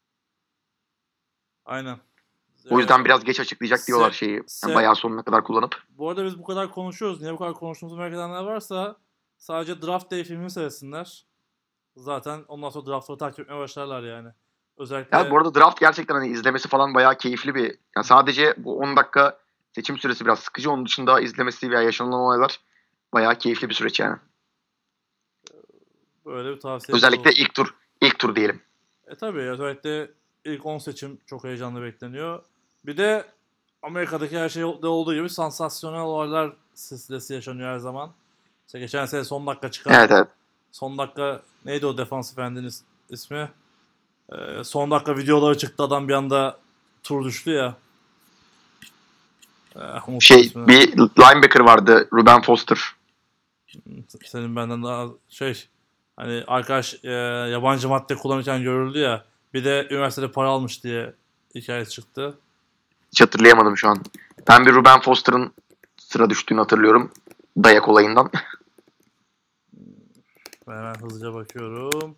Aynen. O yüzden Ee, biraz geç açıklayacak diyorlar se, şeyi. se, Yani bayağı sonuna kadar kullanıp. Bu arada biz bu kadar konuşuyoruz. Niye bu kadar konuştuğumuzu merak edenler varsa sadece Draft Day filmini seyretsinler. Zaten ondan sonra draftları takip etmeye başlarlar yani. Ya Özellikle bu arada draft gerçekten hani izlemesi falan bayağı keyifli bir. Yani sadece bu on dakika seçim süresi biraz sıkıcı. Onun dışında izlemesi veya yaşanılan olaylar bayağı keyifli bir süreç yani. böyle bir tavsiyemiz Özellikle olsun. ilk tur. İlk tur diyelim. E tabii, özellikle ilk on seçim çok heyecanlı bekleniyor. Bir de Amerika'daki her şeyde olduğu gibi sansasyonel olaylar silsilesi yaşanıyor her zaman. İşte geçen sene son dakika çıkan, Evet evet. son dakika neydi o defansif endin is- ismi? Ee, son dakika videoları çıktı, adam bir anda tur düştü ya. Ee, unuttum Şey, ismini. bir linebacker vardı, Ruben Foster. Senin benden daha şey, hani arkadaş e, yabancı madde kullanırken görüldü ya. Bir de üniversitede para almış diye hikayesi çıktı. Hiç hatırlayamadım şu an. Ben bir Ruben Foster'ın sıra düştüğünü hatırlıyorum. Dayak olayından. Ben hemen hızlıca bakıyorum.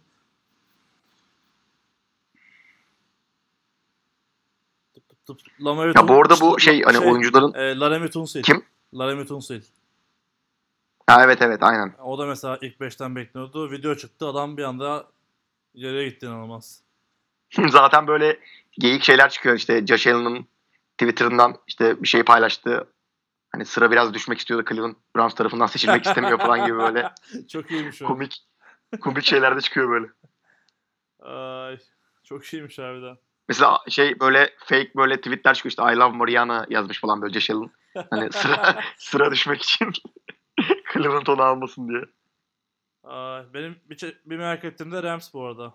Tıp tıp tıp. Laramie Ya bu Tun- arada işte, bu şey, la- hani şey oyuncuların e, Laramie Tunsil. kim? Laramie Tunsil. Ha, evet evet, aynen. O da mesela ilk beşten bekleniyordu. Video çıktı, adam bir anda ileriye gitti, inanılmaz. Zaten böyle geyik şeyler çıkıyor, işte Josh Allen'ın Twitter'ından işte bir şey paylaştı. Hani sıra biraz düşmek istiyordu, Cleveland Browns tarafından seçilmek istemiyor falan gibi böyle Çok iyiymiş o. komik komik şeyler de çıkıyor böyle. Ay, çok iyiymiş harbiden. Mesela şey, böyle fake böyle tweetler çıkıyor, işte I love Mariana yazmış falan böyle Josh Allen. Hani sıra sıra düşmek için Cleveland onu almasın diye. Ay, benim bir, çe- bir merak ettiğim de Rams bu arada.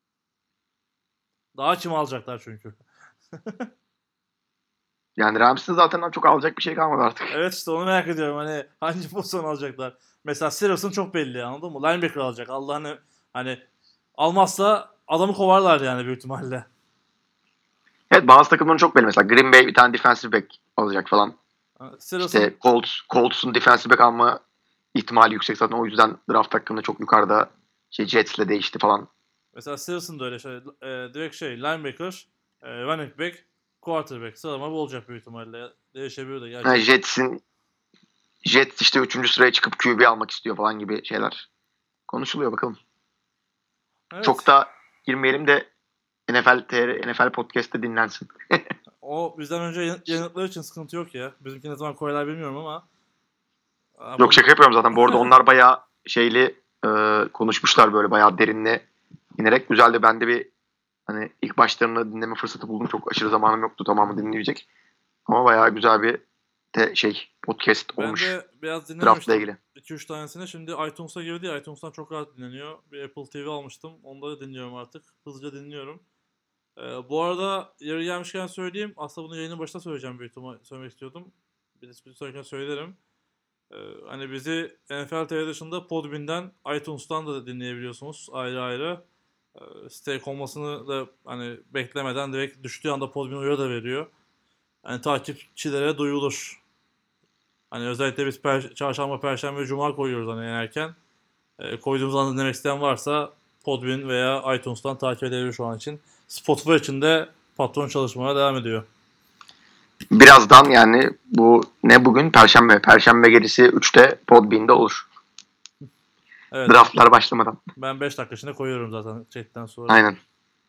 Daha kim alacaklar çünkü. Yani Rams'in zaten çok alacak bir şey kalmadı artık. Evet, işte onu merak ediyorum, hani hangi pozisyon alacaklar. Mesela Sirus'un çok belli, anladın mı? Linebacker alacak. Allah'ını, hani almazsa adamı kovarlar yani büyük ihtimalle. Evet, bazı takımların çok belli. Mesela Green Bay bir tane defensive back alacak falan. Sirus'un İşte Colts, Colts'un defensive back alma ihtimali yüksek zaten. O yüzden draft hakkında çok yukarıda, şey, Jets'le değişti falan. mesela Sirus'un da öyle şey, e, direkt şey linebacker, e, running back, quarterback sıralama bu olacak büyük ihtimalle. Değişebilir de Yani gerçi. Jets'in Jets işte üçüncü sıraya çıkıp Q B almak istiyor falan gibi şeyler konuşuluyor, bakalım. Çok Evet. da girmeyelim de N F L T R, N F L Podcast'te dinlensin. O bizden önce yan- yanıtları için sıkıntı yok ya. Bizimki ne zaman koyarlar bilmiyorum ama. Aa, Yok, bunu... şaka yapıyorum zaten. Bu arada onlar bayağı şeyli e, konuşmuşlar, böyle bayağı derinle inerek. Güzeldi. Ben de bir, hani ilk başlarını dinleme fırsatı buldum. Çok aşırı zamanım yoktu tamamı dinleyecek. Ama bayağı güzel bir de şey podcast Ben olmuş de biraz draftla dinlememiştim ilgili. iki üç tanesini. Şimdi iTunes'a girdi ya, iTunes'tan çok rahat dinleniyor. Bir Apple T V almıştım. Onda da dinliyorum artık. Hızlıca dinliyorum. Ee, bu arada yeri gelmişken söyleyeyim. Aslında bunu yayının başında söyleyeceğim, büyük ihtimal söylemek istiyordum. Bir, bir sonrakine söylerim. Ee, hani bizi N F L T V dışında Podbean'den, iTunes'tan da dinleyebiliyorsunuz ayrı ayrı. Ee, stake olmasını da hani beklemeden direkt düştüğü anda Podbean uyarı da veriyor. Yani takipçilere duyulur. Hani özellikle biz per- çarşamba, perşembe, cuma koyuyoruz hani en erken. E, koyduğumuz anda dinlemek isteyen varsa Podbean veya iTunes'tan takip edebilir şu an için. Spotify için de patron çalışmaya devam ediyor. Birazdan, yani bu ne bugün? Perşembe. Perşembe gecesi üçte Podbean'de olur. Evet, Draftlar başlamadan. ben beş dakika içinde koyuyorum zaten chatten sonra. Aynen.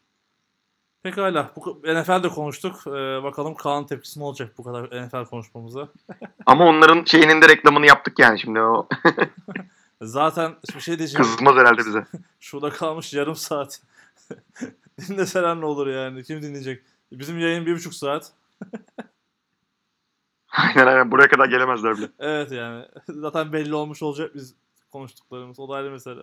Pekala. Bu, N F L'de konuştuk. Ee, bakalım Kaan'ın tepkisi ne olacak bu kadar N F L konuşmamıza. Ama onların şeyinin de reklamını yaptık yani şimdi o. Zaten bir şey diyeceğim. Kızmaz herhalde bize. Şurada kalmış yarım saat. Dinleseler ne olur yani? Kim dinleyecek? Bizim yayın bir buçuk saat. Aynen aynen. Buraya kadar gelemezler bile. Evet yani. Zaten belli olmuş olacak biz konuştuklarımız. O da ayrı mesele.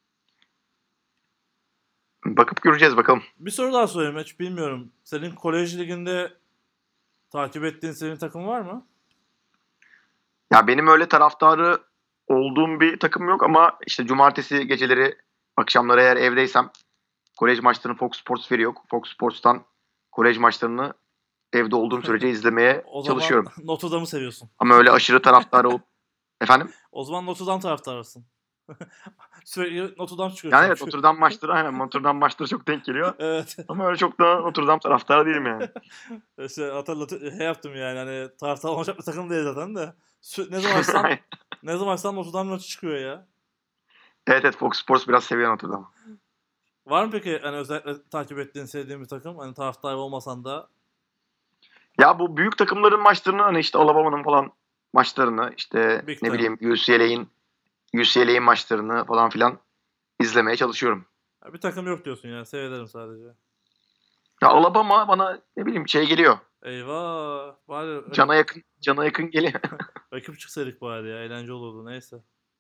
Bakıp göreceğiz bakalım. Bir soru daha sorayım. Hiç bilmiyorum. Senin kolej liginde takip ettiğin senin takım var mı? Ya benim öyle taraftarı olduğum bir takım yok ama işte cumartesi geceleri, akşamları eğer evdeysem kolej maçlarını Fox Sports veriyor. Fox Sports'tan kolej maçlarını evde olduğum sürece izlemeye O zaman çalışıyorum. Notre Dame'ı seviyorsun. Ama öyle aşırı taraftarı olup efendim? O zaman Notre Dame taraftarısın. Sürekli Notre Dame çıkıyor Yani evet çünkü. Notre Dame maçları aynen Notre Dame maçları çok denk geliyor. Evet. Ama öyle çok da Notre Dame taraftarı değilim yani. İşte hatırlatı şey yaptım yani hani taraftar olacak bir takım değil zaten de. Sü- ne zaman açsam ne zaman açsam Notre Dame maçı çıkıyor ya. Evet evet Fox Sports biraz seviyor Notre Dame'ı. Var mı peki hani özellikle takip ettiğin sevdiğin bir takım? Hani taraftar olmasan da. Ya bu büyük takımların maçlarını hani işte Alabama'nın falan maçlarını işte Big ne Ten. bileyim U C L A'in U C L A'in maçlarını falan filan izlemeye çalışıyorum. Ya bir takım yok diyorsun ya. Seyrederim sadece. Ya Alabama bana ne bileyim şey geliyor. Eyvah. Bari Cana yakın cana yakın geliyor. rakip çıksaydık bari ya. Eğlence olurdu. Neyse.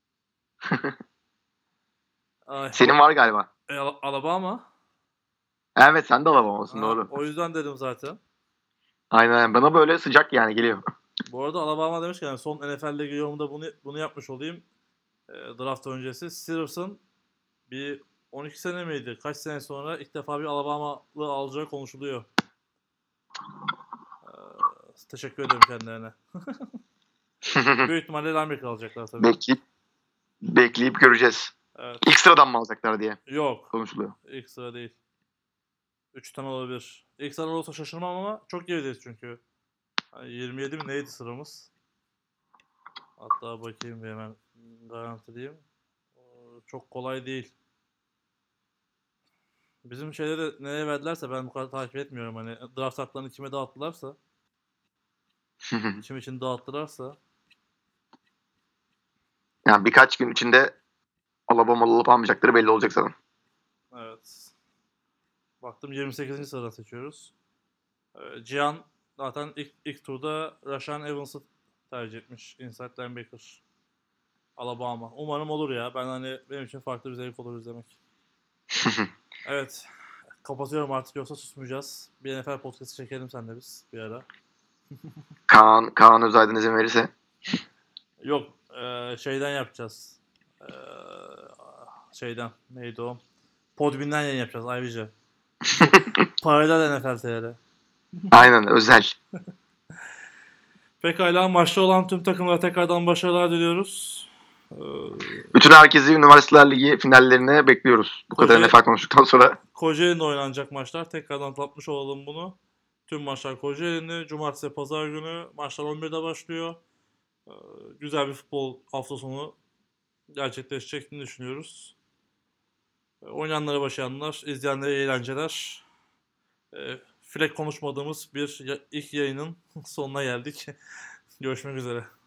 Ay, Senin var galiba. e, Al- Alabama. Evet sen de Alabama'sın Ha, doğru. o yüzden dedim zaten. Aynen bana böyle sıcak yani geliyor. Bu arada Alabama demişken yani son N F L Ligi yorumunda bunu bunu yapmış olayım. E, draft öncesi. Steelers'ın bir on iki sene miydi? Kaç sene sonra ilk defa bir Alabamalı alacağı konuşuluyor. E, teşekkür ederim kendilerine. Büyük ihtimalle linebacker alacaklar tabii. Bekleyip, bekleyip göreceğiz. Evet. İlk sıradan mı alacaklar diye Yok. konuşuluyor. İlk sıra değil. Üçten olabilir. İlk sıra olursa şaşırmam ama çok gerideyiz çünkü. Yani yirmi yedi mi neydi sıramız? Hatta bakayım bir hemen garantileyeyim. Ee, Çok kolay değil. Bizim şeyde de nereye verdilerse ben bu kadar takip etmiyorum. Hani draft haklarını kime dağıttılarsa, kim için dağıttılarsa. Yani birkaç gün içinde Alabamalı olup almayacakları belli olacak zaten. Evet. Baktım yirmi sekizinci sıradan seçiyoruz. Ee, Cihan zaten ilk, ilk turda Rashaan Evans'ı tercih etmiş. Inside linebacker. Alabama. Umarım olur ya. Ben hani benim için farklı bir zevk olur izlemek. Evet. Kapatıyorum artık yoksa susmayacağız. Bir N F L podcast'ı çekelim seninle biz bir ara. Kaan, Kaan Özaydın izin verirse. Yok. E, şeyden yapacağız. E, şeyden. Neydi o? Podbean'den yayın yapacağız ayrıca. Paralel N F L T R. Aynen özel. Pekala maçta olan tüm takımlara tekrardan başarılar diliyoruz. Ee, Bütün herkesi Üniversiteler Ligi finallerine bekliyoruz. Bu kadar Kocaeli- N F L konuştuktan sonra. Kocaeli'nde oynanacak maçlar. Tekrardan atlatmış olalım bunu. Tüm maçlar Kocaeli'nde. Cumartesi, pazar günü. Maçlar on birde başlıyor. Ee, güzel bir futbol hafta sonu gerçekleşecekini düşünüyoruz. Ee, oynayanlara başlayanlar, izleyenlere eğlenceler. Ee, Fleck konuşmadığımız bir ya- ilk yayının sonuna geldik. Görüşmek üzere.